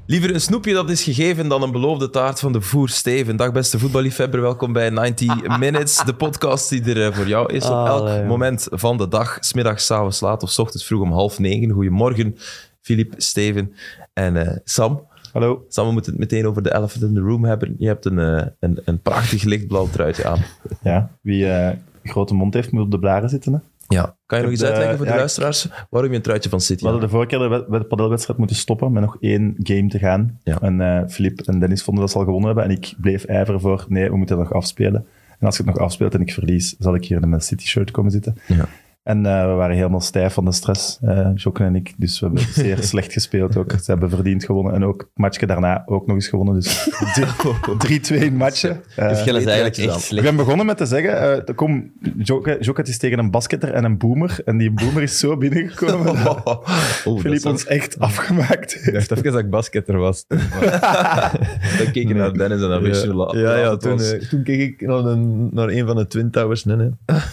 Liever een snoepje dat is gegeven dan een beloofde taart van de voer Steven. Dag beste voetballiefhebber, welkom bij 90 Minutes, de podcast die er voor jou is op elk moment van de dag. 's Middags, 's avonds laat of 's ochtends vroeg om 8:30. Goedemorgen, Filip, Steven en Sam. Hallo. Sam, we moeten het meteen over de elephant in the room hebben. Je hebt een prachtig lichtblauw truitje aan. Ja, wie een grote mond heeft, moet op de blaren zitten. Hè? Ja. Kan je nog eens uitleggen voor de luisteraars waarom je een truitje van City We hadden de vorige keer bij de padelwedstrijd moeten stoppen met nog 1 game te gaan. Ja. En Filip en Dennis vonden dat ze al gewonnen hebben. En ik bleef ijveren voor, nee, we moeten het nog afspelen. En als ik het nog afspeelt en ik verlies, zal ik hier in een Man City shirt komen zitten. Ja. En we waren helemaal stijf van de stress, Jokken en ik. Dus we hebben zeer slecht gespeeld ook. Ze hebben verdiend gewonnen. En ook het matchje daarna ook nog eens gewonnen. Dus 3-2 matchen. Verschil is eigenlijk echt Ik slecht. ben begonnen met te zeggen, Jokke is tegen een basketter en een boomer. En die boomer is zo binnengekomen. Filip ons echt afgemaakt. Ik dacht even dat ik basketter was. Dan keek je naar Dennis en dan wist je laat. Ja, toen keek ik naar een van de Twin Towers. Nee.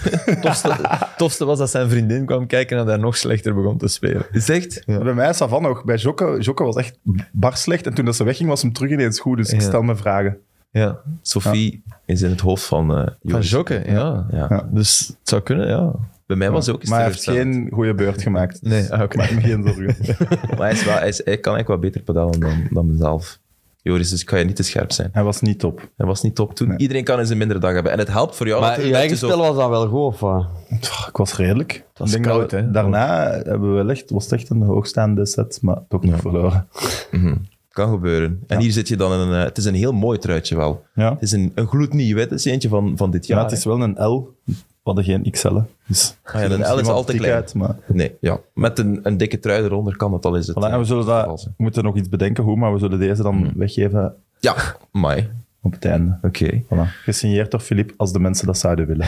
Tofste was dat zijn vriendin kwam kijken en daar nog slechter begon te spelen. Is echt? Ja. Bij mij is dat van nog. Bij Jokke was echt bar slecht. En toen dat ze wegging, was hem terug ineens goed. Dus ik stel me vragen. Ja. Sophie is in het hoofd van Van Joris. Jokke, ja. Ja. Dus het zou kunnen, ja. Bij mij was hij ook eens Maar hij heeft teleurstellend. geen goede beurt gemaakt. Nee, oké. Maak me geen zorgen. Maar hij kan eigenlijk wat beter pedalen dan mezelf. Joris, dus kan je niet te scherp zijn. Hij was niet top. Hij was niet top toen. Nee. Iedereen kan eens een mindere dag hebben. En het helpt voor jou Maar natuurlijk. je eigen dat je spel was dan wel goed, of wat? Ik was redelijk. Dat is Ik denk koud, dat hè? daarna hebben we was het echt een hoogstaande set, maar toch nog verloren. kan gebeuren. En hier zit je dan in het is een heel mooi truitje wel. Ja. Het is een gloednieuw, het is eentje van dit jaar. Ja, het is wel een L. We hadden geen XL. Dus ja, een L is altijd klein. Uit, maar... Nee, ja. Met een dikke trui eronder kan het al eens. Voilà, en we zullen we moeten nog iets bedenken hoe, maar we zullen deze dan weggeven Ja, mai. op het einde. Oké. Voilà. Gesigneerd door Filip, als de mensen dat zouden willen.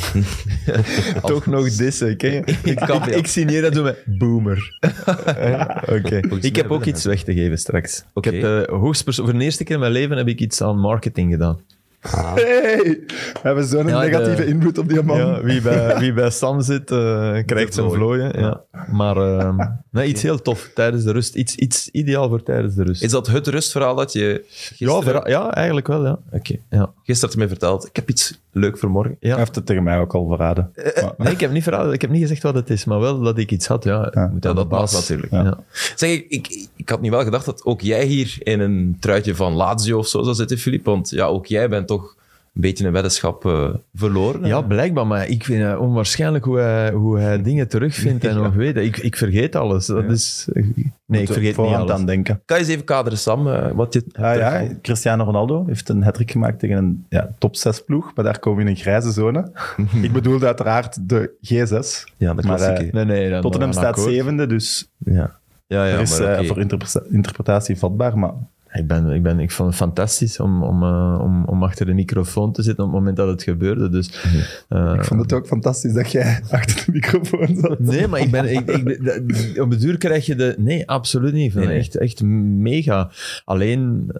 Toch nog dissen, ken je? Ik signeer dat doen met boomer. Oké. Ik heb ook iets weg te geven straks. Oké. Ik heb voor de eerste keer in mijn leven heb ik iets aan marketing gedaan. Hey, we hebben zo'n Ja, negatieve invloed op die man. Ja, wie bij Sam zit, krijgt zijn vlooien. Ja. Maar nee, iets heel tof tijdens de rust. Iets ideaal voor tijdens de rust. Is dat het rustverhaal dat je gisteren... Ja, eigenlijk wel, ja. Oké. Ja. Gisteren had je mij verteld, ik heb iets leuk voor morgen. Hij heeft het tegen mij ook al verraden. Maar- Nee, ik heb niet gezegd wat het is, maar wel dat ik iets had. Ja, moet aan de dat baas mag natuurlijk. Ja. Zeg, ik had niet wel gedacht dat ook jij hier in een truitje van Lazio of zo zou zitten, Filip. Want ja, ook jij bent toch een beetje een weddenschap verloren. Ja, blijkbaar, maar ik vind het onwaarschijnlijk hoe hij dingen terugvindt en nog weet. Ik vergeet alles. Dat is... Nee, ik vergeet niet voorhand alles. aan denken. Kan je eens even kaderen, Sam, wat je... Ja, Cristiano Ronaldo heeft een hat-trick gemaakt tegen een top 6 ploeg, maar daar komen we in een grijze zone. Ik bedoelde uiteraard de G6. Ja, de Maar, klassieke. Nee, dan Tottenham dan staat akkoord. 7e, dus Ja, er is maar oké. voor interpretatie vatbaar, maar Ik vond het fantastisch om achter de microfoon te zitten op het moment dat het gebeurde. Dus, ik vond het ook fantastisch dat jij achter de microfoon zat. nee, maar op de duur krijg je de... Nee, absoluut niet. Ik vind het echt mega. Alleen...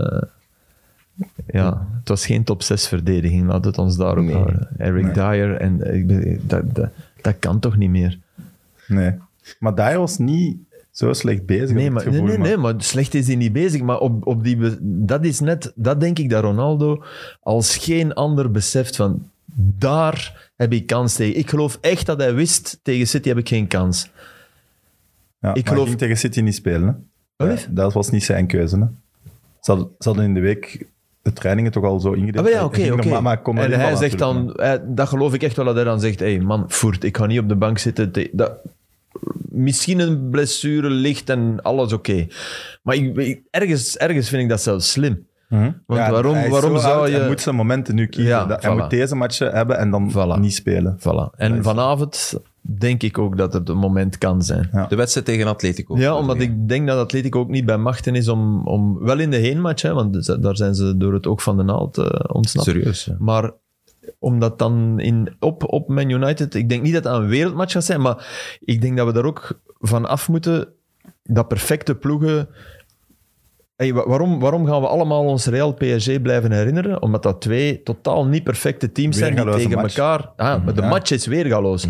ja, het was geen top 6 verdediging. Laat het ons daarop houden. Eric Dyer en... Dat kan toch niet meer? Nee. Maar Dyer was niet zo slecht bezig. Nee, maar slecht is hij niet bezig. Maar op dat denk ik dat Ronaldo als geen ander beseft van daar heb ik kans tegen. Ik geloof echt dat hij wist, tegen City heb ik geen kans. Ja, ik maar geloof- hij ging tegen City niet spelen. Hè? Wat lief? Dat was niet zijn keuze. Hè? Ze hadden in de week de trainingen toch al zo ingedeeld. Ah, ja, oké. Maar kon En erin hij vallen zegt natuurlijk, dan, dat geloof ik echt wel dat hij dan zegt, hey man, voert, ik ga niet op de bank zitten. Misschien een blessure ligt en alles oké. Maar ergens vind ik dat zelfs slim. Mhm. Want Ja, waarom hij is zou zo oud, je... Hij moet zijn momenten nu kiezen. Ja, Hij voilà. moet deze matchen hebben en dan Voilà. niet spelen. Voilà. En vanavond denk ik ook dat het een moment kan zijn. Ja. De wedstrijd tegen Atletico. Ja, omdat ik denk dat Atletico ook niet bij machten is om wel in de heenmatch, hè, want daar zijn ze door het oog van de naald ontsnapt. Serieus, ja. Maar omdat dan op Man United, ik denk niet dat het een wereldmatch gaat zijn, maar ik denk dat we daar ook van af moeten dat perfecte ploegen... Hey, waarom gaan we allemaal ons Real PSG blijven herinneren? Omdat dat twee totaal niet perfecte teams zijn die Weergaloze tegen match. elkaar... Maar de match is weergaloos.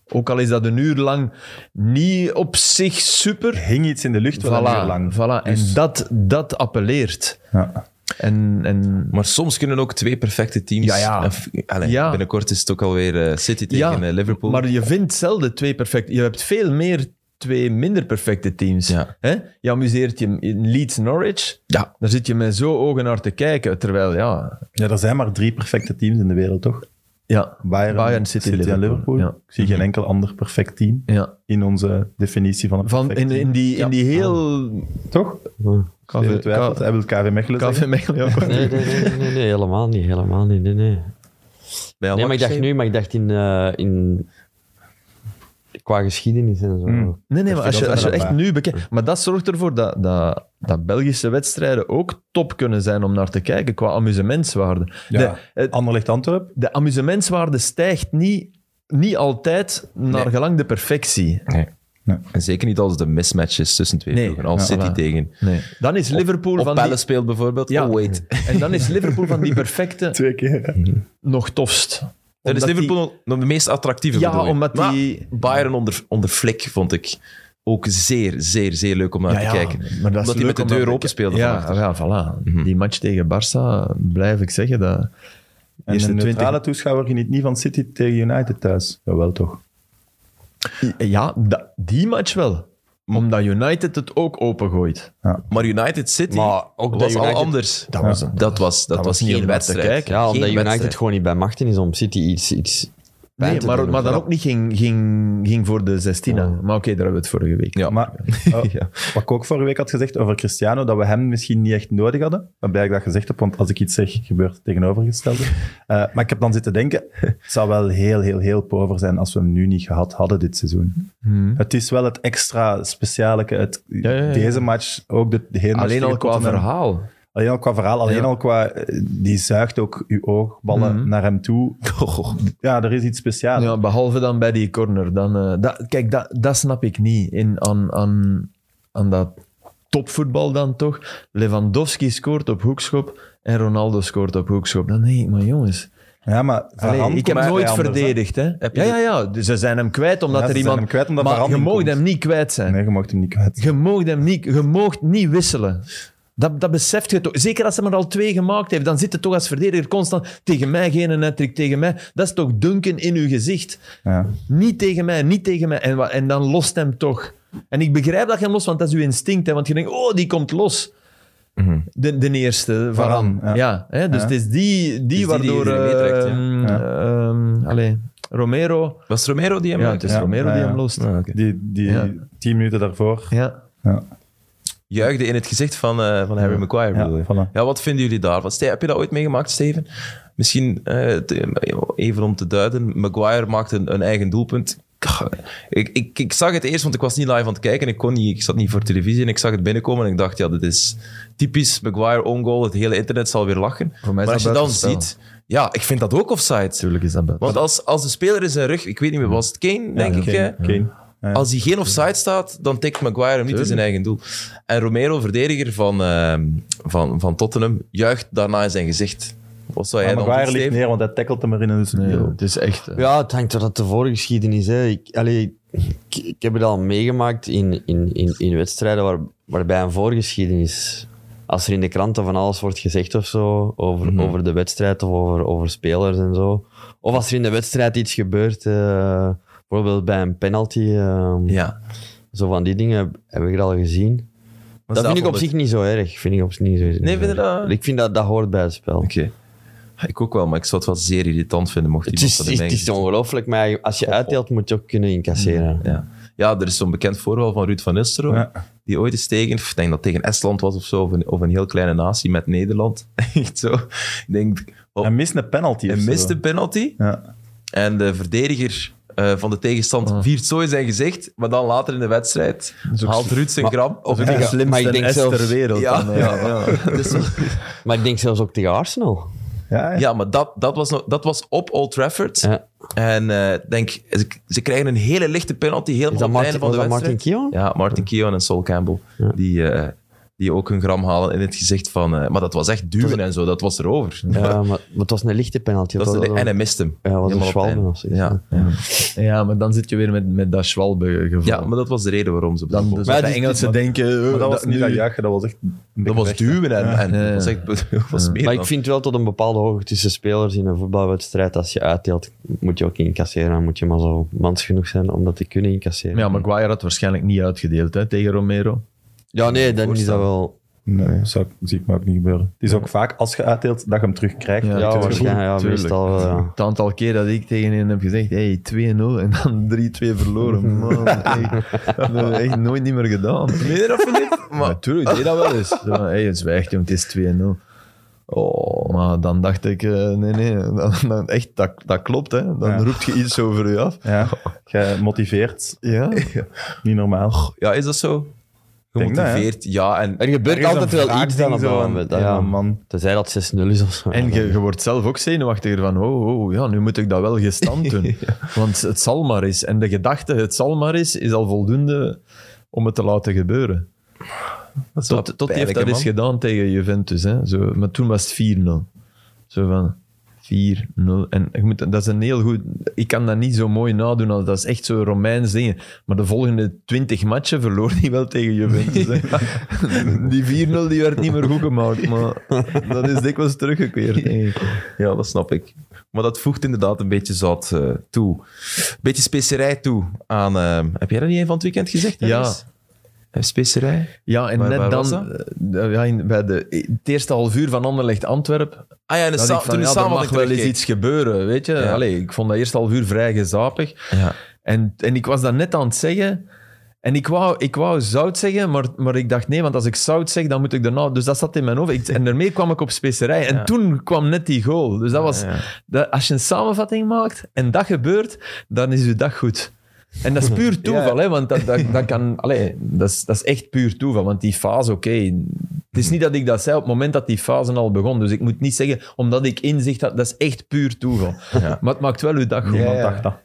Ook al is dat een uur lang niet op zich super. Hing iets in de lucht wel een uur lang. Voilà. Dus- En dat appelleert. Ja. En Maar soms kunnen ook 2 perfecte teams... Ja. Ja. Binnenkort is het ook alweer City tegen Liverpool. Maar je vindt zelden 2 perfecte... Je hebt veel meer 2 minder perfecte teams. Ja. Hè? Je amuseert je in Leeds-Norwich. Ja. Daar zit je met zo ogen naar te kijken. Terwijl, Ja, er zijn maar 3 perfecte teams in de wereld, toch? Bayern, City, en Liverpool. Ja. Ik zie geen enkel ander perfect team Ja. in onze definitie van een perfect team. In die heel... Toch? Steven twijfelt. Hij wil KV Mechelen KV zeggen. Mechelen, ja. Nee, helemaal niet. Nee. Bij Nee, maar ik dacht nu, in qua geschiedenis en zo. Nee, maar als je dat echt erbij. nu bekijkt... Maar dat zorgt ervoor dat Belgische wedstrijden ook top kunnen zijn om naar te kijken qua amusementswaarde. Ja. Anderlecht-Antwerp. De amusementswaarde stijgt niet altijd naar gelang de perfectie. En zeker niet als de mismatch is tussen 2 Nee. ploegen. Als Ja, City voilà. tegen... Nee. Dan is Liverpool Of van Palace die... speelt bijvoorbeeld. Ja. Oh, wait. En dan is Liverpool van die perfecte 2 keer. nog tofst. Dat is Omdat Liverpool nog de meest attractieve, Ja, bedoel je. omdat Maar die- Bayern onder Flick vond ik ook zeer, zeer, zeer leuk om naar te kijken. maar dat is Omdat hij leuk met de om deur naar open te speelde. Ja, van achter. ja, voilà. Die match tegen Barça, blijf ik zeggen, dat... En eerste een 20 neutrale toeschouwer geniet niet van City tegen United thuis. Jawel, toch? Ja, die match wel. Omdat United het ook opengooit. Maar United City Maar ook dat was al United- anders. Dat was, Dat was niet geen om naar te wedstrijd. kijken. Ja, omdat Geen United wedstrijd. gewoon niet bij machten is om City iets pijn Nee, te maar doen. dan ook niet ging voor de 16. Ja. Maar oké, daar hebben we het vorige week. Ja. Maar wat ik ook vorige week had gezegd over Cristiano, dat we hem misschien niet echt nodig hadden. Dan ben ik dat gezegd heb, want als ik iets zeg, gebeurt het tegenovergestelde. Maar ik heb dan zitten denken, het zou wel heel, heel, heel pover zijn als we hem nu niet gehad hadden dit seizoen. Het is wel het extra speciale. ja. Deze match, ook de heenmatch Alleen al tegen qua Tottenham. verhaal. Alleen al qua verhaal, alleen Ja. al qua... Die zuigt ook uw oogballen naar hem toe. Ja, er is iets speciaals. Ja, behalve dan bij die corner. Dan, kijk, dat snap ik niet aan dat topvoetbal dan toch. Lewandowski scoort op hoekschop en Ronaldo scoort op hoekschop. Dan denk ik, maar jongens... Ja, maar Allee, Varane ik heb komt nooit bij anders, hè. verdedigd. Hè? Heb je Ja. Dus ze zijn hem kwijt omdat Ja, er ze zijn iemand... hem kwijt omdat maar Varane je niet mag komt. hem niet kwijt zijn. Nee, je mag hem niet kwijt. Je moogt niet wisselen. Dat beseft je toch. Zeker als hij maar al 2 gemaakt heeft, dan zit het toch als verdediger constant tegen mij, geen hattrick tegen mij. Dat is toch dunken in uw gezicht. Ja. Niet tegen mij. En dan lost hem toch. En ik begrijp dat je hem lost, want dat is uw instinct. Hè, want je denkt, oh, die komt los. De eerste, Varane. Varane, ja. Hè, dus Ja. het is die die waardoor... iedereen meetrekt, Romero... Was het Romero die hem Ja, maakte? het is Romero die ja. hem lost. Ah, oké. Die Ja. 10 minuten daarvoor. Ja. Juichte in het gezicht van Harry Maguire. Ja, bedoel je? voilà. Ja, wat vinden jullie daarvan? Heb je dat ooit meegemaakt, Steven? Misschien even om te duiden. Maguire maakt een eigen doelpunt. Ik zag het eerst, want ik was niet live aan het kijken. Ik zat niet voor televisie en ik zag het binnenkomen en ik dacht, ja, dit is typisch Maguire on-goal. Het hele internet zal weer lachen. Voor mij is Maar als je dat dan buitenspel. ziet... Ja, ik vind dat ook offside. Tuurlijk is dat buiten. Want als de speler in zijn rug... Ik weet niet meer, was het Kane, denk ik? Kane. Kane. Ja. Als hij geen offside staat, dan tikt Maguire hem niet in zijn eigen doel. En Romero, verdediger van Tottenham, juicht daarna in zijn gezicht. Wat zou jij Maar dan Maguire doen, ligt Steven? neer, want hij tackelt hem erin. Dus Nee, het is echt... Ja, het hangt er dat de voorgeschiedenis is. Ik heb het al meegemaakt in wedstrijden waarbij een voorgeschiedenis... Als er in de kranten van alles wordt gezegd of zo, over de wedstrijd of over spelers en zo. Of als er in de wedstrijd iets gebeurt, bijvoorbeeld bij een penalty, Ja. zo van die dingen heb ik er al gezien. Dat vind ik op zich niet zo erg. Nee, vind je dat? Ik vind dat hoort bij het spel. Oké. Ik ook wel, maar ik zou het wel zeer irritant vinden mocht Het iemand dat in is mijn gezicht- ongelooflijk, maar als je uitdeelt moet je ook kunnen incasseren. Ja, er is zo'n bekend voorval van Ruud van Nistelrooy, Ja. die ooit eens tegen, ik denk dat tegen Estland was of zo, of een heel kleine natie met Nederland. Echt zo. Ik denk, Hij mist een penalty. hij of zo. mist een penalty Ja. en de verdediger van de tegenstand viert zo in zijn gezicht, maar dan later in de wedstrijd haalt Ruud zijn gram. Of de maar slimste ik denk S zelfs- ter wereld. Ja, dan, ja. Dus, Maar ik denk zelfs ook tegen Arsenal. Ja. maar dat was op Old Trafford. Ja. En denk, ze krijgen een hele lichte penalty Is helemaal dat op het einde van de Martin wedstrijd. Keown? Ja, Martin Keown en Sol Campbell. Ja. die ook een gram halen in het gezicht van... maar dat was echt duwen en zo, dat was erover. Ja, maar het was een lichte penalty. En hij miste hem. Ja, was een Helemaal op het Schwalbe einde. of zoiets. Ja. Ja, maar dan zit je weer met dat Schwalbe-geval. Ja, maar dat was de reden waarom ze... Dan dus Maar de die- Engelsen denken... Maar dat was niet dat nu- juichen, dat was echt... dat was duwen en Ja. dat was echt... Dat was meer Maar dan- ik vind wel tot een bepaalde hoogte tussen spelers in een voetbalwedstrijd, als je uitdeelt, moet je ook incasseren. Dan moet je maar zo mans genoeg zijn om dat te kunnen incasseren. Ja, Maguire had waarschijnlijk niet uitgedeeld hè, tegen Romero. Ja, nee, dan is dat wel... Nee, zie ik me ook niet gebeuren. Het is ook vaak, als je uitdeelt, dat je hem terugkrijgt. Ja, Ja, tuurlijk. waarschijnlijk. Ja, Tuurlijk. meestal wel, ja. Het aantal keer dat ik tegen hen heb gezegd, hey, 2-0 en dan 3-2 verloren. Man, dat heb ik echt nooit niet meer gedaan. Meen je dat, Filip? Maar natuurlijk, ik deed dat wel eens. Zo, hey, zwijgt jong, het is 2-0. Oh, maar dan dacht ik, nee, dan echt, dat klopt, hè. Dan Ja. roept je iets over je af. Ja, jij motiveert. Ja. Niet normaal. Ja, is dat zo? Denk dat, hè? Gemotiveerd, ja. En Er gebeurt Er is altijd een wel iets dan op dat zo moment. van, Ja, man. tenzij dat 6-0 is of zo. En je wordt zelf ook zenuwachtiger van, ja, nu moet ik dat wel gestand doen. Want het zal maar eens. En de gedachte, het zal maar eens, is al voldoende om het te laten gebeuren. dat is wel Tot hij heeft pijnlijk, dat hè, eens man. gedaan tegen Juventus. Hè. Zo, maar toen was het 4-0. Zo van 4-0. En je moet, dat is een heel goed... Ik kan dat niet zo mooi nadoen, als dat is echt zo Romeins dingen. Maar de volgende 20 matchen verloor hij wel tegen Juventus. Hè. Die 4-0 die werd niet meer goed gemaakt, maar dat is dikwijls teruggekeerd, denk ik. Ja, dat snap ik. Maar dat voegt inderdaad een beetje zout toe. Een beetje specerij toe aan... heb jij dat niet een van het weekend gezegd? Ja. Dennis? Specerij? Ja, en Waar net was dan... bij het eerste half uur van Anderlecht-Antwerp... Ah ja, en Dat ik van, toen er mag wel eens iets gebeuren, weet je. Ja. Allee, ik vond dat eerste half uur vrij gezapig. Ja. En ik was dat net aan het zeggen. En ik wou zout zeggen, maar ik dacht nee, want als ik zout zeg, dan moet ik daarna... Dus dat zat in mijn hoofd. En daarmee kwam ik op specerij. En Ja. toen kwam net die goal. Dus dat was... Ja. Als je een samenvatting maakt en dat gebeurt, dan is je dag goed. En dat is puur toeval, hè, want dat kan... Allee, dat is echt puur toeval, want die fase, oké. Het is niet dat ik dat zei op het moment dat die fase al begon. Dus ik moet niet zeggen, omdat ik inzicht had, dat is echt puur toeval. Ja. Maar het maakt wel uw dag goed. Niemand dacht dat.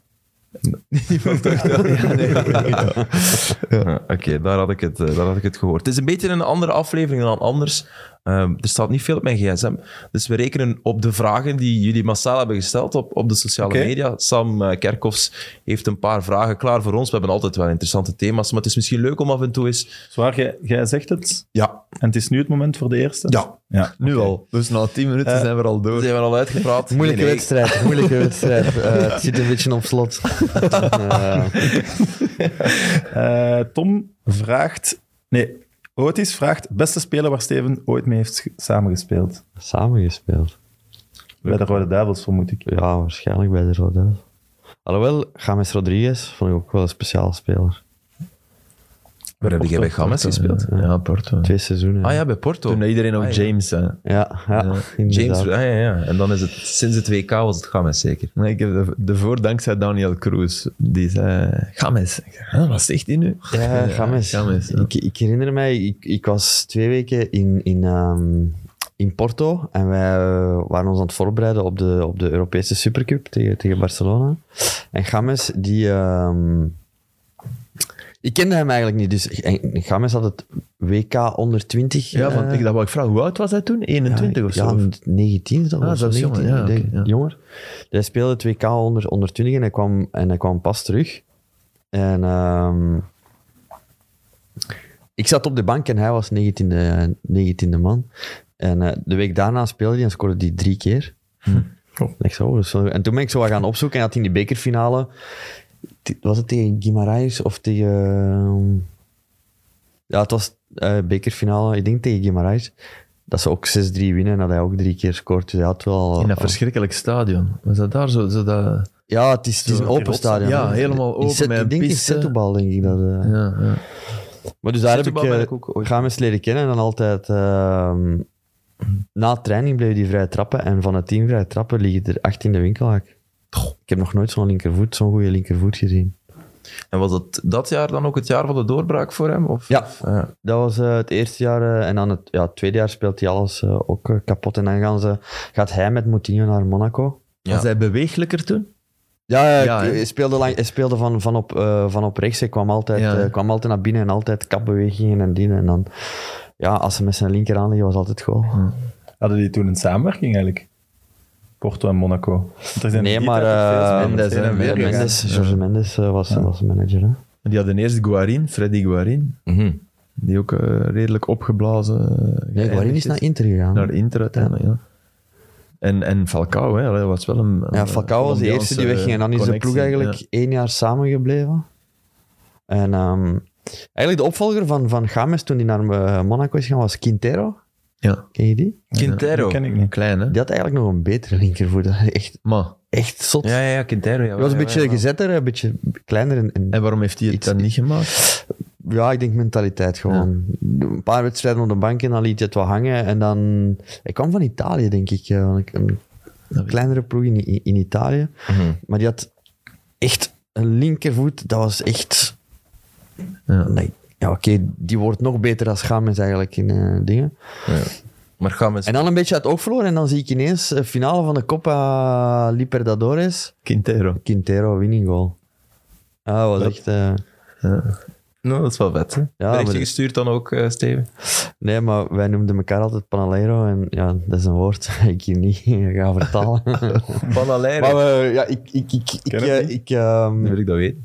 Ja, Oké, daar had ik het gehoord. Het is een beetje een andere aflevering dan anders. Er staat niet veel op mijn gsm. Dus we rekenen op de vragen die jullie massaal hebben gesteld op de sociale Oké. media. Sam Kerkhoffs heeft een paar vragen klaar voor ons. We hebben altijd wel interessante thema's, maar het is misschien leuk om af en toe eens... Zwaar, jij zegt het. Ja, En het is nu het moment voor de eerste? Ja. Nu al. Dus na 10 minuten zijn we al door. zijn we al uitgepraat. Moeilijke Nee. wedstrijd, moeilijke wedstrijd. Het zit een beetje op slot. Tom vraagt... Nee, Otis vraagt beste speler waar Steven ooit mee heeft samengespeeld. Samengespeeld. Bij de Rode Duivels, vermoed ik. Ja, waarschijnlijk bij de Rode. Alhoewel, James Rodriguez vond ik ook wel een speciaal speler. Waar heb jij bij James gespeeld? Ja, Porto. 2 seizoenen. Ah ja, bij Porto. Toen iedereen ook Ah, ja. James zei. Ja, James, inderdaad. ja. En dan is het sinds het WK was het James zeker. Nee, ik heb de voor dankzij Daniel Cruz. Die zei, James. Ik zei, wat zegt hij nu? Ja, James. James, ja. Ik herinner mij, ik was 2 weken in Porto en wij waren ons aan het voorbereiden op de Europese Supercup tegen Barcelona. En James, ik kende hem eigenlijk niet, dus James had het WK onder 20. Ja, want dat wou ik vragen. Hoe oud was hij toen? 21 of zo? Ja, 19 is dat Ah, was. dat is jonger, ja, oké, ja. Jonger. Hij speelde het WK onder 20 en hij kwam pas terug. En ik zat op de bank en hij was 19e man. En de week daarna speelde hij en scoorde hij 3 keer. Like zo, dus en toen ben ik zo wat gaan opzoeken en had in die bekerfinale... Was het tegen Guimarães of tegen... Ja, het was bekerfinale, ik denk tegen Guimarães. Dat ze ook 6-3 winnen en dat hij ook 3 keer scoort. Dus hij had wel... In dat verschrikkelijk stadion. Was dat daar zo dat... Ja, het is een open stadion. Ja, hè. helemaal open met een Ik denk in piste. Setúbal, denk ik. Dat, Ja. Maar dus daar heb Setúbal ben ik ik ook ooit. James leren kennen en dan altijd... na training bleef die vrij trappen en van de 10 vrij trappen liggen er 8 in de winkelhaak. Ik heb nog nooit zo'n goede linkervoet gezien. En was dat jaar dan ook het jaar van de doorbraak voor hem? Of? Ja. Dat was het eerste jaar en dan het tweede jaar speelt hij alles ook kapot. En dan gaat hij met Moutinho naar Monaco. Ja. Was hij beweeglijker toen? Ja, Ja, hij speelde van op rechts. Hij kwam altijd, Ja. kwam altijd naar binnen en altijd kapbewegingen en dingen. En dan ja, als ze met zijn linker aanleggen, was altijd goal. Hadden die toen een samenwerking eigenlijk? Porto en Monaco. Want er zijn Nee, die maar tijd nog veel Mendes, heen en hè, weer gegaan. George Mendes was manager. Hè? Die hadden eerst Freddy Guarin, die ook redelijk opgeblazen... Nee, Guarin is naar Inter gegaan. Naar Inter uiteindelijk, ja. En Falcao, hè, dat was wel een... Ja, Falcao was de eerste die wegging en dan is de ploeg eigenlijk 1 jaar samengebleven. En eigenlijk de opvolger van James toen hij naar Monaco is gegaan was Quintero. Ja. Ken je die? Quintero. Dat ken ik niet. Klein, hè? Die had eigenlijk nog een betere linkervoet. Maar, Echt zot. Ja, Quintero. Hij was een beetje gezetter, een beetje kleiner. en waarom heeft hij het Iets- dan niet gemaakt? Ja, ik denk mentaliteit gewoon. Een paar wedstrijden op de bank en dan liet hij het wat hangen. En dan... Hij kwam van Italië, denk ik. Een kleinere ploeg in Italië. Maar die had echt een linkervoet. Dat was echt... Ja. Nee. Ja, oké, die wordt nog beter als James eigenlijk in dingen. Maar gaan we... En dan een beetje uit het oog verloren. En dan zie ik ineens finale van de Copa Libertadores. Quintero, winning goal. Ja, dat was echt... Nou, dat is wel vet, hè? Berichtje maar- gestuurd dan ook, Steven? Nee, maar wij noemden elkaar altijd Panalero. En ja, dat is een woord dat ik hier niet ga vertalen. Panalero. Maar ja, Dan wil ik dat weten.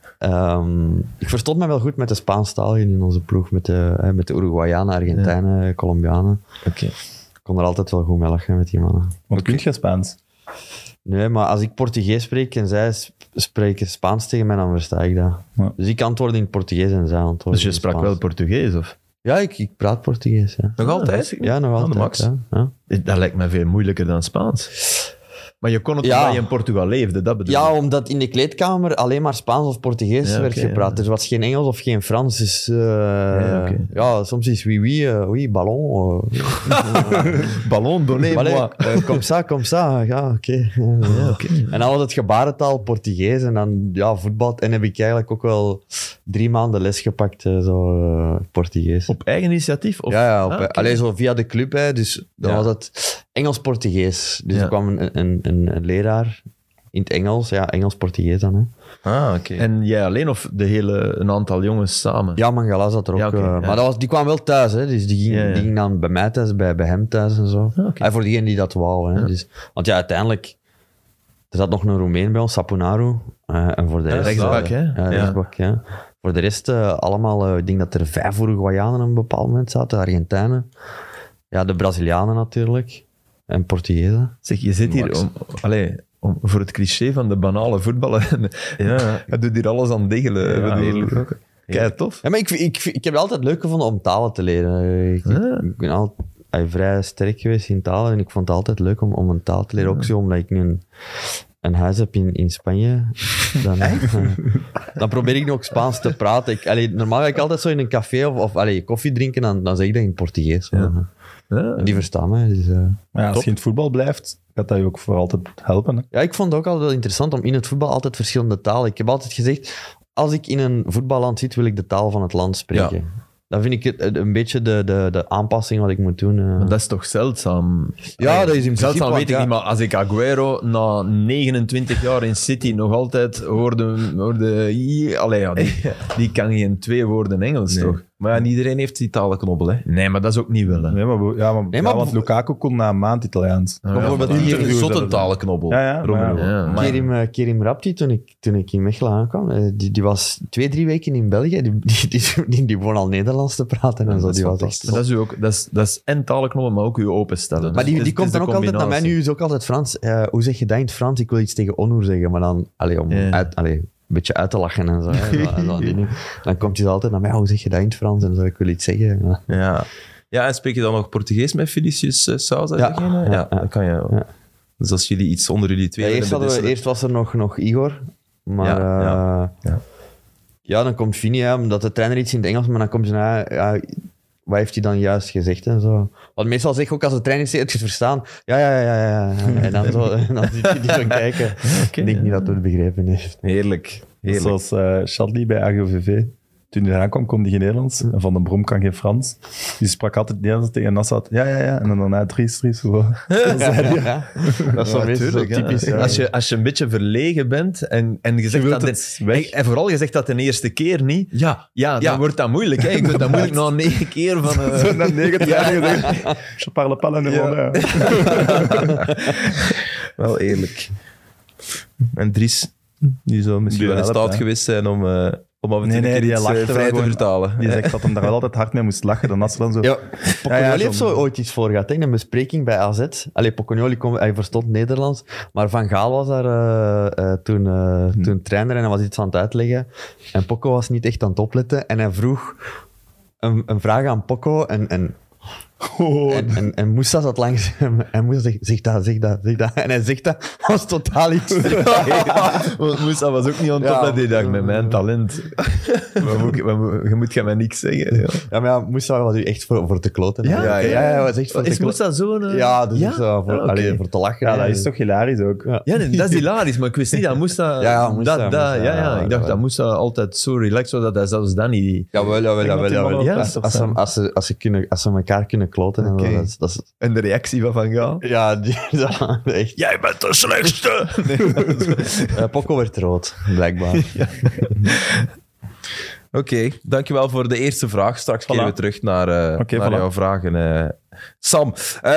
ik verstond me wel goed met de Spaanstaligen in onze ploeg. Met de Uruguayanen, Argentijnen, Colombianen. Oké. Ik kon er altijd wel goed mee lachen met die mannen. Want kun je Spaans? Nee, maar als ik Portugees spreek en zij spreken Spaans tegen mij, dan versta ik dat. Ja. Dus ik antwoord in het Portugees en zij antwoorden Dus je in sprak Spaans. wel Portugees, of? Ja, ik praat Portugees. Ja, Nog altijd? ja nog de altijd. max. Ja. Dat lijkt me veel moeilijker dan Spaans. Maar je kon het Ja. omdat je in Portugal leefde, dat bedoel Ja, ik. omdat in de kleedkamer alleen maar Spaans of Portugees Ja, werd oké, gepraat. ja. Er was geen Engels of geen Frans. Dus oké. ja, soms is oui, ballon. Ballon, donnez-moi. Comme ça. Ja, oké. Ja, oké. En dan was het gebarentaal Portugees en dan ja, voetbal. En heb ik eigenlijk ook wel 3 maanden les gepakt, Portugees. Op eigen initiatief? Of? Ja, oké. alleen zo via de club. Hè, dus dan Ja. was het Engels-Portugees. Dus Ja. er kwam een leraar in het Engels. Ja, Engels-Portugees dan. Hè. Ah, oké. En jij alleen of een aantal jongens samen? Ja, Mangala zat er ook. Ja, oké, ja. Maar die kwam wel thuis. Hè, dus die ging dan bij mij thuis, bij hem thuis en zo. Ah, oké. En voor diegenen die dat wou. Hè, Ja. dus, want ja, uiteindelijk... Er zat nog een Roemeen bij ons, Sapunaru. En voor de rest... rechtsbak, hè? Ja, rechtsbak, ja. Voor de rest allemaal... ik denk dat er 5 Uruguayanen op een bepaald moment zaten. Argentijnen. Ja, de Brazilianen natuurlijk. En Portugezen. Zeg, je zit hier voor het cliché van de banale voetballer. Ja, Hij doet hier alles aan diggelen. Ja, bedoel, heerlijk ook. kei tof. Ja, maar ik heb het altijd leuk gevonden om talen te leren. Ik ben altijd vrij sterk geweest in talen en ik vond het altijd leuk om een taal te leren. Ook zo omdat ik nu een huis heb in Spanje. Dan probeer ik nog Spaans te praten. Normaal ga ik altijd zo in een café of koffie drinken, dan zeg ik dat in het Portugees. Ja. Ja. En die verstaan mij. Dus, Maar ja, als top. je in het voetbal blijft, gaat dat je ook voor altijd helpen. Hè? Ja, ik vond het ook altijd wel interessant om in het voetbal altijd verschillende talen. Ik heb altijd gezegd, als ik in een voetballand zit, wil ik de taal van het land spreken. Ja. Dan vind ik het een beetje de aanpassing wat ik moet doen. Maar dat is toch zeldzaam? Ja, dat is in principe... Zeldzaam want weet ik ja, niet, maar als ik Aguero na 29 jaar in City nog altijd hoorde die kan geen 2 woorden Engels, Nee. toch? Maar ja, iedereen heeft die talenknobbel, hè. Nee, maar dat is ook niet wel, hè. Nee, maar, Nee, maar want Lukaku kon na een maand Italiaans. bijvoorbeeld Die hier- heeft een interviews zotte talenknobbel. Ja, Romelu. maar Ja, maar- Kerim Rapti, toen ik in Mechelen aankwam, die was 2-3 weken in België. Die begon al Nederlands te praten en Ja, zo. dat is Die was fantastisch. echt... Maar dat is, ook, dat is en talenknobbel, maar ook je openstellen. Maar Dus die het komt is dan de ook altijd naar mij. combinatie. Nu is ook altijd Frans. Hoe zeg je dat in het Frans? Ik wil iets tegen Onur zeggen, maar dan... om Ja. een beetje uit te lachen en zo. Hè, die dingen. Dan komt hij altijd naar mij. Hoe zeg je dat in het Frans? En zo, ik wil iets zeggen. Ja. Ja, en spreek je dan nog Portugees met Vinicius Sousa? Ja. Degene? Ja, dat kan je. Ja. Dus als jullie iets onder jullie twee willen bedisselen- Eerst was er nog Igor. Maar Ja. dan komt Vini, hè, omdat de trainer iets in het Engels, maar dan komt ze naar... Ja, wat heeft hij dan juist gezegd en zo? Want meestal zeg ik ook als de trainer zegt, heb je het verstaan? Ja. En dan, zo, en dan zit hij die zo kijken. Ik denk niet dat hij het begrepen heeft. Heerlijk. Heerlijk. Zoals Chadli bij AGOVV. Toen hij aankwam, kon hij geen Nederlands. En Van den Brom kan geen Frans. Die sprak altijd Nederlands tegen Nassau. Ja. En dan daarna Dries. Zo. Dat is wel meestal zo typisch. Ja. Als je een beetje verlegen bent en je zegt wilt dat... het weg. En vooral je zegt dat de eerste keer niet. Ja. Dan wordt dat moeilijk. Hè? Ik vind dat moeilijk na 9 keer van... Zo na 9 trainingen zeggen, je parle pas le néerlandais. Wel eerlijk. En Dries, die zou misschien Die wel in helpt, staat hè. geweest zijn om af en toe een keer die iets lachte wel vrij te gewoon. vertalen. Die zegt dat hem daar wel altijd hard mee moest lachen. Dan als dan zo... Ja, Pocognoli heeft John. zo ooit iets voor gehad, hè, in een bespreking bij AZ. Allee, Pocognoli hij verstond Nederlands, maar Van Gaal was daar toen trainer en hij was iets aan het uitleggen. En Poco was niet echt aan het opletten en hij vroeg een vraag aan Poco en Moussa zat langs hem en Moussa zegt, zeg dat. En hij zegt dat, was totaal iets. Want Moussa was ook niet aan het opletten. Die dacht, met mijn talent. Je moet mij niks zeggen. Ja. Ja, maar ja, Moussa was u echt voor te kloten. Ja? Hij was echt voor te Is kloten. Moussa zo'n... Ja, dus ik zo voor, Ah, oké. allee, voor te lachen. Ja, hè. dat is toch hilarisch ook. Ja. Ja, nee, dat is hilarisch, maar ik wist niet dat Moussa... Ja, Moussa, dat, Moussa, ja. Ik dacht ja. dat Moussa altijd zo relaxed was, dat hij zelfs dat niet... Jawel. Ja, Als ze elkaar kunnen kloten. Oké. En dat is, En de reactie van Van Gaal? ja, echt. Jij bent de slechtste! Poco werd rood, blijkbaar. Oké, dankjewel voor de eerste vraag. Straks keren we terug naar, Oké, naar voilà. jouw vragen. Sam,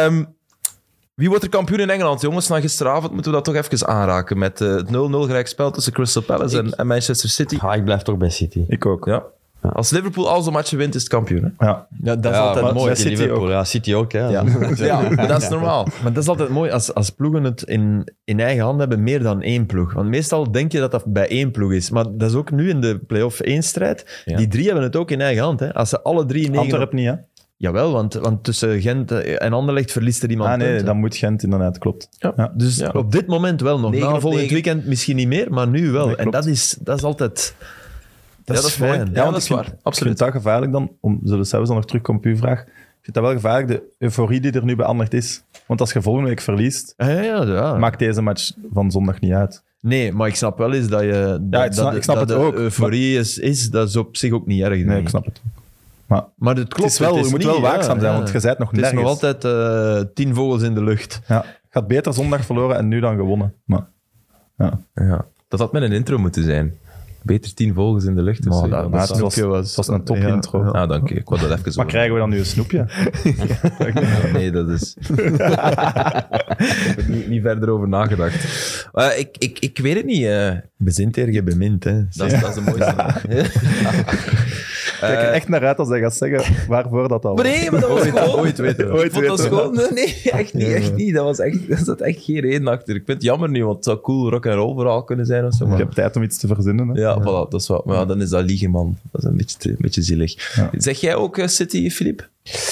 wie wordt er kampioen in Engeland, jongens? Na gisteravond moeten we dat toch even aanraken met het 0-0 gelijkspel tussen Crystal Palace en Manchester City. Ik blijf toch bij City. Ik ook. Ja. Als Liverpool al zo'n matchen wint, is het kampioen. Hè? Ja. Ja, dat is Ja, altijd maar mooi. City Liverpool, ook. ja, City ook. Hè. Ja, maar dat is normaal. Maar dat is altijd mooi als ploegen het in eigen hand hebben, meer dan één ploeg. Want meestal denk je dat dat bij één ploeg is. Maar dat is ook nu in de play-off 1-strijd. Ja. Die 3 hebben het ook in eigen hand. Hè. Als ze alle 3 9... Antwerpen niet, hè? Jawel, want tussen Gent en Anderlecht verliest er iemand Nee, punten. dan moet Gent inderdaad, klopt. Ja. Dus Ja. op dit moment wel nog. 9 Na op volgend 9. weekend misschien niet meer, maar nu wel. Nee, En klopt. dat is altijd... Dat is mooi. fijn. Ja, want dat is ik waar. vind- Absoluut. Ik vind dat gevaarlijk dan, zullen zelfs dan nog terugkomen op uw vraag. Ik vind dat wel gevaarlijk, de euforie die er nu bij Anderlecht is. Want als je volgende week verliest, Ja. maakt deze match van zondag niet uit. Nee, maar ik snap wel eens dat je... ik snap het de ook. euforie is, dat is op zich ook niet erg. Nee, denk ik ik. snap het. Maar het klopt. Het is wel, je moet niet, wel waakzaam zijn, ja. want je bent nog Het is nergens. nog altijd 10 vogels in de lucht. Ja. Gaat beter zondag verloren en nu dan gewonnen. Maar, ja. Ja. Dat had met een intro moeten zijn. Beter 10 vogels in de lucht. Maar Dus, dat maar het snoepje het was een top intro. Ja. Ah, dank je. Ik wou dat even zo. Maar krijgen we dan nu een snoepje? Nee, dat is... Ik heb er niet verder over nagedacht. Ik weet het niet. Bezint je bemint, hè. Dat is de mooiste. Kijk er echt naar uit als hij gaat zeggen waarvoor dat al was. Maar nee, maar dat was gewoon... Ooit weten we. Ooit Ik vond dat weten we. gewoon... Nee, echt niet. Echt niet. Daar zat echt geen reden achter. Ik vind het jammer nu, want het zou cool rock and roll verhaal kunnen zijn of zo. Ik Maar... heb tijd om iets te verzinnen. Hè. Ja, voilà, dat is wel... Maar ja, dan is dat liegen, man. Dat is een beetje zielig. Ja. Zeg jij ook City, Filip?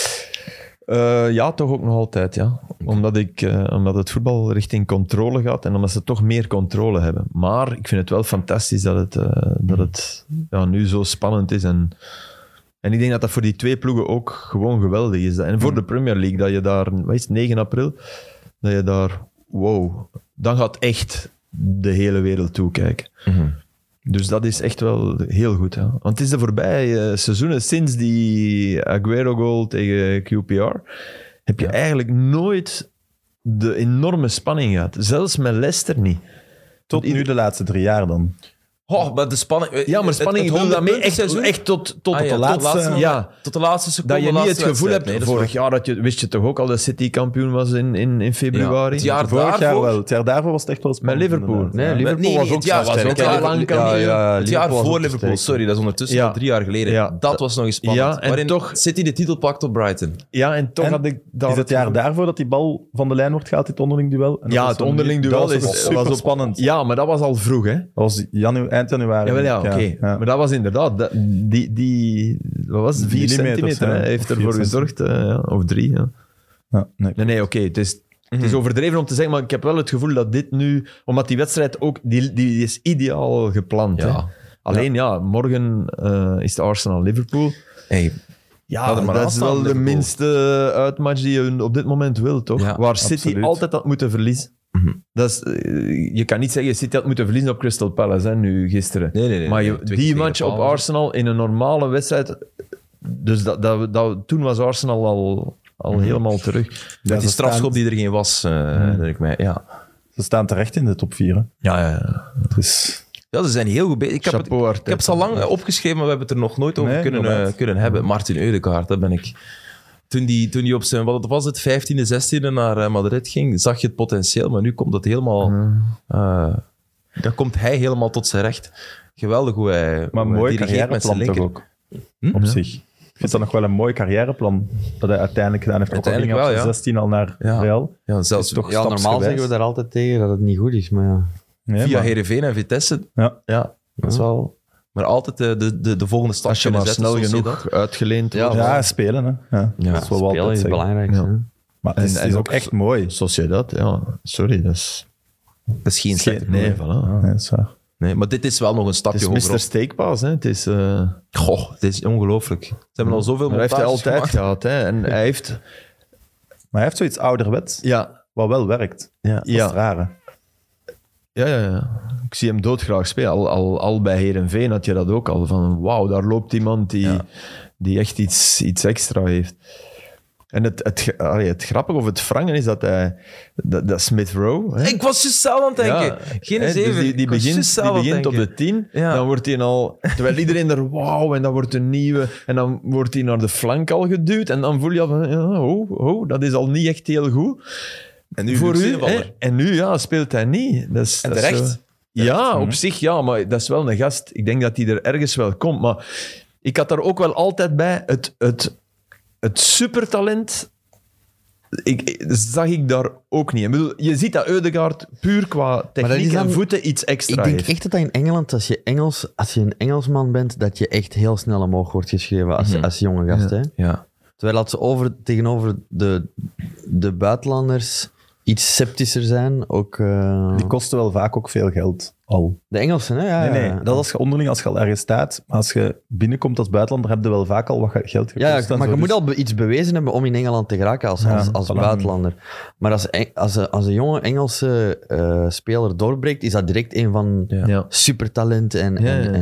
Ja, toch ook nog altijd, ja. Omdat het voetbal richting controle gaat en omdat ze toch meer controle hebben. Maar ik vind het wel fantastisch dat het nu zo spannend is. En ik denk dat dat voor die twee ploegen ook gewoon geweldig is. En voor de Premier League, dat je daar, wat is het, 9 april, dat je daar, wow, dan gaat echt de hele wereld toekijken. Dus dat is echt wel heel goed. Hè? Want het is de voorbije seizoenen, sinds die Aguero-goal tegen QPR, heb je eigenlijk nooit de enorme spanning gehad. Zelfs met Leicester niet. Tot nu de laatste 3 jaar dan. Oh, maar de spanning... Ja, maar spanning, ik bedoel daarmee echt tot Ah, ja, de laatste... Ja, tot de laatste seconde. dat je niet het laatste gevoel wedstrijd. hebt... Nee, dat is vorig jaar wist je toch ook al dat City kampioen was in februari? het jaar Vorig jaar daarvoor... wel. Het jaar daarvoor was het echt wel Met spannend. Liverpool. inderdaad. Nee, Ja. Liverpool Nee, was het ook jaar- sterk. het jaar- lang kampioen. Het jaar was voor ook Liverpool, sterk. sorry, dat is ondertussen Ja. al 3 jaar geleden. Ja. Dat was nog eens spannend. Ja, en waarin toch- City de titel pakt op Brighton. Ja, en toch En had ik... Is het jaar daarvoor dat die bal van de lijn wordt gehaald, dit onderling duel? En dat Ja, was het dan onderling niet- duel dat was is- super was op- spannend. Ja, maar dat was al vroeg, hè? Dat was eind januari. Jawel, ja, denk oké. ik, ja. Maar dat was inderdaad... Wat was het? 4 Millimeters, centimeter, hè, ja. heeft Of ervoor 4 gezorgd. Ja. Of 3, ja. Ja, nee. Nee, oké. Het is overdreven om te zeggen, maar ik heb wel het gevoel dat dit nu... Omdat die wedstrijd ook... Die is ideaal gepland. Ja. Hè. Alleen, ja, morgen is de Arsenal-Liverpool. Hey, Ga Ja, er maar dat aan is staan, wel de Liverpool. minste uitmatch die je op dit moment wil, toch? Ja, Waar City absoluut. altijd had moeten verliezen. Dat is, je kan niet zeggen, City had moeten verliezen op Crystal Palace hè, nu gisteren. Nee. Maar twee keer die tegen match de op paal. Arsenal in een normale wedstrijd... Dus toen was Arsenal al helemaal terug. Met die strafschop die er geen was, herinner ik mij. Ja. Ze staan terecht in de top 4. Hè. Ja. Dus, Ja, ze zijn heel goed bezig. Ik heb Chapeau, Arteta. het al lang opgeschreven, maar we hebben het er nog nooit over kunnen hebben. Martin Ødegaard, dat ben ik. Toen die op zijn, wat was het, 15e, 16e naar Madrid ging, zag je het potentieel, maar nu komt het helemaal... Dan komt hij helemaal tot zijn recht. Geweldig hoe hij maar een hoe mooi hij dirigeert met zijn carrièreplan toch linker. ook. Op zich. Ik vind dat nog wel een mooi carrièreplan dat hij uiteindelijk gedaan heeft. Uiteindelijk ook al ging wel, hij op zijn 16 al naar Ja. Real. Ja, zelfs Is toch Ja, normaal stapsgewijs. zeggen we daar altijd tegen dat het niet goed is, maar ja. Nee, via maar- Heerenveen en Vitesse. Ja. Dat is wel... Maar altijd de volgende stap Als je maar kunnen zetten, snel zoals je genoeg uitgeleend Ja, wordt. Ja, spelen. Hè. Ja. Ja, Dat is wel wat we Spelen altijd is zeggen. belangrijk. Ja. Hè? Maar het is, En het is ook ook echt mooi. Sociedad, ja. Sorry, dat is... Dat is geen slechte Nee, ploeg. voilà. Nee, dat is waar. Nee, maar dit is wel nog een Het stapje is hoger Mr. op. Steakpaas, hè. Het is... Goh, dit is ongelooflijk. Ze hebben al zoveel Maar hij heeft hij montages altijd gemaakt. gehad, hè. En hij heeft... Maar hij heeft zoiets ouderwets, Ja, wat wel werkt. Ja. Dat is het rare. Ja. Ik zie hem doodgraag spelen. Al bij Heerenveen had je dat ook al. Van wauw, daar loopt iemand die echt iets extra heeft. En het grappige of het wrangen is dat hij... Dat Smith Rowe... hè. Ik was juist zelf aan het denken. Ja, Geen hè, zeven. dus die Ik was juist zelf aan het begint op denken. de 10, Ja. dan wordt hij al... Terwijl iedereen er wauw, en dan wordt een nieuwe... En dan wordt hij naar de flank al geduwd, en dan voel je al van... Ja, dat is al niet echt heel goed. En nu Voor Luc u, Zeevaller. hè. En nu speelt hij niet. Dat is, En dat is terecht. zo- Ja, op zich ja, maar dat is wel een gast. Ik denk dat hij er ergens wel komt. Maar ik had daar ook wel altijd bij het supertalent... zag ik daar ook niet. Ik bedoel, je ziet dat Ødegaard puur qua techniek is dan- en voeten iets extra Ik denk heeft. echt dat in Engeland, als je een Engelsman bent, dat je echt heel snel omhoog wordt geschreven als jonge gast. Hè? Ja. Terwijl dat ze tegenover de buitenlanders iets sceptischer zijn. Ook, Die kosten wel vaak ook veel geld al. de Engelsen, hè? Ja, Nee, ja. dat is als je onderling, als je al ergens staat. Maar als je binnenkomt als buitenlander, heb je wel vaak al wat geld gekost. Ja, en maar zo. je moet Dus- al iets bewezen hebben om in Engeland te geraken als voilà. buitenlander. Maar als een jonge Engelse speler doorbreekt, is dat direct een van Ja. supertalent. Ja.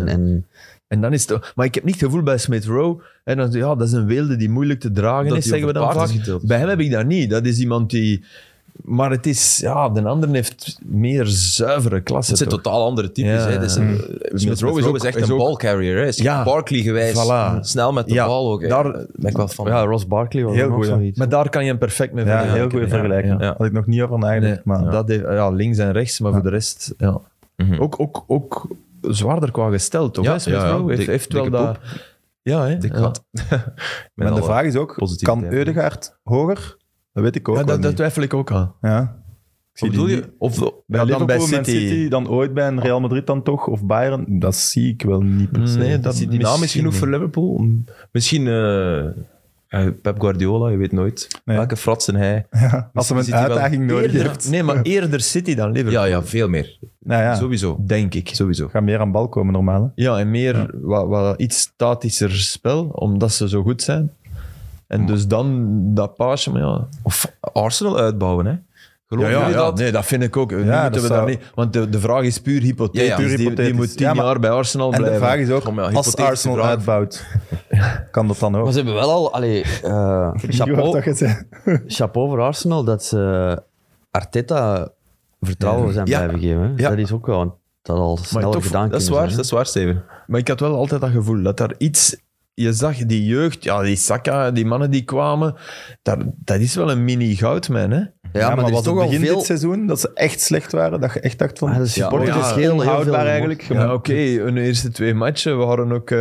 En dan is het... Maar ik heb niet het gevoel bij Smith Rowe... En dan, ja, dat is een weelde die moeilijk te dragen Dat is, die zeggen we op dan het paard vaak. is getild. Bij hem heb ik dat niet. Dat is iemand die... Maar het is... Ja, de ander heeft meer zuivere klasse. Het zijn toch? totaal andere types. Ja. Hè. Smith Rowe is echt een ballcarrier. Hij is Ja. Barkley-gewijs. Voilà. Snel met de Ja, bal ook. Hè. daar- Daar ben ik wel van. Ja, Ross Barkley was Heel ook goed, ja. zoiets. Maar daar kan je hem perfect mee Ja, vergelijken. heel goede vergelijking. Ja. Had ik nog niet over nagedacht. Nee, Maar dat heeft, links en rechts, maar voor de rest... Ja. Mhm. Ook zwaarder qua gesteld, toch? Ja, hè? Smith ja, ja. Rowe heeft wel Dikke dat... Ja, hè? Dik Ja. gat. maar de vraag is ook, positiviteit. kan Ødegaard hoger? Dat weet ik ook Ja, wel dat niet. twijfel ik ook aan. Ja. Ik Wat zie bedoel die je? niet. Of Bij Ja, dan bij Liverpool, Man City. City, dan ooit bij een Real Madrid dan toch, of Bayern, dat zie ik wel niet per se. Nee, dat is hij dynamisch misschien genoeg niet. voor Liverpool? Misschien Pep Guardiola, je weet nooit. Nee. Welke fratsen hij. Ja, als hij een Ziet hij wel uitdaging nodig Eerder, heeft. nee, maar eerder City dan Liverpool. Ja, veel meer. Nou ja, Sowieso. Denk ik. Sowieso. gaat meer aan bal komen normaal. Hè? Ja, en meer wat iets statischer spel, omdat ze zo goed zijn. En dus dan dat paasje, maar ja... Of Arsenal uitbouwen, hè. Geloof jullie dat? Nee, dat vind ik ook. Nu Ja, moeten dat we zou- daar niet... Want de vraag is puur hypothetisch. Ja, ja. Puur Die hypothetisch. moet 10 Ja, maar- jaar bij Arsenal En de blijven. vraag is ook, Kom, ja, als hypothetische Arsenal vraag. uitbouwt, kan dat dan ook? Maar ze hebben wel al... Chapeau. Chapeau voor Arsenal dat ze Arteta vertrouwen zijn Ja. blijven geven. Hè. Ja. Dat is ook wel dat al sneller tof, gedaan Dat is kunnen waar, zijn, dat is waar, Steven. Maar ik had wel altijd dat gevoel dat daar iets... Je zag die jeugd, ja, die Saka, die mannen die kwamen, dat is wel een mini-goudmijn, hè? hè. Ja, maar er is was toch het al begin veel... dit seizoen dat ze echt slecht waren, dat je echt dacht van... Ah, de supporters ja, is heel onhoudbaar veel... eigenlijk. Ja, oké, hun eerste 2 matchen waren ook...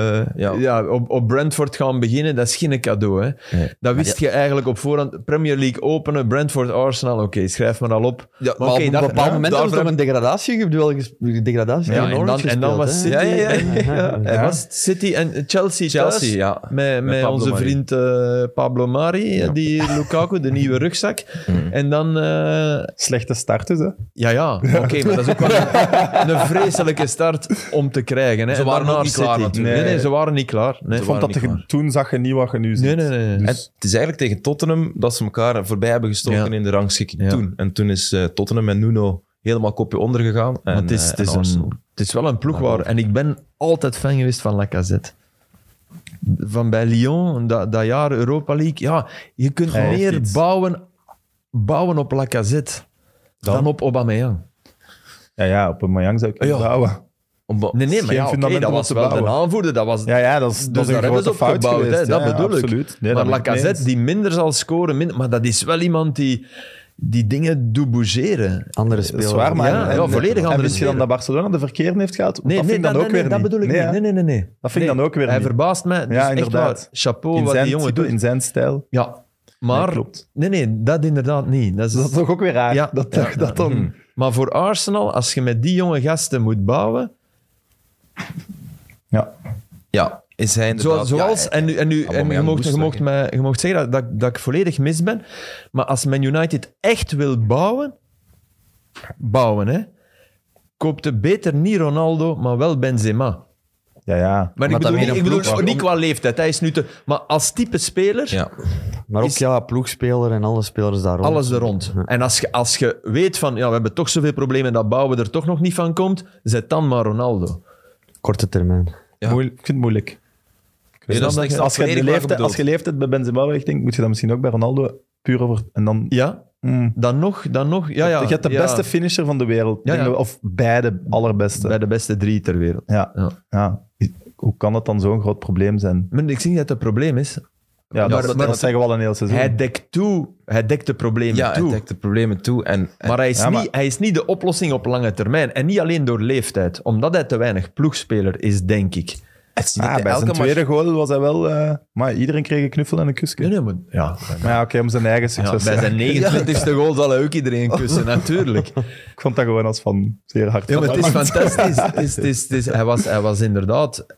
op Brentford gaan beginnen, dat is geen cadeau, hè? Nee. Dat wist je eigenlijk op voorhand. Premier League openen, Brentford, Arsenal, oké, schrijf maar al op. Ja, Maar op een bepaald moment hebben ze toch een degradatie... Je hebt wel degradatie Ja, tegen en Norwich dan gespeeld, was hè. City... Ja. En was City en Chelsea thuis, ja. met Pablo onze Mari. vriend Pablo Mari, die Lukaku, de nieuwe rugzak. En dan... Slechte start dus, hè? Ja, oké, maar dat is ook wel een vreselijke start om te krijgen. Hè. Ze waren En daarna ook niet klaar City. natuurlijk. Nee, ze waren niet klaar. Nee. Ik vond dat toen zag je niet wat je nu ziet. Nee. En het is eigenlijk tegen Tottenham dat ze elkaar voorbij hebben gestoken Ja. in de rangschikking Ja. toen. En toen is Tottenham en Nuno helemaal kopje onder gegaan. En, Want het en Arsenal. is wel een ploeg waar... En ik ben altijd fan geweest van Lacazette. Van bij Lyon, dat jaar Europa League. Ja, je kunt Hij heeft meer iets. bouwen op Lacazette dan op Aubameyang. Ja, op een Mayang zou ik Ja. bouwen. Nee, maar Geen ja, oké, fundamenten dat om was te wel de bouwen. aanvoerder. Dat was, Ja, dat is Dus een daar hebben grote ze op fout gebouwd, geweest. hè, dat Ja, bedoel ik. absoluut. Nee, maar dat ben ik mee Lacazette, eens. die minder zal scoren, maar dat is wel iemand die dingen doet bougeren. Andere Dat spelers. is waar, maar... Ja, ja, volledig andere En vind je dan speler. dat Barcelona de verkeerde heeft gehad? Nee, dat vind ik dan ook weer dat niet. bedoel ik Nee, niet. hè? Nee. Dat vind ik dan ook weer Hij niet. verbaast mij. Dus Ja, echt inderdaad. waar, chapeau In wat die zijn jongen type, doet. in zijn stijl. Ja, maar... Nee, klopt. Nee, dat inderdaad niet. Dat is, Dat is toch ook weer raar? Ja, dat ja, dat dan... Maar voor Arsenal, als je met die jonge gasten moet bouwen... Ja. Is hij inderdaad... Zoals, ja, en je Aubameyang mocht moest weg, je mocht zeggen dat ik volledig mis ben, maar als Man United echt wil bouwen, hè, koopte beter niet Ronaldo, maar wel Benzema. Ja. Maar Omdat dat weer een ik bedoel ploeg was. niet qua leeftijd, hij is nu te... Maar als type speler, Ja. Maar ook Is- ploegspeler en alle spelers daar rond. alles er rond. En als je weet van, ja, we hebben toch zoveel problemen dat bouwen er toch nog niet van komt, zet dan maar Ronaldo. Korte termijn. Ja. Ik vind het moeilijk. Nee, dat is niks Als je leeftijd bij Benzema wegdenkt, moet je dat misschien ook bij Ronaldo puur over... En dan... Ja, dan nog. Ja, je hebt de beste finisher van de wereld. Ja, ja. Of beide allerbeste. Bij de beste 3 ter wereld. Ja. Hoe kan dat dan zo'n groot probleem zijn? Maar ik zie niet dat het probleem is. Ja, Maar- dat maar- zeggen we al een heel seizoen. Hij dekt de problemen Ja, hij toe. dekt de problemen toe. En Maar hij is, Ja, maar- niet, hij is niet de oplossing op lange termijn. En niet alleen door leeftijd. Omdat hij te weinig ploegspeler is, denk ik. het is niet dat hij bij zijn elke tweede goal was hij wel... maar iedereen kreeg een knuffel en een kusje. Nee, maar... Ja, Maar ja, oké, om zijn eigen ja, succes. bij zijn 29e goal zal hij ook iedereen kussen, natuurlijk. Ik vond dat gewoon als van zeer hard. Ja, maar het is fantastisch. Hij was inderdaad...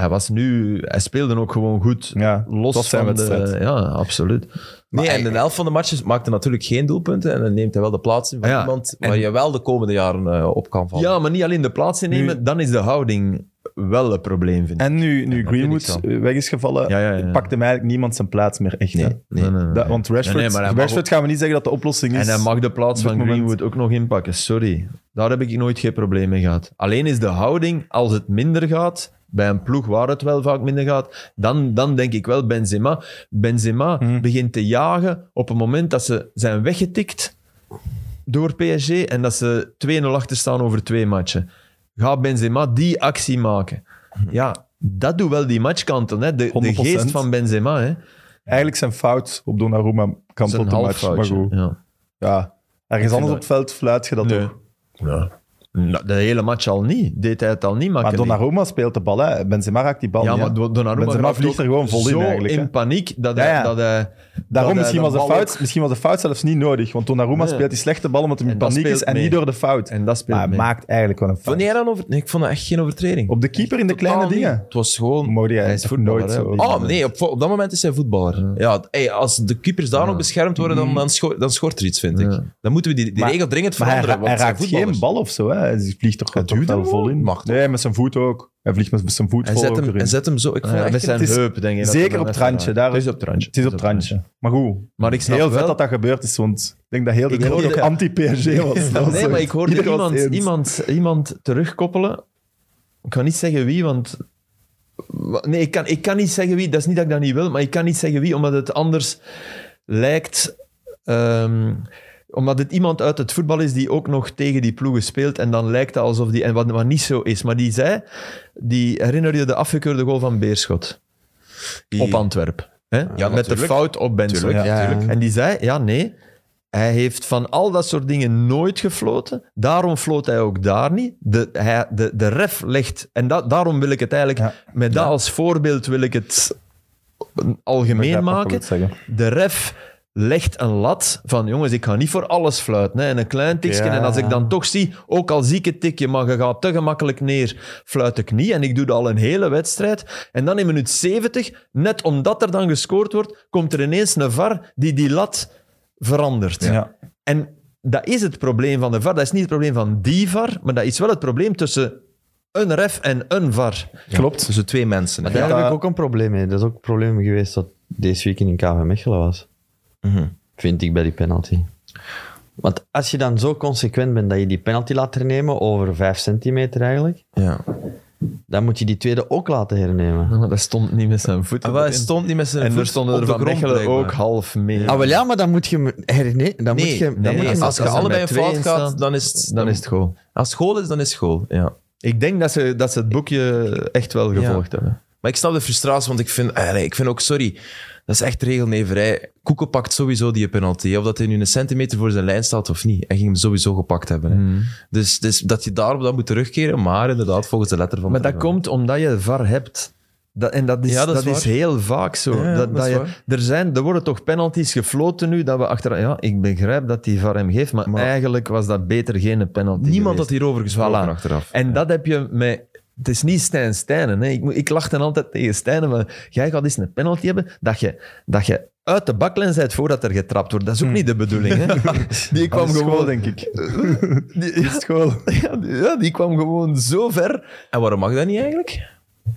Hij speelde ook gewoon goed. Ja, Los dat zijn van de... wedstrijd. Ja, absoluut. Nee, en de helft van de matches maakte natuurlijk geen doelpunten. En dan neemt hij wel de plaats in van Ja, iemand en- waar je wel de komende jaren op kan vallen. Ja, maar niet alleen de plaats innemen, dan is de houding wel een probleem, vind ik. En nu dat vind Greenwood ik weg is gevallen, Ja. pakte mij eigenlijk niemand zijn plaats meer echt. hè. Nee. Want Rashford, Nee, maar hij mag Rashford gaan we niet zeggen dat de oplossing is. En hij mag de plaats op dit van moment. Greenwood ook nog inpakken. Sorry. Daar heb ik nooit geen probleem mee gehad. Alleen is de houding, als het minder gaat, bij een ploeg waar het wel vaak minder gaat, dan denk ik wel Benzema. Benzema begint te jagen op het moment dat ze zijn weggetikt door PSG en dat ze 2-0 achter staan over 2 matchen. Gaat Benzema die actie maken? Ja, dat doet wel die match kantelen. Hè. De 100%. geest van Benzema. Hè. Eigenlijk zijn fout op Donnarumma kantelt Zijn de match. Maar halffoutje. goed. Ja. Ja. Ergens anders op het veld fluit je dat Nee. ook. Ja. De hele match al niet. Deed hij het al niet Maar makkelijk. Donnarumma speelt de bal. Hè. Benzema raakt die bal Ja, niet. maar hè. Donnarumma Benzema raakt vliegt ook er gewoon vol in zo eigenlijk, hè. in paniek dat Ja, hij... ja. Dat hij Daarom dat misschien hij was, de de bal fout, misschien was de fout zelfs niet nodig. Want Donnarumma Nee. speelt die slechte bal omdat hij in En dat paniek is speelt en mee. niet door de fout. En dat speelt Maar hij mee. maakt eigenlijk wel een fout. Vond jij dan over... Nee, ik vond dat echt geen overtreding. Op de keeper in de Totaal kleine niet. dingen. Het was gewoon... Mogen hij Hij is toch voetballer, nooit hè, zo... op die Oh, nee, op dat moment is hij voetballer. Ja, als de keepers daar nog beschermd worden, dan schort er iets, vind ik. Ja. Dan moeten we die Maar- regel dringend Maar hij, veranderen. hij want het zijn raakt geen voetballers. bal of zo. Hè. Hij vliegt toch duwt wel hem vol wel. in. Mag toch? Nee, met zijn voet ook. Hij vliegt met zijn voet vol ook erin. Hij zet hem zo... Ik vond Ja, echt met zijn het is heup, denk ik. dat Zeker hij op dan het randje. even Daar, raakt. Het is op het randje. Het is op het randje. Maar goed, Maar ik snap heel vet wel... dat gebeurd is, want ik denk dat heel de Ik wereld hoorde- ook anti-PSG was. Dat was Nee, zo- maar ik hoorde iedereen was het eens. iemand terugkoppelen. Ik kan niet zeggen wie, want... Nee, ik kan niet zeggen wie. Dat is niet dat ik dat niet wil, maar ik kan niet zeggen wie, omdat het anders lijkt... omdat het iemand uit het voetbal is die ook nog tegen die ploegen speelt en dan lijkt het alsof die... En wat niet zo is, maar die zei... Herinner je de afgekeurde goal van Beerschot? Op Antwerpen. Hè? Met de natuurlijk. fout op Benson. Tuurlijk, Ja. tuurlijk. En die zei, ja, nee, hij heeft van al dat soort dingen nooit gefloten. Daarom floot hij ook daar niet. De ref legt... En daarom wil ik het eigenlijk... Met dat als voorbeeld wil ik het algemeen Begrijp wat je maken. wilt zeggen. De ref legt een lat van, jongens, ik ga niet voor alles fluiten. Hè. En een klein tikje. Ja. En als ik dan toch zie, ook al zie ik het tikje, maar je gaat te gemakkelijk neer, fluit ik niet. En ik doe dat al een hele wedstrijd. En dan in minuut 70, net omdat er dan gescoord wordt, komt er ineens een VAR die lat verandert. Ja. En dat is het probleem van de VAR. Dat is niet het probleem van die VAR, maar dat is wel het probleem tussen een ref en een VAR. Klopt. Tussen twee mensen. Maar hè. daar heb ik ook een probleem mee. Dat is ook een probleem geweest dat deze weekend in KV Mechelen was. Vind ik bij die penalty. Want als je dan zo consequent bent dat je die penalty laat hernemen over 5 centimeter eigenlijk, Ja. dan moet je die tweede ook laten hernemen. Maar dat stond niet met zijn voeten. Hij erin. stond niet met zijn En voet er stonden op er de van grond, Mechelen blijkbaar. ook half mee. Ah, wel ja, maar dan moet je hernemen. Dan moet je Nee, als je er allebei een met tweeën fout gaat, staan, dan is het... dan is het goal. Als het goal is, dan is het goal, ja. Ik denk dat ze het boekje echt wel gevolgd hebben. Maar ik snap de frustratie, want ik vind ook, sorry, dat is echt regelneverij. Koeken pakt sowieso die penalty. Of dat hij nu een centimeter voor zijn lijn staat of niet. Hij ging hem sowieso gepakt hebben. Hè. Dus dat je daarop dan moet terugkeren, maar inderdaad, volgens de letter van Maar de dat komt omdat je VAR hebt. Dat is, Ja, dat is dat is waar. heel vaak zo. Ja, dat is waar. Er worden toch penalties gefloten nu, dat we achter... Ja, ik begrijp dat die VAR hem geeft, maar eigenlijk was dat beter geen penalty Niemand had geweest. hierover gesproken Voilà. achteraf. En dat heb je met... Het is niet Stijnen. Hè. Ik lach dan altijd tegen Stijnen, maar jij gaat eens een penalty hebben dat je uit de baklijn bent voordat er getrapt wordt. Dat is ook niet de bedoeling. Hè. Die kwam Dat is gewoon... school, denk ik. Die, School. ja, die kwam gewoon zo ver. En waarom mag dat niet eigenlijk?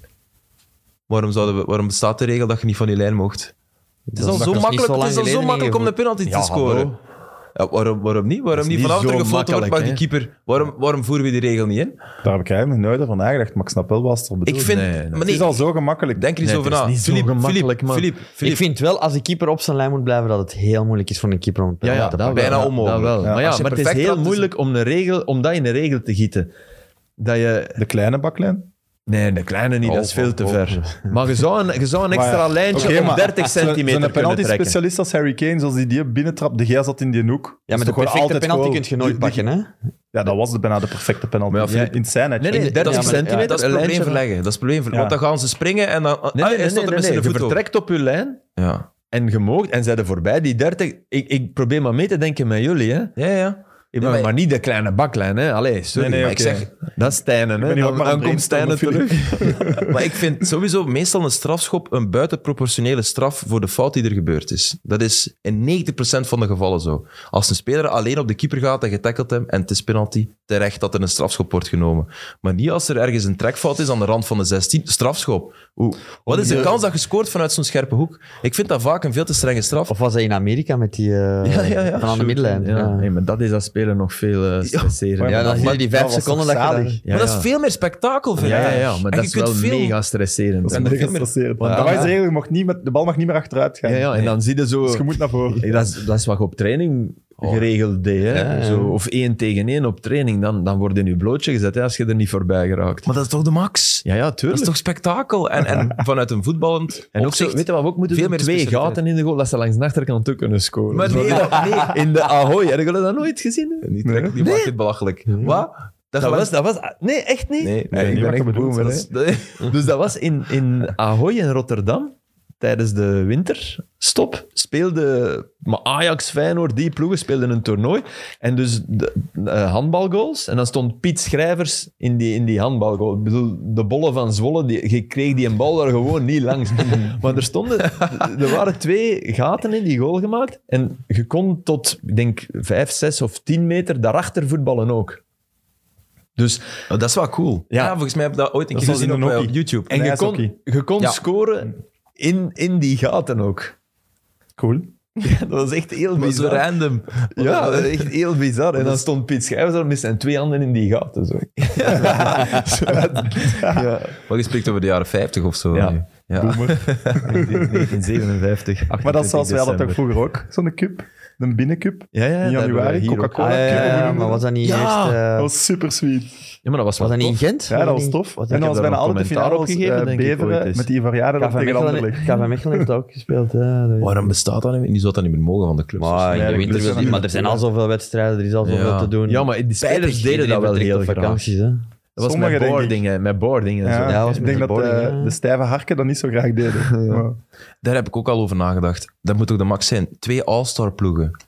Waarom bestaat de regel dat je niet van die lijn mocht? Het is al Dat zo is niet makkelijk, zo het is al lang zo geleden makkelijk om een penalty te scoren. hallo. Ja, waarom niet? Waarom niet niet vanaf er zo gefloten wordt, mag die makkelijk, keeper... Waarom voeren we die regel niet in? Daar heb ik eigenlijk nog nooit over nagedacht, maar ik snap wel wat er bedoelt. Ik vind... Nee, maar Het nee, is al zo gemakkelijk. denk er eens Nee, over het is na. niet zo gemakkelijk, man. Philippe, Ik vind wel, als de keeper op zijn lijn moet blijven, dat het heel moeilijk is voor een keeper om een penalty te pakken. bijna wel, onmogelijk. Dat wel. Ja. Maar, Als je maar het is perfect heel trapt, is moeilijk om dat in een regel te gieten. Dat je... De kleine baklijn? Nee, de kleine niet, dat is veel te ver. Maar je zou een extra Maar- lijntje Oké, op maar 30 centimeter Zo'n kunnen trekken. penalty-specialist als Harry Kane, zoals die binnentrap, de Gea zat in die hoek. Ja, maar de perfecte penalty kun je nooit pakken, hè? Ja, dat was bijna de perfecte penalty. Maar ja, in zijn Nee, 30 dat is- centimeter. Dat is een het probleem lijntje. verleggen. Dat is het probleem verleggen. Ja. Want dan gaan ze springen en dan... Nee, hij stond er met zijn Je voet op. vertrekt op je lijn Ja. en je moogt en zij er voorbij. Die 30... Ik probeer maar mee te denken met jullie, hè. Ja. Maar niet de kleine baklijn, hè. Allee, sorry. Nee, maar ik oké. zeg... dat is Stijnen, hè. ben hier ook maar Dan aan komt het Stijnen brainstormen, terug. Maar ik vind sowieso meestal een strafschop een buitenproportionele straf voor de fout die er gebeurd is. Dat is in 90% van de gevallen zo. Als een speler alleen op de keeper gaat en getackelt hem en het is penalty, terecht dat er een strafschop wordt genomen. Maar niet als er ergens een trekfout is aan de rand van de 16. Strafschop. Wat is de kans dat je scoort vanuit zo'n scherpe hoek? Ik vind dat vaak een veel te strenge straf. Of was hij in Amerika met die ja. van aan de middenlijn? Ja. Ja. Nee, maar dat is dat spelen nog veel stresserend. Ja, dan zie je die 5 dat was seconden toch dat je daar... zalig? Ja, Maar dat is ja. veel meer spektakel, vind ik. Ja, maar En dat je is kunt wel veel- mega stresserend. En Dat veel is meer- gestresserend. Want Dat dan- was de regel, de bal mag niet meer achteruit gaan. Ja, en dan zie je zo... Dus je moet naar voren. Dat is wat je op training geregeld deed. Hè? Ja, ja. Zo, of 1 tegen 1 op training. Dan word je in je blootje gezet hè, als je er niet voorbij geraakt. Maar dat is toch de max? Ja, Dat tuurlijk. is toch spektakel? En vanuit een voetballend En ook zo, opzicht... weet je wat we ook moeten veel doen? meer 2 specialiteit. gaten in de goal, dat ze langs de achterkant ook kunnen scoren. Maar Zo. nee, In de Ahoy, hebben jullie dat nooit gezien? Hè? Die maakt dit belachelijk. Wat? Dat was... Nee, echt niet? Nee, ik niet ben wat je echt bedoelt, boomer, dat hè. is- Dus dat was in Ahoy in Rotterdam, tijdens de winterstop, speelde maar Ajax, Feyenoord, die ploegen speelden een toernooi. En dus de handbalgoals. En dan stond Piet Schrijvers in die handbalgoal. Ik bedoel, de bollen van Zwolle, je kreeg die een bal daar gewoon niet langs. Maar er waren 2 gaten in die goal gemaakt. En je kon tot, ik denk, 5, 6 of 10 meter daarachter voetballen ook. Dus Oh, dat is wel cool. Ja. Ja, volgens mij heb ik dat ooit een Dat keer is gezien als in op, een hockey. YouTube. en Nee, je kon Ja. scoren in die gaten ook. Cool. Ja, dat was echt heel Maar zo bizar. random. Ja, dat was echt heel bizar. En dan stond Piet Schrijvers daar met zijn 2 handen in die gaten. Zo. Ja. Maar je spreekt over de jaren 50 of zo. Ja. nu. Ja. 1957. Maar dat is zoals wij hadden toch december. vroeger ook, zo'n cup. Een binnencup. Ja, In dat hebben we januari, hier ook Coca-Cola. Ah, ja, Hoe ja, noemen maar we was dat niet Ja, eerst... Dat was super sweet. Ja, maar dat was was wel dat niet in tof. Gent? Ja, dat was tof. ik En heb dat was daar bijna een alle de commentaar finales op gegeven, denk ik, ooit Beveren eens. met die verjaardag dan tegen Anderlecht. KV Mechelen heeft dat ook gespeeld. Waarom bestaat dat niet meer? Die zou dat niet meer mogen van de clubs. Maar in Ja, de de winter clubs wil zijn die... er Maar er zijn al zoveel wedstrijden, er is al zoveel Ja. te doen. Ja, maar die spelers deden dat Iedereen wel vertrekt heel op graag. vakanties, hè. Dat was Sommigen, met denk ik. boarding, hè, met boarding en zo. Ja, Ja, was ik met denk die dat boarding, ja. de stijve harken dat niet zo graag deden. Maar- Daar heb ik ook al over nagedacht. Dat moet toch de max zijn? 2 All-Star ploegen.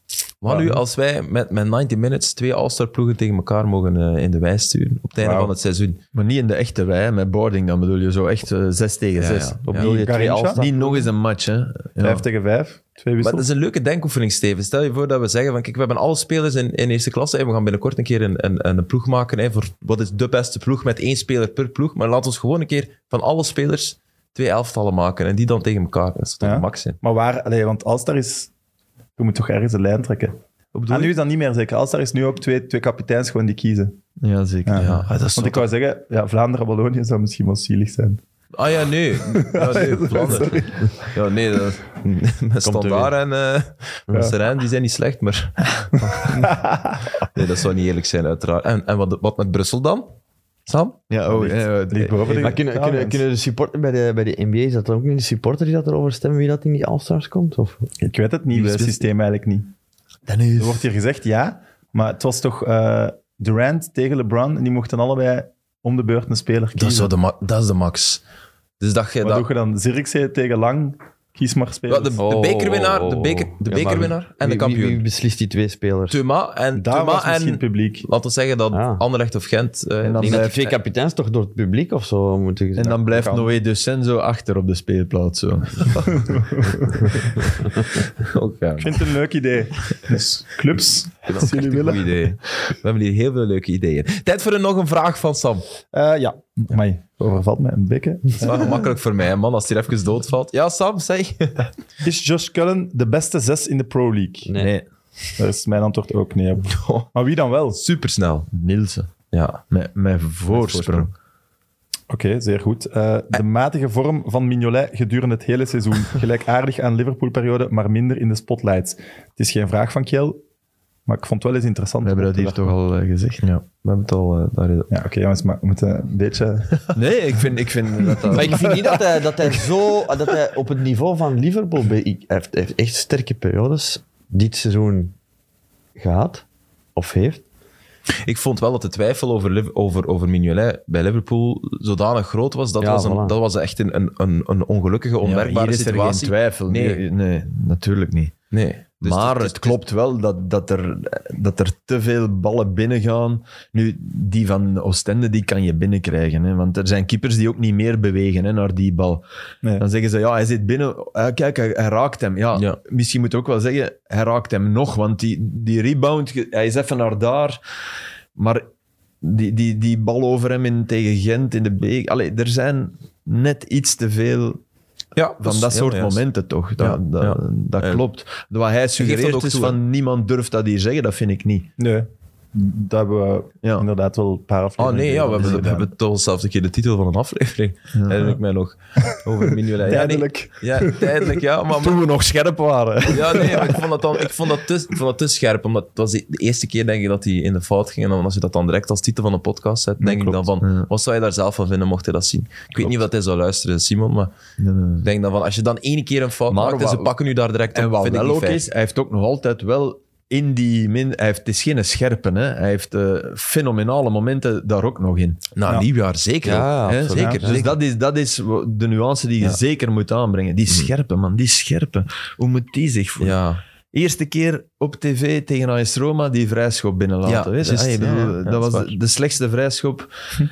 Wat nu als wij met 90 Minutes 2 All-Star ploegen tegen elkaar mogen in de wei sturen op het einde van het seizoen? Maar niet in de echte wij, met boarding dan bedoel je zo echt 6 tegen 6. Ja. Bedoel je twee Garrincha? All-Stars? Niet nog eens een match, hè. 5 tegen 5, 2 Maar wissels. dat is een leuke denkoefening, Steven. Stel je voor dat we zeggen van, kijk, we hebben alle spelers in eerste klasse. We gaan binnenkort een keer een ploeg maken voor wat is de beste ploeg met 1 speler per ploeg. Maar laat ons gewoon een keer van alle spelers 2 elftallen maken en die dan tegen elkaar. Dat is toch Ja. de max, hè? Maar want All-Star is... Je moet toch ergens een lijn trekken. Nu is dat niet meer zeker. All-Star is nu ook twee kapiteins gewoon die kiezen. Ja, zeker. Ja. Dat is Want ik wou zeggen, Vlaanderen-Wallonië zou misschien wel zielig zijn. Ah ja, nee. Ja, nee, Vlaanderen. Ja, nee, met Standaard en Serijn, die zijn niet slecht, maar... Nee, dat zou niet eerlijk zijn, uiteraard. En wat met Brussel dan? Sam? Ja, Ligt boven de Maar kunnen de supporters bij de NBA, is dat dan ook niet de supporters die dat erover stemmen wie dat in die All-Stars komt? Of? Ik weet het niet, het systeem eigenlijk niet. Er wordt hier gezegd ja, maar het was toch Durant tegen LeBron en die mochten allebei om de beurt een speler kiezen. Dat is de max. Dus dat je Wat dat... doe je dan? Zirkzee tegen Lang? Kies maar Ja, spelers. de bekerwinnaar, de Ja, bekerwinnaar maar en de kampioen. Wie beslist die 2 spelers? Thuma en... Daar was misschien en publiek. laten we zeggen dat Ah. Anderlecht of Gent... En dan Ik denk dat die blijft- 2 kapiteins toch door het publiek of zo moeten En gezegd. dan blijft kan. Noé de Senzo achter op de speelplaats. Zo. ook gaan. Ik vind het een leuk idee. Dus clubs, Dat als is jullie echt een willen. goed idee. We hebben hier heel veel leuke ideeën. Tijd voor nog een vraag van Sam. Ja, amai, overvalt mij een bekken. Het is wel gemakkelijk voor mij, man, als hij even doodvalt. Ja, Sam, zeg. Is Josh Cullen de beste 6 in de Pro League? Nee. Daar is mijn antwoord ook nee op. Maar wie dan wel? Supersnel. Nielsen. Ja. Met voorsprong. Oké, zeer goed. De matige vorm van Mignolet gedurende het hele seizoen. Gelijkaardig aan Liverpool-periode, maar minder in de spotlights. Het is geen vraag van Kjell, maar ik vond het wel eens interessant. We hebben om dat te hier toch leggen. al gezegd. Ja. We hebben het al... Ja, oké, jongens, maar we moeten een beetje... Nee, ik vind dat... Maar ik vind niet dat hij op het niveau van Liverpool... Hij heeft echt sterke periodes dit seizoen gehad. Of heeft. Ik vond wel dat de twijfel over Mignolet bij Liverpool zodanig groot was. Dat, Ja, dat was echt een ongelukkige, Ja, onwerkbare hier is er geen situatie. twijfel. Nee, natuurlijk niet. Nee. Dus maar het klopt wel dat er te veel ballen binnengaan. Nu, die van Oostende, die kan je binnenkrijgen. Hè? Want er zijn keepers die ook niet meer bewegen hè, naar die bal. Nee. Dan zeggen ze, ja, hij zit binnen. Kijk, hij raakt hem. Ja, misschien moet je ook wel zeggen, hij raakt hem nog. Want die rebound, hij is even naar daar. Maar die bal over hem tegen Gent in de beek. Allee, er zijn net iets te veel... Ja, Van dat soort momenten toch. Dat klopt. Wat hij dat suggereert ook is toe, van niemand durft dat hier zeggen, dat vind ik niet. Nee, dat hebben we inderdaad wel een paar afleveringen nee, ja, we geleden hebben toch zelfs een keer de titel van een aflevering. Herinner ik mij nog. Over Mignolet. Tijdelijk. Tijdelijk, ja. Maar, Toen we nog scherp waren. ja, nee, maar ik vond dat te scherp. Omdat het was de eerste keer, denk ik, dat hij in de fout ging. En dan, als je dat dan direct als titel van een podcast zet, denk ik dan van, wat zou je daar zelf van vinden, mocht hij dat zien? Ik weet niet wat hij zou luisteren, Simon, maar ik denk dan van, als je dan ene keer een fout maakt en ze pakken u daar direct op, En wat vind ik wel niet ook fair. is, hij heeft ook nog altijd wel in die... het is geen scherpe, hè. Hij heeft fenomenale momenten daar ook nog in. Na nieuwjaar, zeker. Ja, hè? absoluut. Zeker. Dus zeker. dat is de nuance die je zeker moet aanbrengen. Die scherpe, man. Die scherpe. Hoe moet die zich voelen? Ja. Eerste keer op tv tegen AS Roma die vrijschop binnenlaten. Ja, weet je? juist. Ik bedoel, Ja, dat dat is was waar. de slechtste vrijschop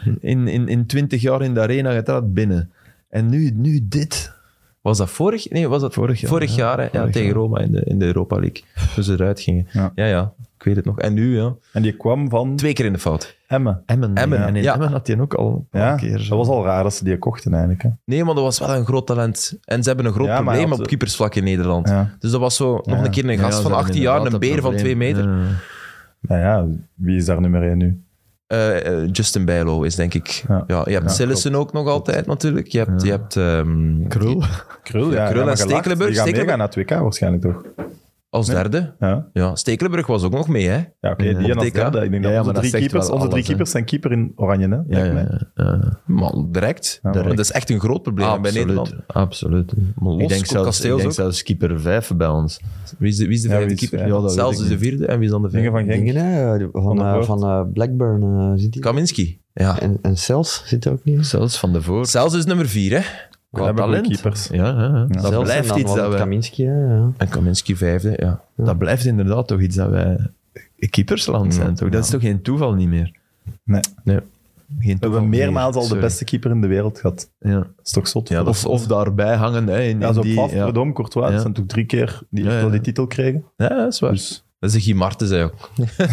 in 20 jaar in de arena. Je trad binnen. En nu dit. Was dat vorig? Nee, was dat Vorig jaar, Vorig jaar, hè? Ja, vorig tegen jaar. Roma in de Europa League. Dus ze eruit gingen. Ja. Ja, ik weet het nog. En nu, ja. En die kwam van 2 keer in de fout. Emmen. Emmen. En in ja. Emmen had hij ook al een paar Ja, keer. dat was al raar dat ze die kochten eigenlijk. Hè. Nee, maar dat was wel een groot talent. En ze hebben een groot Ja, maar probleem hij had- op keepersvlak in Nederland. Ja. Dus dat was zo nog een keer een gast Ja, van ze 18 hebben jaar, inderdaad een beer van 2 probleem. meter. Ja. Nou ja, wie is daar nummer 1 nu? Justin Bijlo is denk ik... Ja. Ja, je hebt Sillissen ook nog altijd natuurlijk. Je hebt Krul. Krul, Ja, Krul en maar gelacht. Stekelenburg. Die gaan Stekelenburg. meegaan naar het WK waarschijnlijk toch? als derde. Ja, Ja, Stekelenburg was ook nog mee, hè? ja oké, die en als TK. derde. Ik denk Ja, dat maar dat onze zegt wel drie alles, keepers zijn keeper in oranje, hè? Ja, lijkt mij. Maar direct. Ja, Want dat is echt een groot probleem bij Nederland. Absoluut. Maar los, Ik denk Kasteels ook. zelfs keeper 5 bij ons. Wie is de Ja, vijfde wie is keeper? vijfde? Ja, dat Zelfs weet is ik de vierde en wie is dan de Dingen vijfde? van Genk. Dingen, hè, Van der Voort. van Blackburn zit hij. Kaminski. Ja. En Cels zit er ook niet in. Zelfs van de voor. Zelfs is nummer 4, hè? Qua hebben goede talent. keepers. Ja. Dat Zelfs blijft en dan iets was dat het wij... Kaminski, ja. En Kaminski 5e, ja. Dat blijft inderdaad toch iets dat wij keepersland zijn, toch? Dat is toch geen toeval niet meer? Nee. Geen We hebben toeval meermaals meer, al de sorry. beste keeper in de wereld gehad. Ja. Dat is toch zot? Ja, dat Of daarbij hangen. Hè, in zo die, Pfaff, ja. Predom, Courtois, dat Ja. zijn toch 3 keer die Ja, ja. die titel kregen. Ja, dat is waar. Dus, Dat is de Guy Martens, hè, ook.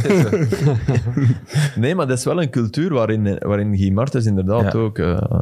Nee, maar dat is wel een cultuur waarin Guy Martens inderdaad Ja. ook...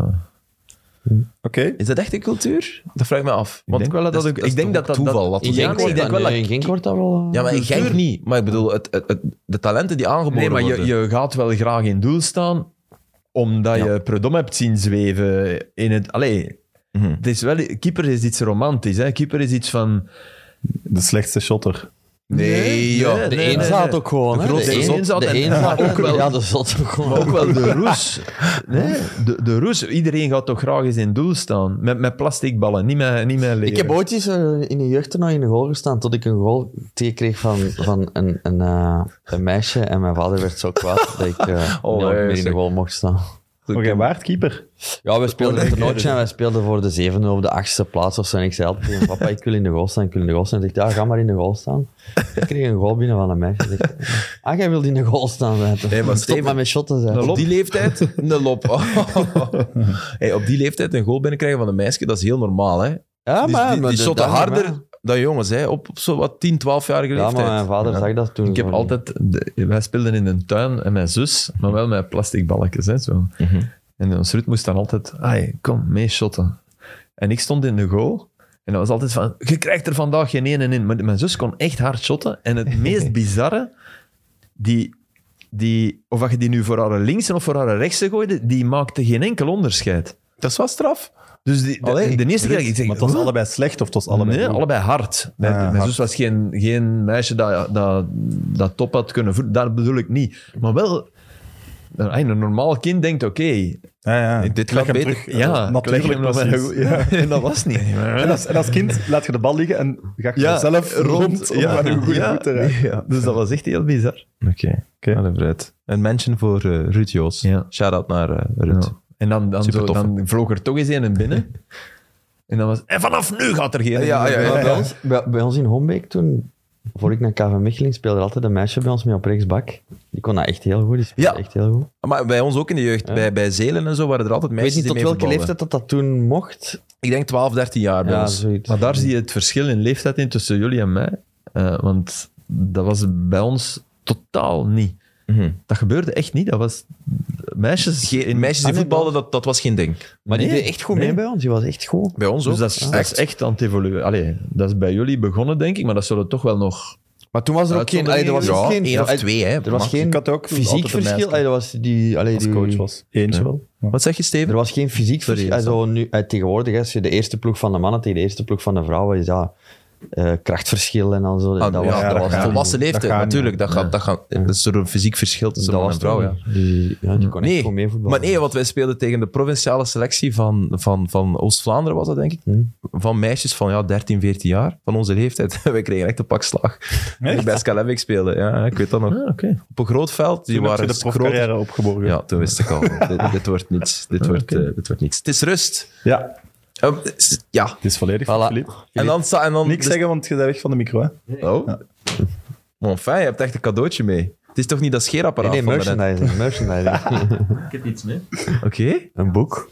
Oké. Is dat echt een cultuur? Dat vraag ik me af. Ik denk wel dat dat ook... Ik denk dat dat... toeval. Wat In we Genk zeggen. nee, in Genk wordt dat wel... Ja, maar in Genk niet. Maar ik bedoel, de talenten die aangeboden Nee, maar worden. je gaat wel graag in doel staan, omdat je Predom hebt zien zweven in het... Allee, Mhm. het is wel... Keeper is iets romantisch, hè. Keeper is iets van... De slechtste shotter. Nee, ja. De eenzaad ook gewoon, hè. grootste De zot. de En- eenzaad ook wel. Ja, de zot ook gewoon. Maar ook wel de roes. Nee, de roes. Iedereen gaat toch graag eens in doel staan. Met plastic ballen, niet met leren. Ik heb ooit eens in een jeugdtoernooi in de goal gestaan, tot ik een goal tegenkreeg van een meisje. En mijn vader werd zo kwaad dat ik niet meer in de goal mocht staan. Oké, waard keeper. Ja, we speelden een toernooitje en wij speelden voor de 7e of de 8e plaats of zo. En ik zei altijd tegen papa, ik wil in de goal staan, ik wil in de goal staan. En hij zegt, ja, ga maar in de goal staan. Ik kreeg een goal binnen van een meisje. Zegt, jij wilt in de goal staan. Nee, maar Stop Steven- maar met shotten. Zei. Op die leeftijd een lop. Hey, op die leeftijd een goal binnenkrijgen van een meisje, dat is heel normaal. Hè? Ja, Die shotten dat- harder dan jongens, hè? Op zo wat 10, 12-jarige Ja, leeftijd. maar mijn vader zag dat toen. Ik heb gewoon. altijd... wij speelden in een tuin en mijn zus, maar wel met plastic balletjes. Hè, zo. Mhm. En ons Ruud moest dan altijd... Kom, mee shotten. En ik stond in de goal. En dat was altijd van... Je krijgt er vandaag geen ene in. Maar mijn zus kon echt hard shotten. En het meest bizarre... Of dat je die nu voor haar linkse of voor haar rechtse gooide, die maakte geen enkel onderscheid. Dat is wel straf. Dus de eerste keer... Ik zeg, Maar het was "Huh?" allebei slecht of het was allebei Nee, goed? allebei hard. Mijn hard. zus was geen meisje dat top had kunnen voelen. Dat bedoel ik niet. Maar wel... Een normaal kind denkt, oké... Ja. Dit Leg gaat hem beter. terug. Ja, Natuurlijk leg hem nog precies. maar- ja, en dat was niet. En als kind laat je de bal liggen en ga je Ja, zelf rond om met een goede voet te raken. ja. Dus dat was echt heel bizar. Oké. Allee, vooruit. Een mention voor Ruud Joos. Ja. Shout-out naar Ruud. Ja. En dan Supertof. vloog er toch eens een binnen. En dan was... En vanaf nu gaat er geen... Ja. Bij ons in Hombeek toen, voor ik naar KV Mechelen speelde er altijd een meisje bij ons mee op rechtsbak. Die kon dat echt heel goed. Die speelde Ja. echt heel goed. Maar bij ons ook in de jeugd, Ja. bij Zelen en zo, waren er altijd Ik weet meisjes niet tot die welke mee leeftijd dat toen mocht. Ik denk 12, 13 jaar bij Ja, ons. zoiets. Maar daar zie je het verschil in leeftijd in tussen jullie en mij. Want dat was bij ons totaal niet. Mhm. Dat gebeurde echt niet. Dat was... Meisjes... Meisjes die voetbalden, dat was geen ding. Maar die Nee, deed echt goed nee. mee bij ons. Die was echt goed. Bij ons ook. Dus dat is echt aan het evolueren. Allee, dat is bij jullie begonnen, denk ik, maar dat zullen toch wel nog... Maar toen was er ook geen... allee, er was Ja, ook geen 1 of 2, hè. er was Maar- geen Ik had ook fysiek altijd een verschil. meisje Allee, dat was die... Allee, als die coach was. Eentje wel. Ja. Wat zeg je, Steven? Er was geen fysiek Sorry, verschil. Sam. Also, nu, tegenwoordig, als je de eerste ploeg van de mannen tegen de eerste ploeg van de vrouwen is, ja, krachtverschil en al zo. Ah, dat ja, was, dat dat was gaat volwassen niet. leeftijd, Dat gaat natuurlijk. niet. Dat is door een fysiek verschil tussen dat man was en vrouw. toch Ja. niet. Die kon echt Nee, goed meevoetballen. maar nee, want wij speelden tegen de provinciale selectie van Oost-Vlaanderen, was dat denk ik. Van meisjes van 13, 14 jaar, van onze leeftijd. Wij kregen echt een pak slag. Echt? Bij Scalabik speelde, ja, ik weet dat nog. Ah, oké. Op een groot veld. Die Toen heb je waren de profcarrière opgeborgen. Ja, toen wist ik al. Dit wordt niets. Dit wordt niets. Het is rust. Ja, Ja. het is volledig van Voilà. Philippe. En dan Niks zeggen, want je bent weg van de micro. Hè? Oh. Ja. Maar fijn, je hebt echt een cadeautje mee. Het is toch niet dat scheerapparaat Nee, van daarnet? merchandising. Ik heb iets mee. Oké. Een boek.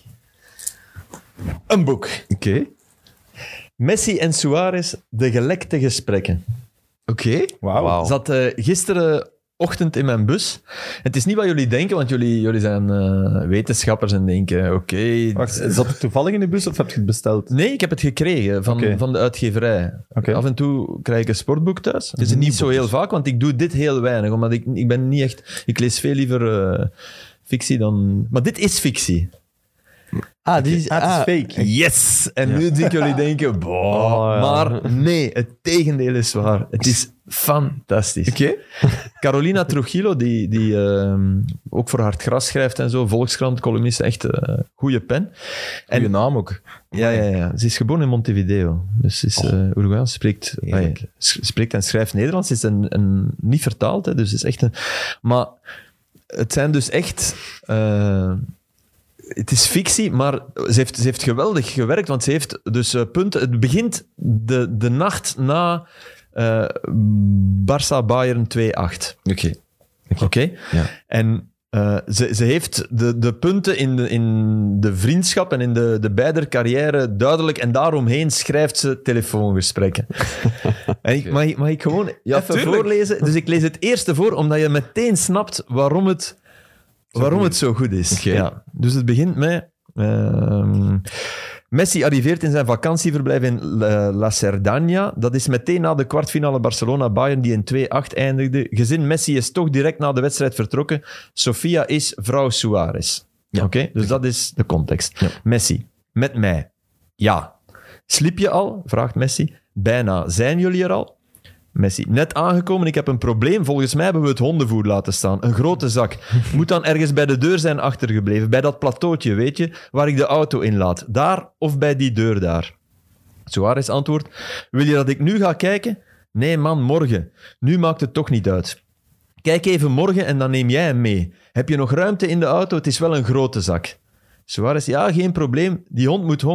Een boek. Oké. Messi en Suarez, de gelekte gesprekken. Oké. Wauw. Zat gisterenochtend in mijn bus. Het is niet wat jullie denken, want jullie zijn wetenschappers en denken, oké... Wacht, zat het toevallig in de bus of heb je het besteld? Nee, ik heb het gekregen van, Oké. van de uitgeverij. Oké. Af en toe krijg ik een sportboek thuis. Het is een niet nieuw zo boek heel dus. vaak, want ik doe dit heel weinig. Omdat ik ben niet echt... Ik lees veel liever fictie dan... Maar dit is fictie. Ah, die is... Het is fake. Yes! En nu zie ik jullie denken, boah, Oh, ja. maar nee, het tegendeel is waar. Het is fantastisch. Oké. Carolina Trujillo, die ook voor Hard Gras schrijft en zo, Volkskrant, columnist, echt goede pen. Goeie naam ook. Ja. Ze is geboren in Montevideo. Dus ze is Uruguayaans, Heerlijk. spreekt en schrijft Nederlands. Is niet vertaald, hè, dus is echt een... Maar het zijn dus echt Het is fictie, maar ze heeft geweldig gewerkt, want ze heeft dus punten... Het begint de nacht na Barça-Bayern 2-8. Oké? Ja. En ze heeft de punten in de vriendschap en in de beider carrière duidelijk, en daaromheen schrijft ze telefoongesprekken. En mag ik gewoon even voorlezen? Dus ik lees het eerste voor, omdat je meteen snapt waarom het zo goed is. Okay. Ja. Dus het begint met... Messi arriveert in zijn vakantieverblijf in La Cerdanya. Dat is meteen na de kwartfinale Barcelona-Bayern, die in 2-8 eindigde. Gezin Messi is toch direct na de wedstrijd vertrokken. Sofia is vrouw Suarez. Ja. Oké? Dus dat is de context. Ja. Messi, met mij. Ja. Sliep je al? Vraagt Messi. Bijna. Zijn jullie er al? Messi, net aangekomen, ik heb een probleem. Volgens mij hebben we het hondenvoer laten staan. Een grote zak. Moet dan ergens bij de deur zijn achtergebleven. Bij dat plateautje, weet je, waar ik de auto in laat. Daar of bij die deur daar. Suarez antwoordt, wil je dat ik nu ga kijken? Nee man, morgen. Nu maakt het toch niet uit. Kijk even morgen en dan neem jij hem mee. Heb je nog ruimte in de auto? Het is wel een grote zak. Suarez, ja, geen probleem. Die hond met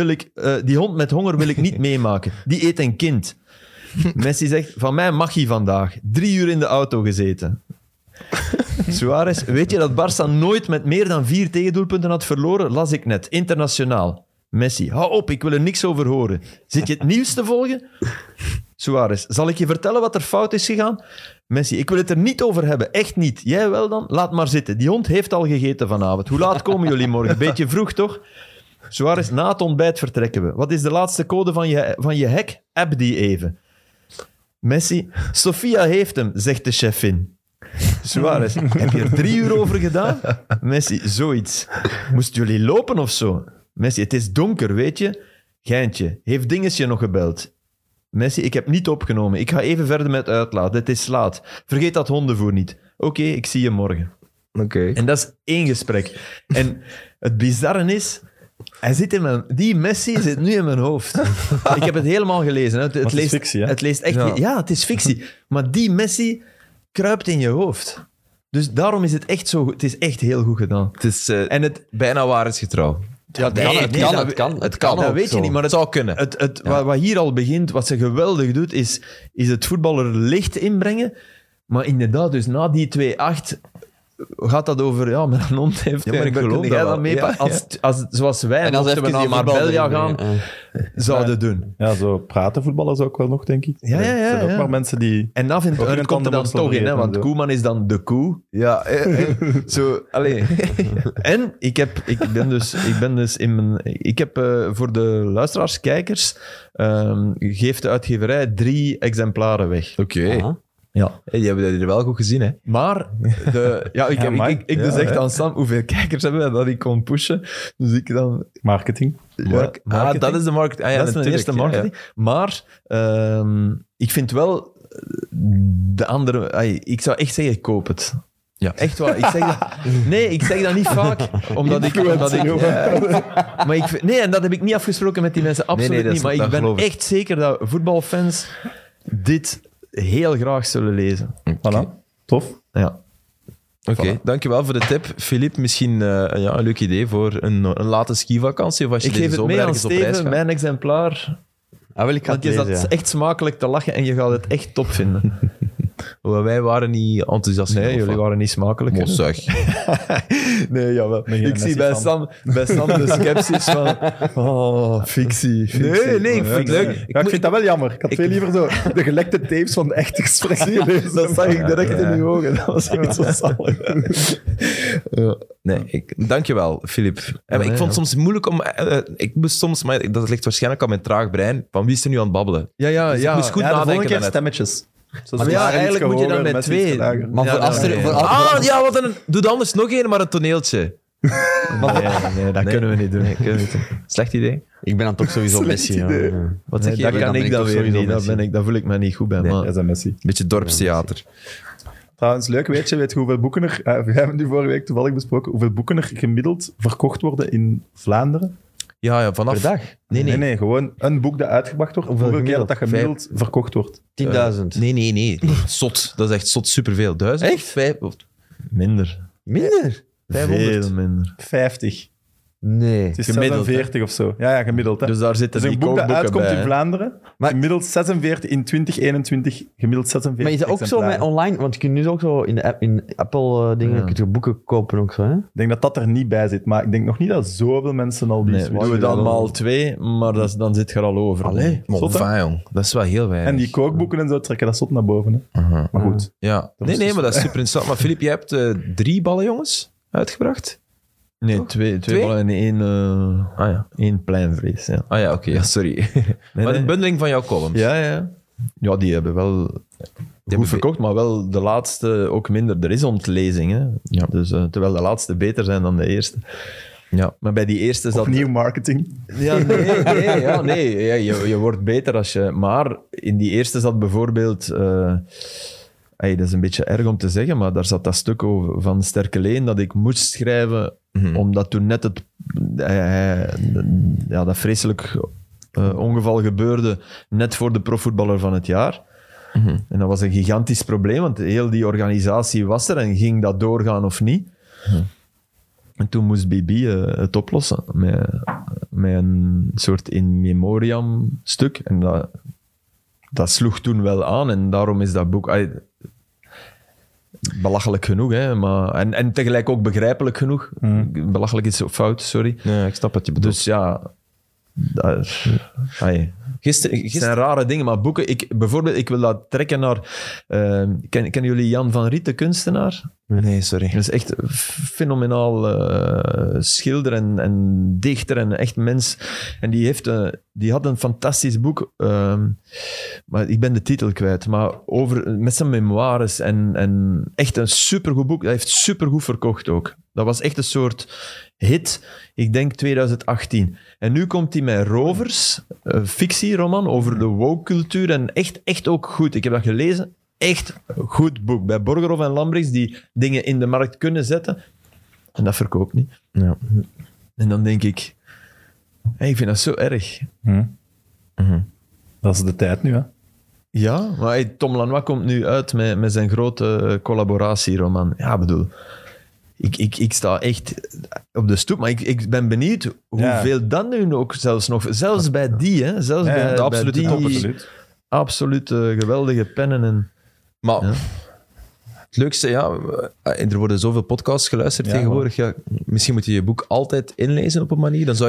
honger wil ik niet meemaken. Die eet een kind. Messi zegt, van mij mag hij vandaag. 3 uur in de auto gezeten. Suarez, weet je dat Barça nooit met meer dan 4 tegendoelpunten had verloren? Las ik net. Internationaal. Messi, hou op, ik wil er niks over horen. Zit je het nieuws te volgen? Suarez, zal ik je vertellen wat er fout is gegaan? Messi, ik wil het er niet over hebben. Echt niet. Jij wel dan? Laat maar zitten. Die hond heeft al gegeten vanavond. Hoe laat komen jullie morgen? Beetje vroeg, toch? Suarez, na het ontbijt vertrekken we. Wat is de laatste code van je hek? App die even. Messi, Sofia heeft hem, zegt de chefin. Suarez, heb je er 3 uur over gedaan? Messi, zoiets. Moesten jullie lopen of zo? Messi, het is donker, weet je? Geintje, heeft Dingetje nog gebeld? Messi, ik heb niet opgenomen. Ik ga even verder met uitlaten. Het is laat. Vergeet dat hondenvoer niet. Oké, ik zie je morgen. Oké. En dat is 1 gesprek. En het bizarre is... Die Messi zit nu in mijn hoofd. Ik heb het helemaal gelezen. Hè. Het leest fictie, hè? Het leest echt... Ja, het is fictie. Maar die Messi kruipt in je hoofd. Dus daarom is het echt zo goed. Het is echt heel goed gedaan. Het is bijna waarheidsgetrouw. Ja, Het kan dat ook weet je zo. niet, maar Het zou kunnen. Wat hier al begint, wat ze geweldig doet, is het voetballer licht inbrengen. Maar inderdaad, dus na die 2-8 gaat dat over, ja, met een hond heeft... Ja, maar ik geloof dat wel. Ja. Als zoals wij, En als mochten we even naar die Marbella voetbal gaan, zouden doen. Ja, zo praten voetballers ook wel nog, denk ik. Ja. Er zijn ook maar mensen die... En dan Ook in het komt er dan tandem toch in, hè, en want zo. Koeman is dan de koe. Ja, Zo, allee. En ik heb voor de luisteraars, kijkers, geeft de uitgeverij 3 exemplaren weg. oké. Aha. Ja. Hey, die hebben dat hier wel goed gezien, hè? Maar, ik dus echt aan Sam, hoeveel kijkers hebben wij dat ik kon pushen. Dus ik dan... Marketing. marketing. dat is de marketing. Ah, ja, dat is mijn natuurlijk. eerste marketing. Maar ik vind wel de andere... Ik zou echt zeggen, koop het. Ja. Echt waar. Ik zeg dat niet vaak, omdat ik... Nee, en dat heb ik niet afgesproken met die mensen. Absoluut Nee, dat niet. Maar dat ik ben geloof ik. echt zeker dat voetbalfans dit heel graag zullen lezen. Voilà. Tof. Ja. Oké, Voilà. dankjewel voor de tip. Filip, misschien een leuk idee voor een late skivakantie, of als je Ik deze geef het zomer mee aan ergens op reis Steven, gaat. mijn exemplaar. Wel, ik ga Want het je lezen, zat ja. echt smakelijk te lachen en je gaat het echt top vinden. Maar wij waren niet enthousiast Nee, genoeg jullie van. waren niet smakelijk. Mos, zeg. Nee, jawel. Ben je Ik een zie bij Sam de sceptisch van... Oh, fictie. Nee, ik vind het leuk. Ja, ik vind dat wel jammer. Ik had veel liever zo de gelekte tapes van de echte gesprekken gelezen. Dat zag ik direct in uw ogen. Dat was echt zo zalig. Ja. Nee, dankjewel, Filip. Ik nee, vond het ja. soms moeilijk om... ik moest soms... Maar dat ligt waarschijnlijk aan mijn traag brein. Van wie is er nu aan het babbelen? Ja. ik moest goed Ja, de volgende nadenken keer daarnet. stemmetjes. Maar ja, eigenlijk moet je dan met 2. Maar voor als er... voor- Ah, ja, wat een... Doe dan anders nog een, maar een toneeltje. Nee, dat kunnen we niet doen. Slecht idee. Ik ben dan toch sowieso Messi. Ja. idee. Ja. Wat zeg Nee, je? dat kan ben ik ik dan toch weer sowieso niet. Messi. Daar voel ik me niet goed bij. Nee, Maar Dat is een Messi. Beetje dorpstheater. Trouwens, leuk, weet je hoeveel boeken er... we hebben het nu vorige week toevallig besproken. Hoeveel boeken er gemiddeld verkocht worden in Vlaanderen? Ja, vanaf... Per dag? Nee. Gewoon een boek dat uitgebracht wordt. Hoeveel keer dat gemiddeld verkocht wordt? 10.000. Nee. Zot. Dat is echt zot superveel. 1000? Echt? Vijf, of minder. Minder? 500. Veel minder. 50. Nee. Het is Gemiddeld, 46 of zo. Ja, gemiddeld. Hè. Dus daar zitten Dus die een boek dat kookboeken uitkomt bij. in hè. Vlaanderen, Maar- gemiddeld 46 in 2021, gemiddeld 46 Maar is dat ook zo exemplaren. met online? Want je kunt nu ook zo in de app, in Apple dingen, Ja. kun je boeken kopen ook zo, hè? Ik denk dat dat er niet bij zit, maar ik denk nog niet dat zoveel mensen al die Nee, switch doen we gedaan dan hebben. maal 2, maar dan zit je er al over. Allee. Maar Zot, hè? fijn, jong. Dat is wel heel weinig. En die kookboeken en zo trekken dat zot naar boven. Hè. Uh-huh. Maar goed. Ja. is Nee, dus- maar dat is super interessant. Maar Filip, jij hebt 3 ballen, jongens, uitgebracht? Nee, twee Twee? ballen en één pleinvrees. Ja. Ah ja, oké. Ja, sorry. Maar nee. de bundeling van jouw columns. Ja, die hebben wel goed verkocht, maar wel de laatste ook minder. Er is ontlezing, hè. Ja. Dus, terwijl de laatste beter zijn dan de eerste. Ja. Maar bij die eerste zat... Opnieuw marketing. Ja, nee. Ja, je wordt beter als je... Maar in die eerste zat bijvoorbeeld... dat is een beetje erg om te zeggen, maar daar zat dat stuk over van Sterkeleen dat ik moest schrijven, omdat toen net dat vreselijk ongeval gebeurde, net voor de profvoetballer van het jaar. En dat was een gigantisch probleem, want heel die organisatie was er en ging dat doorgaan of niet. En toen moest Bibi het oplossen met een soort in memoriam stuk. En dat sloeg toen wel aan en daarom is dat boek... belachelijk genoeg, hè, maar, en tegelijk ook begrijpelijk genoeg. Belachelijk is zo fout, sorry. Ja, ik snap wat je bedoelt. Dus ja... Gisteren, Het zijn rare dingen, maar boeken... Ik wil dat trekken naar... kennen jullie Jan van Riet, de kunstenaar? Nee, sorry. Dat is echt een fenomenaal schilder en dichter en echt mens. En die had een fantastisch boek, maar ik ben de titel kwijt, maar met zijn memoires en echt een supergoed boek. Dat heeft supergoed verkocht ook. Dat was echt een soort hit, ik denk 2018. En nu komt hij met Rovers, een fictieroman over de woke-cultuur en echt ook goed. Ik heb dat gelezen. Echt een goed boek. Bij Borgerhoff en Lambrechts die dingen in de markt kunnen zetten. En dat verkoopt niet. Ja. En dan denk ik... ik vind dat zo erg. Dat is de tijd nu, hè. Ja, maar Tom Lanois komt nu uit met zijn grote collaboratieroman. Ja, bedoel... Ik sta echt op de stoep, maar ik ben benieuwd hoeveel dat nu ook zelfs bij die, hè. Zelfs bij de absolute die toppers. Absoluut. absolute geweldige pennen en... Maar Ja. het leukste, er worden zoveel podcasts geluisterd Ja, tegenwoordig. Ja, misschien moet je je boek altijd inlezen op een manier. Dan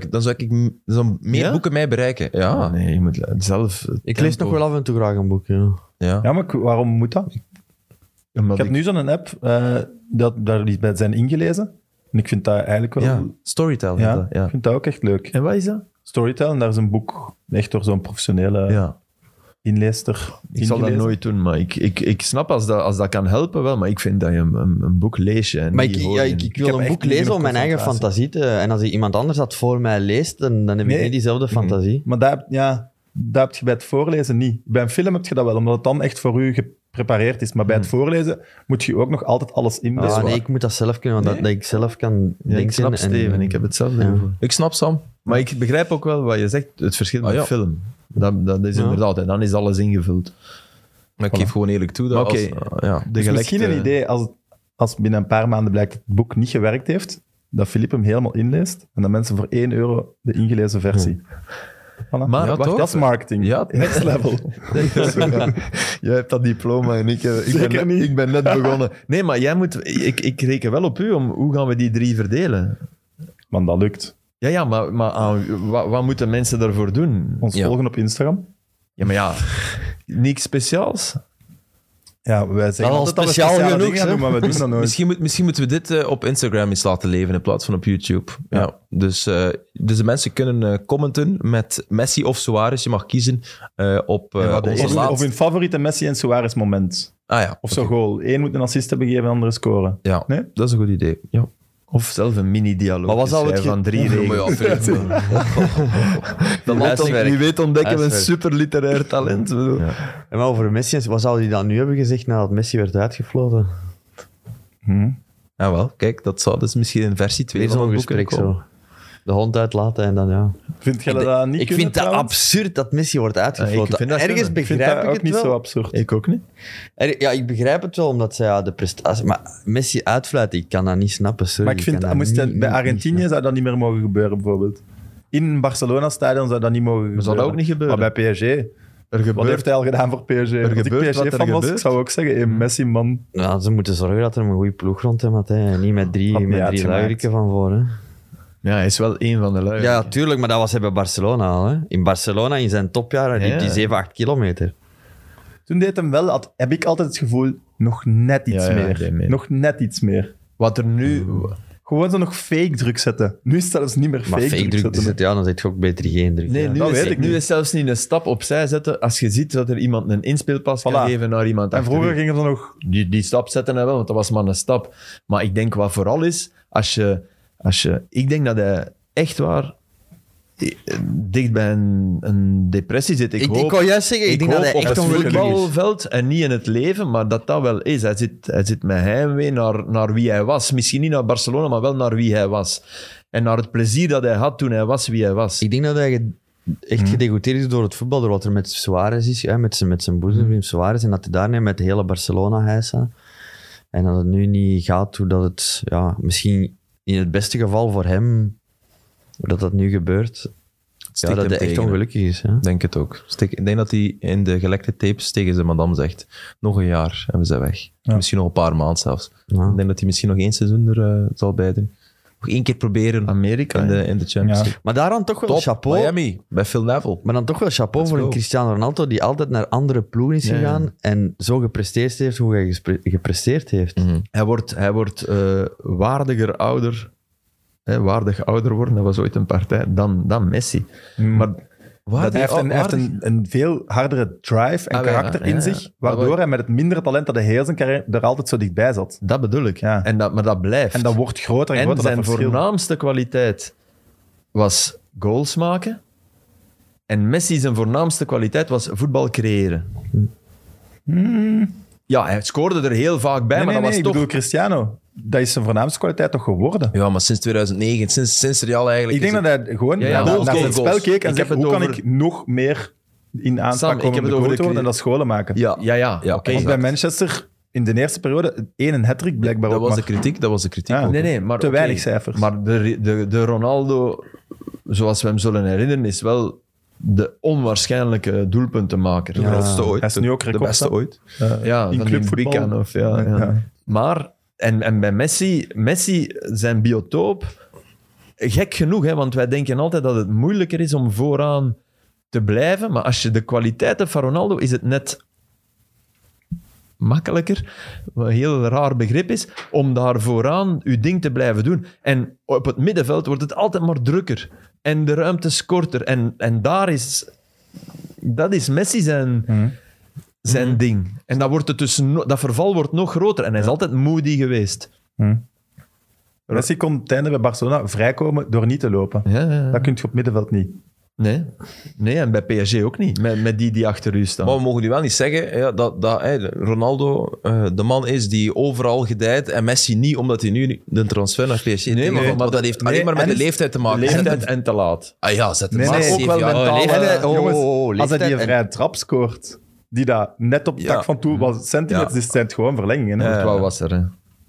zou meer boeken mij bereiken. Ja. Ah, nee, je moet zelf... Ik lees nog wel af en toe graag een boek, ja. Ja. Ja, maar waarom moet dat? Ik heb nu zo'n app, daar die bij zijn ingelezen. En ik vind dat eigenlijk wel... Ja, Storytel. heet dat, ik vind dat ook echt leuk. En wat is dat? Storytel, en daar is een boek echt door zo'n professionele Ja. inleester Ik zal dat ingelezen. nooit doen, maar ik snap als dat kan helpen wel, maar ik vind dat je een boek leest. En Maar niet ik hoort wil heb een echt boek niet lezen genoeg om mijn eigen concentratie. fantasie te... En als iemand anders dat voor mij leest, dan heb ik Nee. niet diezelfde fantasie. Maar dat heb je bij het voorlezen niet. Bij een film heb je dat wel, omdat het dan echt voor u geprepareerd is. Maar bij het voorlezen moet je ook nog altijd alles inlezen. Ah, nee, ik moet dat zelf kunnen, want dat ik zelf kan Ja, denken. ik snap Steven, ik heb hetzelfde Ja. gevoel. Ik snap Sam. Maar ik begrijp ook wel wat je zegt, het verschil met ja. film. Dat is Ja. inderdaad, en dan is alles ingevuld. Maar ik geef gewoon eerlijk toe dat Maar oké, ja. Dus misschien een idee, als binnen een paar maanden blijkt dat het boek niet gewerkt heeft, dat Filip hem helemaal inleest en dat mensen voor €1 de ingelezen versie. Voilà. Maar Ja, wacht toch? Dat is marketing. Ja. Next level. Jij hebt dat diploma en ik ben net begonnen. Nee, maar ik reken wel op u. Hoe gaan we die 3 verdelen? Want dat lukt. Ja, maar wat moeten mensen daarvoor doen? Ons Ja. volgen op Instagram. Ja, maar ja, niks speciaals. Ja, wij zeggen al altijd dat we speciaal speciale genoeg, dingen gaan hè? doen, maar we doen dat nooit. Misschien moeten we dit op Instagram eens laten leven in plaats van op YouTube. Ja. Dus de mensen kunnen commenten met Messi of Suarez. Je mag kiezen op wat is onze het? Of laatste... hun favoriete Messi en Suarez moment. Ah ja, Of zo'n goal. Eén moet een assist hebben gegeven, de andere scoren. ja. Nee? Dat is een goed idee. Ja. Of zelf een mini-dialoog Maar wat zou het van 3 Ja, maar regels. ja, Filip. Wie weet ontdekken we een Huiswerk. super literair talent. Bedoel. En maar over Messi, wat zou hij dan nu hebben gezegd nadat Messi werd uitgefloten? Ja, wel. Kijk, dat zou dus misschien in versie 2 Weer van zo'n het boek gesprek kunnen komen. zo. De hond uitlaten en dan ja. Vind je dat niet Ik kunnen, vind dat trouwens? absurd dat Messi wordt uitgefloten. ik vind dat Ergens slim. Ik vind begrijp dat ik ook het niet wel. zo absurd. Ik ook niet. Ja, ik begrijp het wel, omdat zij de prestatie... Maar Messi uitfluiten, ik kan dat niet snappen, sorry. Maar ik vind, kan dat moest niet- bij niet Argentinië snappen. zou dat niet meer mogen gebeuren, bijvoorbeeld. In een Barcelona-stadion zou dat niet mogen gebeuren. zou dat ook niet gebeuren. Maar bij PSG... Er Wat heeft hij al gedaan voor PSG? Als ik gebeurt wat er PSG-fan was, ik gebeurt. zou ook zeggen, hey, Messi, man. Ja, ze moeten zorgen dat er een goede ploeg rond hem had. Hè. En niet met drie Had niet uitgemaakt. luieriken van voren. Ja, hij is wel één van de lui. Ja, tuurlijk, maar dat was hij bij Barcelona al. Hè. In Barcelona, in zijn topjaren, liep Ja. hij 7-8 kilometer. Toen deed hem wel, heb ik altijd het gevoel, nog net iets Ja, ja, meer. deed meer. Nog net iets meer. Wat er nu... Gewoon zo nog fake druk zetten. Nu is het zelfs niet meer Maar fake, fake druk zetten. is het, ja, dan zit je ook beter geen druk. Nee, ja. nu, dat is, weet ik nu niet. is zelfs niet een stap opzij zetten als je ziet dat er iemand een inspeelpas kan Voilà. geven naar iemand En vroeger achterin. ging er nog... Die stap zetten hij wel, want dat was maar een stap. Maar ik denk wat vooral is, als je ik denk dat hij echt waar dicht bij een depressie zit. Ik Ik kon juist zeggen, ik denk dat hoop hij op echt het ongelukkig is. voetbalveld en niet in het leven, maar dat wel is. Hij zit met heimwee naar wie hij was. Misschien niet naar Barcelona, maar wel naar wie hij was. En naar het plezier dat hij had toen hij was wie hij was. Ik denk dat hij echt gedegoûteerd is door het voetbal, door wat er met Suarez is, ja, met zijn boezemvriend Suarez, en dat hij daarmee met de hele Barcelona heisa. En dat het nu niet gaat hoe dat het, ja, misschien in het beste geval voor hem, hoe dat nu gebeurt, ja, dat hij echt ongelukkig is. Hè. Ik denk het ook. Ik denk dat hij in de gelekte tapes tegen zijn madame zegt, nog een jaar en we zijn weg. Ja. Misschien nog een paar maanden zelfs. Ja. Ik denk dat hij misschien nog 1 seizoen er zal bijdoen. Nog 1 keer proberen Amerika. in de Champions Ja. League. Maar daaraan toch wel Top, chapeau. Miami, bij Phil Neville. Maar dan toch wel chapeau Let's voor go. een Cristiano Ronaldo die altijd naar andere ploegen is Ja, ja. gegaan en zo gepresteerd heeft hoe hij gepresteerd heeft. Hij wordt waardiger ouder. Waardig ouder worden, dat was ooit een partij, dan Messi. Maar Hij heeft een veel hardere drive en Ah, ja, karakter in ja. zich, waardoor hij met het mindere talent dat hij heel zijn carrière er altijd zo dichtbij zat. dat bedoel ik. Ja. Maar dat blijft. En dat wordt groter en En groter, dat zijn verschil. voornaamste kwaliteit was goals maken. En Messi zijn voornaamste kwaliteit was voetbal creëren. Ja, hij scoorde er heel vaak bij, maar dat was ik toch... bedoel Cristiano. Dat is zijn voornaamste kwaliteit toch geworden? Ja, maar sinds 2009, sinds Real eigenlijk... Ik denk dat hij gewoon Ja, naar goals, zijn goals. spel keek en Ik zegt, heb het hoe kan over- ik nog meer in aanspraak Sam, ik komen heb om het de over goal te de worden en dat scholen maken. Ja, Ja, oké. Want bij Manchester in de eerste periode 1 hattrick blijkbaar dat ook was de maar kritiek. Dat was de kritiek Ja. ook. Nee, maar te oké. weinig cijfers. Maar de Ronaldo, zoals we hem zullen herinneren, is wel de onwaarschijnlijke doelpuntenmaker. De grootste ooit. Hij is nu ook de record, beste hè? ooit. Ja, in van clubvoetbal. die Bican of ja. Ja. Maar, en bij Messi, zijn biotoop, gek genoeg, hè, want wij denken altijd dat het moeilijker is om vooraan te blijven, maar als je de kwaliteit hebt van Ronaldo, is het net makkelijker, wat een heel raar begrip is, om daar vooraan je ding te blijven doen. En op het middenveld wordt het altijd maar drukker. En de ruimte is korter. En daar is... Dat is Messi zijn ding. En dat, wordt het dus dat verval wordt nog groter. En hij is altijd moody geweest. Messi kon het einde bij Barcelona vrijkomen door niet te lopen. Ja. Dat kun je op middenveld niet. Nee, en bij PSG ook niet. Met die achter u staan. Maar we mogen nu wel niet zeggen ja, dat Ronaldo de man is die overal gedijt en Messi niet, omdat hij nu de transfer naar PSG Nee, maar want dat heeft alleen maar met en de leeftijd te maken. Leeftijd en te laat. Ah ja, zet hem Nee, maar nee, ook 7 wel jaar. mentaal. leeftijd- Jongens, als hij leeftijd die en- vrije trap scoort, die daar net op het Ja. dak van toe was, centimeters, Ja. is het gewoon verlengingen. hè. Wat was er? Hè?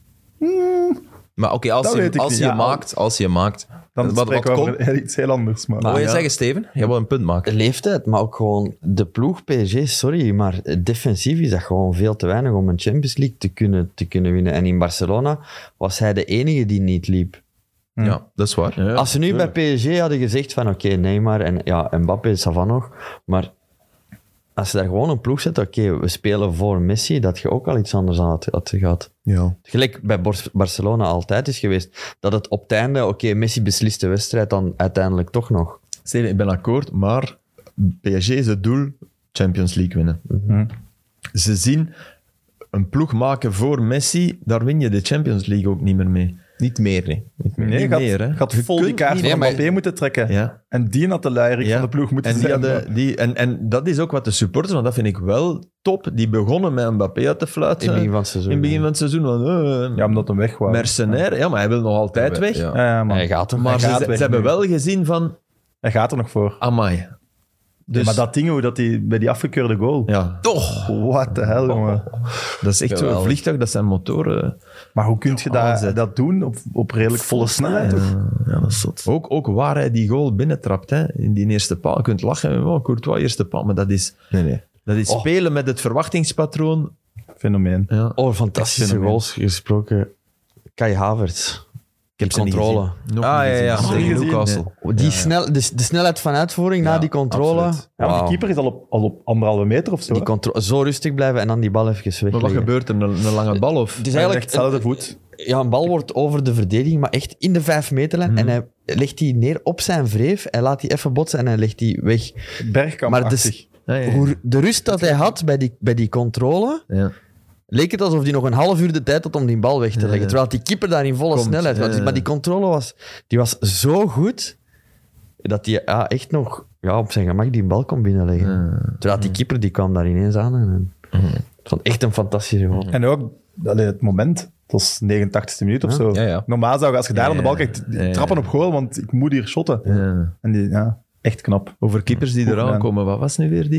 Maar oké, Dat weet ik als niet, je ja. maakt, Dan wat spreken we kon, over iets heel anders. Maar. wat wil je ja. zeggen, Steven? Jij wil een punt maken. Leeftijd, maar ook gewoon de ploeg PSG, sorry, maar defensief is dat gewoon veel te weinig om een Champions League te kunnen winnen. En in Barcelona was hij de enige die niet liep. Ja, dat is waar. Ja, Als ze nu bij PSG hadden gezegd van oké, Neymar en ja, Mbappé, ça va nog, maar als je daar gewoon een ploeg zet, oké, we spelen voor Messi, dat je ook al iets anders had gehad. Ja. Gelijk bij Barcelona altijd is geweest, dat het op het einde, oké, Messi beslist de wedstrijd dan uiteindelijk toch nog. Steven, ik ben akkoord, maar PSG is het doel Champions League winnen. Ze zien een ploeg maken voor Messi, daar win je de Champions League ook niet meer mee. Niet meer, nee. Niet meer. Nee, niet gaat, meer, hè. gaat Je vol die kunt kaart niet- van Nee, maar- Mbappé moeten trekken. Ja. En die had de leider van de ploeg moeten en die zijn. hadden, en dat is ook wat de supporters, want dat vind ik wel top, die begonnen met Mbappé uit te fluiten. In het begin van het seizoen. In het begin van het seizoen. Van, Ja, omdat hem weg was. mercenair, ja, maar hij wil nog altijd weg. Ja. Ja, man. Hij gaat hem. Maar Hij gaat ze weg hebben nu. wel gezien van... Hij gaat er nog voor. Amai. Dus, Ja, maar dat ding, hoe dat hij bij die afgekeurde goal... ja, Toch! What the hell, jongen. dat is echt zo'n Geweldig. vliegtuig dat zijn motoren... Maar hoe kun je dat doen op redelijk volle snelheid? Toch? Ja, dat is zot. Ook waar hij die goal binnentrapt, hè, in die eerste paal. Je kunt lachen, oh, Courtois eerste paal, maar dat is spelen met het verwachtingspatroon. Fenomeen. Ja. Over fantastische Fenomeen. goals gesproken. Kai Havertz. Ik heb ze niet Controle. gezien. Nog Ah, niet ja, gezien. ja. Tegen gezien? Newcastle. De snelheid van uitvoering na die controle. absoluut. Ja, want Wauw. die keeper is al op 1,5 meter of zo. Die zo rustig blijven en dan die bal even Maar wegleggen. wat gebeurt er? Een lange bal? Of? Het is Hij eigenlijk legt dezelfde voet. Ja, een bal wordt over de verdediging, maar echt in de 5-meterlijn. En hij legt die neer op zijn wreef. Hij laat die even botsen en hij legt die weg. Bergkamp-achtig. Ja. De rust dat hij had bij die controle, Ja. leek het alsof hij nog een half uur de tijd had om die bal weg te leggen. Ja. Terwijl die keeper daar in volle Komt, snelheid was. ja. Maar die controle was zo goed, dat hij echt nog op zijn gemak die bal kon binnenleggen. Terwijl die keeper die kwam daar ineens aan. En, het was echt een fantastische goal. En ook het moment. Het was 89e minuut of zo. Ja, ja. Normaal zou je, als je daar aan de bal kijkt, trappen op goal, want ik moet hier shotten. Ja. En die, echt knap. Over keepers die Goed eraan gedaan. komen. Wat was nu weer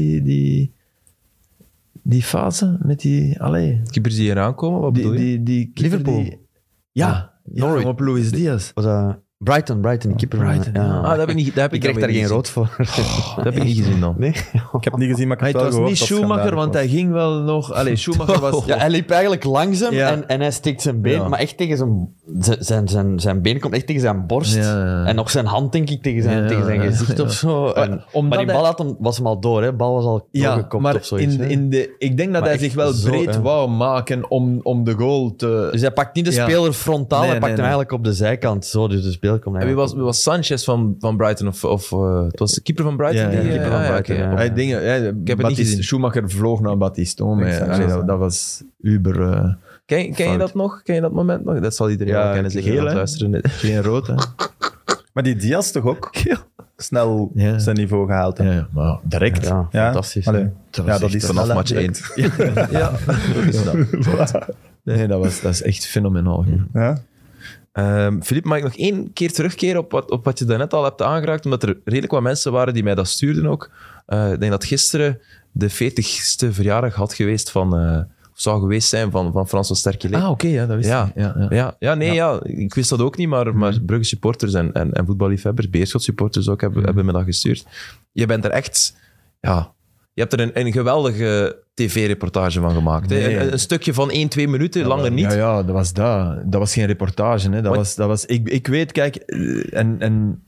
die fase met die... Allee, Keepers die hier aankomen, wat bedoel je? die keeper Liverpool. die... Ja, Norwich. op Luis Diaz. Was dat Brighton, die keeper. Brighton, ja. Ah, dat heb ik niet. Dat heb Ik ik kreeg daar geen rood voor. Dat heb ik niet gezien dan. Nee? Ik heb het niet gezien, maar ik Hij heb het wel was gehoord niet dat het Schumacher, schandalig want was. hij ging wel nog... Allee, Schumacher was... Ja, hij liep eigenlijk langzaam Ja. en hij steekt zijn been, Ja. maar echt tegen zijn been komt echt tegen zijn borst. Ja. En nog zijn hand, denk ik, tegen zijn Ja. gezicht of zo. En, Omdat maar die hij- bal was hem al door, hè. De bal was al Ja, doorgekopt maar of zoiets. hè. ik denk dat Maar hij echt zich wel zo, breed hè. wou maken om de goal te... Dus hij pakt niet de Ja. speler frontaal, Nee, hij pakt nee, hem nee. eigenlijk op de zijkant. Zo, dus de speler komt En wie eigenlijk was Sanchez van Brighton? Of het was de keeper van Brighton? Ja, die, ja, keeper van Brighton, oké. ja. Hij dingen, ja, het niet Baptiste- gezien. Schumacher vloog naar Baptiste. Oh, maar, Exact, allee, ja. dat was uber... Ken je Fout. dat nog? Ken je dat moment nog? Dat zal iedereen Ja, wel kennen, zeker geel, aan het hè? luisteren. geen rood, hè? Maar die Diaz toch ook snel Ja. zijn niveau gehaald. Hè? Ja, maar direct. Ja, Ja? fantastisch. Allee. Dat Ja, was dat echt is Vanaf snel, match hè, 1. direct. Ja, dat is dat. Nee, dat is echt fenomenaal. goed. Ja. Filip, mag ik nog één keer terugkeren op wat je daarnet al hebt aangeraakt? Omdat er redelijk wat mensen waren die mij dat stuurden ook. Ik denk dat gisteren de 40ste verjaardag had geweest of zou geweest zijn van François Sterkele. Ah, oké, ja, dat wist Ja. ik. Ja. Ik wist dat ook niet, maar Brugge supporters en voetballiefhebbers, Beerschot supporters ook, hebben me dat gestuurd. Je bent er echt... Ja, je hebt er een geweldige tv-reportage van gemaakt. Hè? Nee. Een stukje van 1-2 minuten, langer niet. Ja, dat was dat. Dat was geen reportage. Hè. Dat was, ik weet, kijk, en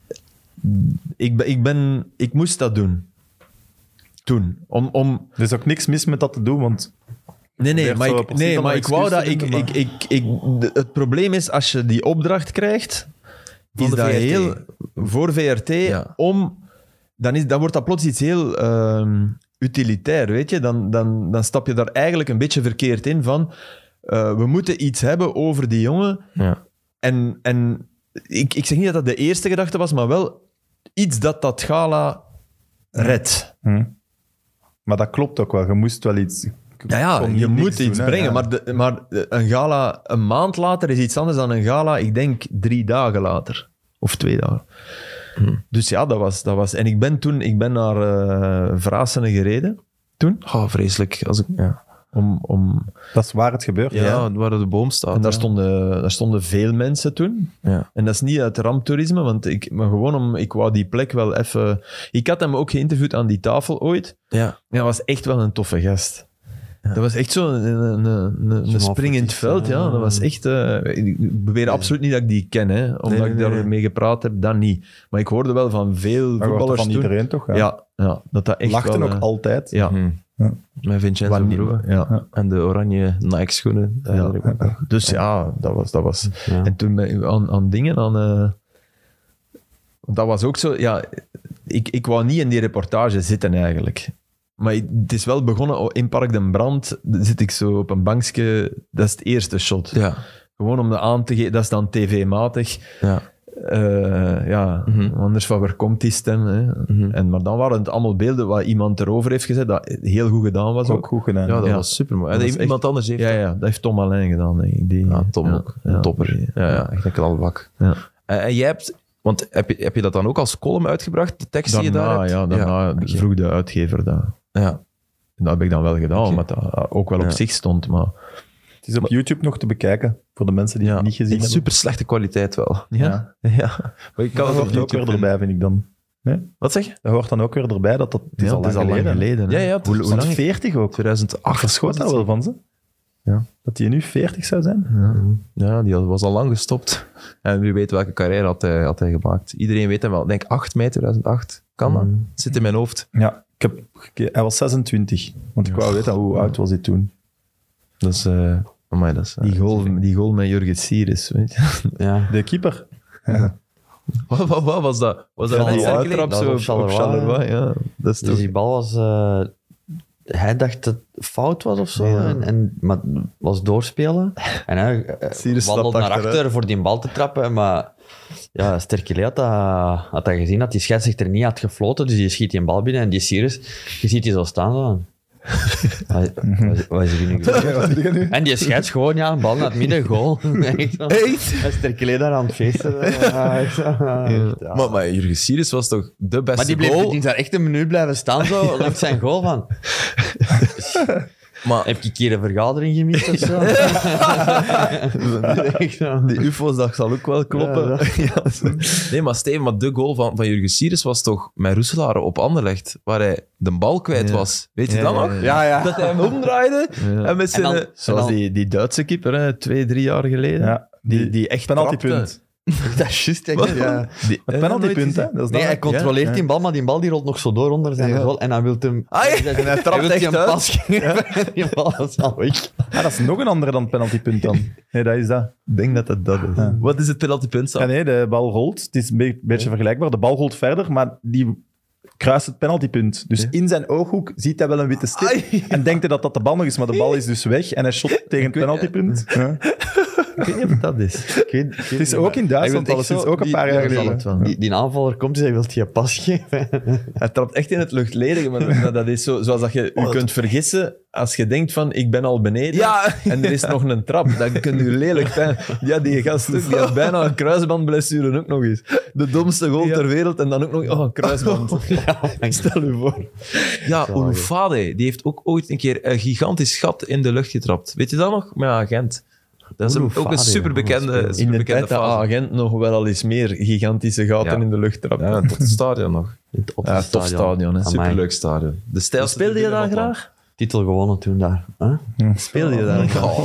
ik moest dat doen. Toen. Er is ook niks mis met dat te doen, want Nee, Probeert maar zo ik, precies dan maar een ik wou dat... excuus te vinden, Het probleem is, als je die opdracht krijgt, Van is de dat VRT. heel... Voor VRT, Ja. dan wordt dat plots iets heel utilitair, weet je. Dan stap je daar eigenlijk een beetje verkeerd in van... we moeten iets hebben over die jongen. Ja. En ik zeg niet dat dat de eerste gedachte was, maar wel iets dat gala redt. Maar dat klopt ook wel. Je moest wel iets... Ja, kon je niet moet niks iets doen, hè. brengen. Ja. Maar een gala een maand later is iets anders dan een gala, ik denk 3 dagen later. Of 2 dagen. Dus ja, dat was... En ik ben naar Vrasene gereden toen. Oh, vreselijk. Om, Dat is waar het gebeurt. Ja, waar de boom staat. en daar ja. stonden veel mensen toen. Ja. En dat is niet uit ramptoerisme, maar gewoon ik wou die plek wel even... Ik had hem ook geïnterviewd aan die tafel ooit. Ja. Ja, hij was echt wel een toffe gast. Dat was echt zo een spring in het veld. Ja. Dat was echt... ik beweer absoluut niet dat ik die ken, hè, omdat ik daarmee gepraat heb, dat niet. Maar ik hoorde wel van veel Maar je hoort voetballers van toen... iedereen toch? Ja, dat echt Lachten wel... ook altijd. Ja. Met Vincenzo Wat niet- Verhoeven. ja. En de oranje Nike-schoenen. Ja. Dus ja, dat was... Ja. En toen aan dingen, dat was ook zo... Ja, ik wou niet in die reportage zitten eigenlijk. Maar het is wel begonnen in Park den Brand. Zit ik zo op een bankje. Dat is het eerste shot. Ja. Gewoon om dat aan te geven. Dat is dan tv-matig. Ja. Anders van waar komt die stem? Hè? Maar dan waren het allemaal beelden waar iemand erover heeft gezet. Dat heel goed gedaan was Ook ook. goed gedaan. Ja, dat Ja. was super mooi. Dat En was iemand anders heeft Ja, dat heeft Tom Alain gedaan. Denk ik. Tom ook. Een topper. Ja, echt een knalbak. Ja. En jij hebt Want heb je dat dan ook als column uitgebracht, de tekst die je daar hebt? Daarna vroeg de uitgever dat. Ja. En dat heb ik dan wel gedaan, omdat dat ook wel op zich stond. Maar Het is op YouTube nog te bekijken, voor de mensen die het niet gezien in hebben. super slechte kwaliteit wel. Ja. Ja. Maar je kan Dat het op hoort ook YouTube weer vinden. erbij, vind ik dan. Nee? Wat zeg je? Dat hoort dan ook weer erbij, dat het is al lang geleden. hè. Ja, ja. Hoe lang? 40 ook. 2008. Ik verschoot daar wel van ze. Ja. Dat hij nu 40 zou zijn. Ja, die was al lang gestopt. En wie weet welke carrière had hij gemaakt. Iedereen weet hem wel. Ik denk 8 mei 2008. Kan dat? Zit in mijn hoofd. Ja, hij was 26. Want ik wou weten hoe oud was hij toen. Dat is... dat is Die goal met Jurgen Sieris, weet je. Ja. De keeper. wat was dat? Was dat Ja, een die wedstrijd uittrap dat zo was op op Charleroi, Charleroi, ja. Dat is Dus toch... die bal was... hij dacht dat het fout was of zo, maar het was doorspelen. En hij Sirius wandelt stapt naar achteruit. achter voor die bal te trappen, maar ja, Sterkele had dat gezien, dat die scheidsrechter niet had gefloten, dus die schiet die bal binnen en die Sirius, je ziet die zo staan zo. Wat is er nu gebeurd? Wat doe je nu? En die scheids gewoon, een bal naar het midden, goal. Echt? En Sterkele daar aan het feesten. Ja. Maar Jurgen Sieris was toch de beste Maar die bleef goal? die daar echt een minuut blijven staan, zo, langs zijn goal van. Maar Heb ik hier een vergadering gemist of zo? Echt zo. Die UFO's, dat zal ook wel kloppen. nee, maar Steven, maar de goal van Jurgen Sieris was toch met Roeselare op Anderlecht, waar hij de bal kwijt Ja. was. Weet je Ja, dat ja, nog? ja. Ja. Dat hij hem omdraaide en met En zijn... dan- Zoals die Duitse keeper, hè, 2-3 jaar geleden. Ja, Die echt penaltypunt. Dat is juist, denk ik. Ja. Het penaltypunt, hè? Dat is Nee, dat. hij controleert Ja. die bal, maar die bal die rolt nog zo door onder zijn goal en hij wil hem... Ah, ja. En hij trapt echt een uit. pas geven. Die bal is al weg. Ah, dat is nog een andere dan het penaltypunt dan. Nee, dat is dat. Ik denk dat het dat is. Ja. Wat is het penaltypunt, Sam? Ja, nee, de bal rolt. Het is een beetje vergelijkbaar. De bal rolt verder, maar die kruist het penaltypunt. Dus in zijn ooghoek ziet hij wel een witte stip Ai. en denkt hij dat dat de bal nog is, maar de bal is dus weg en hij shot tegen het penaltypunt. Ja. Ik weet niet of dat is. Het is ook in Duitsland alleszins, ook een paar jaar geleden. Die aanvaller komt en hij wil je pas geven. Hij trapt echt in het luchtledige, maar dat is zo, zoals dat je je kunt vergissen als je denkt van, ik ben al beneden Ja. en er is nog een trap. Dan kun je lelijk pijn. Ja, die gast ook, die had bijna een kruisbandblessure ook nog eens. De domste goal ter wereld en dan ook nog een kruisband. Stel je voor. Ja, Olufade, die heeft ook ooit een keer een gigantisch gat in de lucht getrapt. Weet je dat nog? Maar ja, Gent. Dat is ook een Olufade, superbekende, In de superbekende tijd dat fase. agent nog wel al eens meer gigantische gaten Ja. in de lucht trapt. Ja, tot het stadion nog. Ja, tof stadion, hè. Amai. Superleuk stadion. De stijlste Speelde je tribune daar van het land. graag? Titel gewonnen toen daar. Huh? Speelde je daar graag?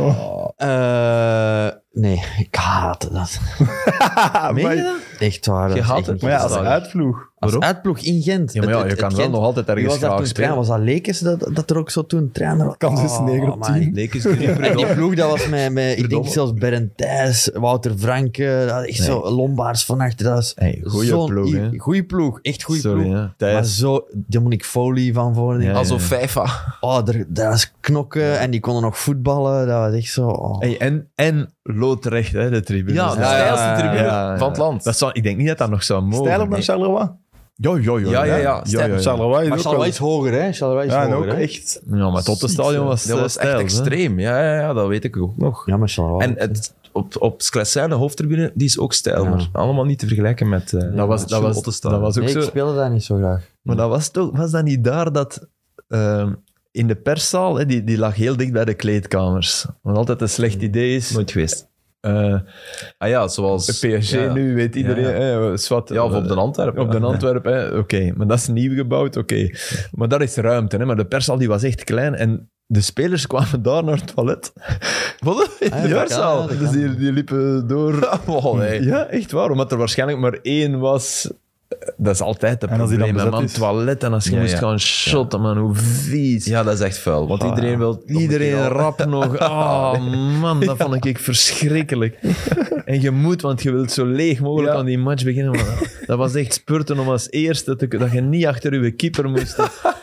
Nee, ik haatte dat. Meen je dat? Echt waar. dat Je is haat echt het? niet Maar ja, als te staan. uitvloeg. Als uitploeg in Gent. Ja, maar ja, je kan wel Gent- nog altijd Wie ergens was daar graag toen trainer? spelen. Was dat Lekes dat er ook zo toen trainer was? Kan dus 9 op 10. Leek is drie En die ploeg, dat was met ik denk zelfs Berend Thijs, Wouter Franke, dat echt zo Lombaards van achter. Dat is Hey, goeie zo'n ploeg, hè. Goeie ploeg, echt goeie Sorry, ploeg. hè. Maar Thijs. zo, Dominic Foley van voren. Ja, Alsof FIFA. Oh, dat was knokken en die konden nog voetballen. Dat was echt zo... Oh. Hey, en loodrecht, hè, de tribune. Ja, de Dus stijlste tribune van het land. Dat zou, ik denk niet dat dat nog zou mogen. Stijler dan Nee. Charleroi? Ja. Charleroi is Maar ook Charleroi wel... is hoger, hè? Charleroi is Ja, en hoger, ook hè? echt... Ja, maar tot het stadion was Dat was echt stijl, hè. extreem. Ja, dat weet ik ook nog. Ja, maar Charleroi... En het, op Sclessin, de hoofdtribune, die is ook stijl. Ja. Maar allemaal niet te vergelijken met Dat was ook Nee, ik zo. speelde daar niet zo graag. Maar dat was dat niet daar dat in de perszaal, hè, die lag heel dicht bij de kleedkamers. Wat altijd een slecht idee is. Nooit geweest. eh, Ah ja, zoals... PSG ja. nu weet iedereen. Ja. Zwat, Ja, of op de Antwerpen. Op de Antwerpen, hè. Oké. Maar dat is nieuw gebouwd, oké. Maar daar is ruimte, hè. Maar de perszaal die was echt klein en de spelers kwamen daar naar het toilet. Wat? In Ah, de ja, perszaal? dat kan. Dus die liepen door. Oh, nee. Ja, echt waar. Omdat er waarschijnlijk maar één was. Dat is altijd het En als die dan probleem, hè, bezet man. is? Toilet en als je Ja, moest ja. gaan shotten, man. Hoe vies. Ja, dat is echt vuil. Want iedereen wil... Iedereen rap nog. Oh man, dat vond ik verschrikkelijk. En je moet, want je wilt zo leeg mogelijk Ja. aan die match beginnen. Maar dat was echt spurten om als eerste dat je niet achter je keeper moest.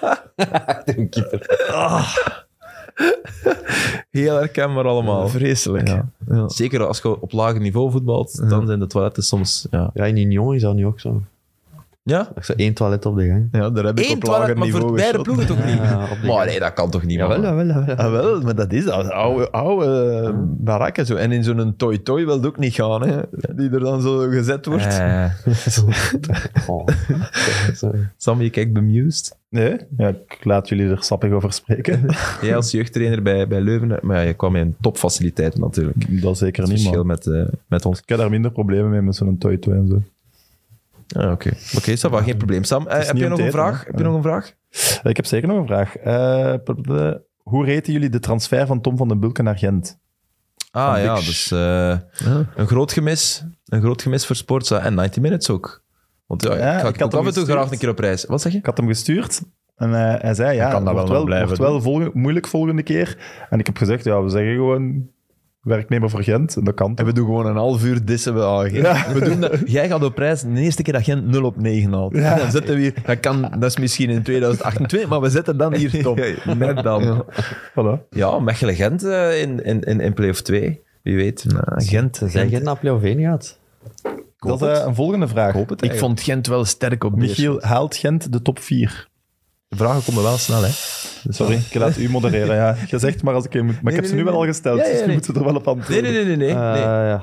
Heel herkenbaar allemaal. Vreselijk. Ja. Ja. Zeker als je op lager niveau voetbalt, dan zijn de toiletten soms... Ja. Ja, in Union is dat nu ook zo. Ja? Zo 1 toilet op de gang. Ja, daar heb ik Eén op lager toilet, maar niveau voor beide geschot. ploegen toch niet? Ja, op de Maar gang. nee, dat kan toch niet, man? Jawel. Ah, wel, maar dat is oude barakken zo. En in zo'n toy-toy wil het ook niet gaan, hè, die er dan zo gezet wordt. Oh. Sam, je kijkt bemused. Nee, ja, ik laat jullie er sappig over spreken. Jij als jeugdtrainer bij Leuven, maar ja, je kwam in topfaciliteiten natuurlijk. Dat zeker Het niet, verschil man. met ons. Ik heb daar minder problemen mee met zo'n toy-toy en zo. Ah, Oké, ça va, geen probleem. Sam, heb niet je om nog te een eten, vraag? hè? Heb je nog een vraag? Ik heb zeker nog een vraag. Hoe reten jullie de transfer van Tom van den Bulke naar Gent? Ah Van ja, Bix. dus een groot gemis. Een groot gemis voor Sportza en 90 Minutes ook. Want ja, Ja, ik ik ga had ook af hem en toe gestuurd. graag een keer op reis. Wat zeg je? Ik had hem gestuurd en hij zei, ja, kan dat wordt wel nog blijven wordt wel moeilijk volgende keer. En ik heb gezegd, ja, we zeggen gewoon werknemer voor Gent. En dat kan En toch? we doen gewoon een half uur dissen we aan Gent. Ja. We doen dat, jij gaat op reis de eerste keer dat Gent 0 op 9 haalt. Ja. Dan zetten we hier, dat is misschien in 2028, maar we zetten dan hier top. Net dan. Ja. Voilà. Ja, Mechelen-Gent in play-off 2. Wie weet. Gent, Zijn Gent naar play-off 1 gaat? Dat is een volgende vraag. ik vond Gent wel sterk op Michiel, haalt Gent de top 4? De vragen komen wel snel, hè. Sorry, ik laat u modereren. Ja. Je zegt maar als ik je moet. Maar ik heb ze nu wel al gesteld, Ja, ja, dus nu nee. moeten we er wel op antwoorden. Nee. Ja.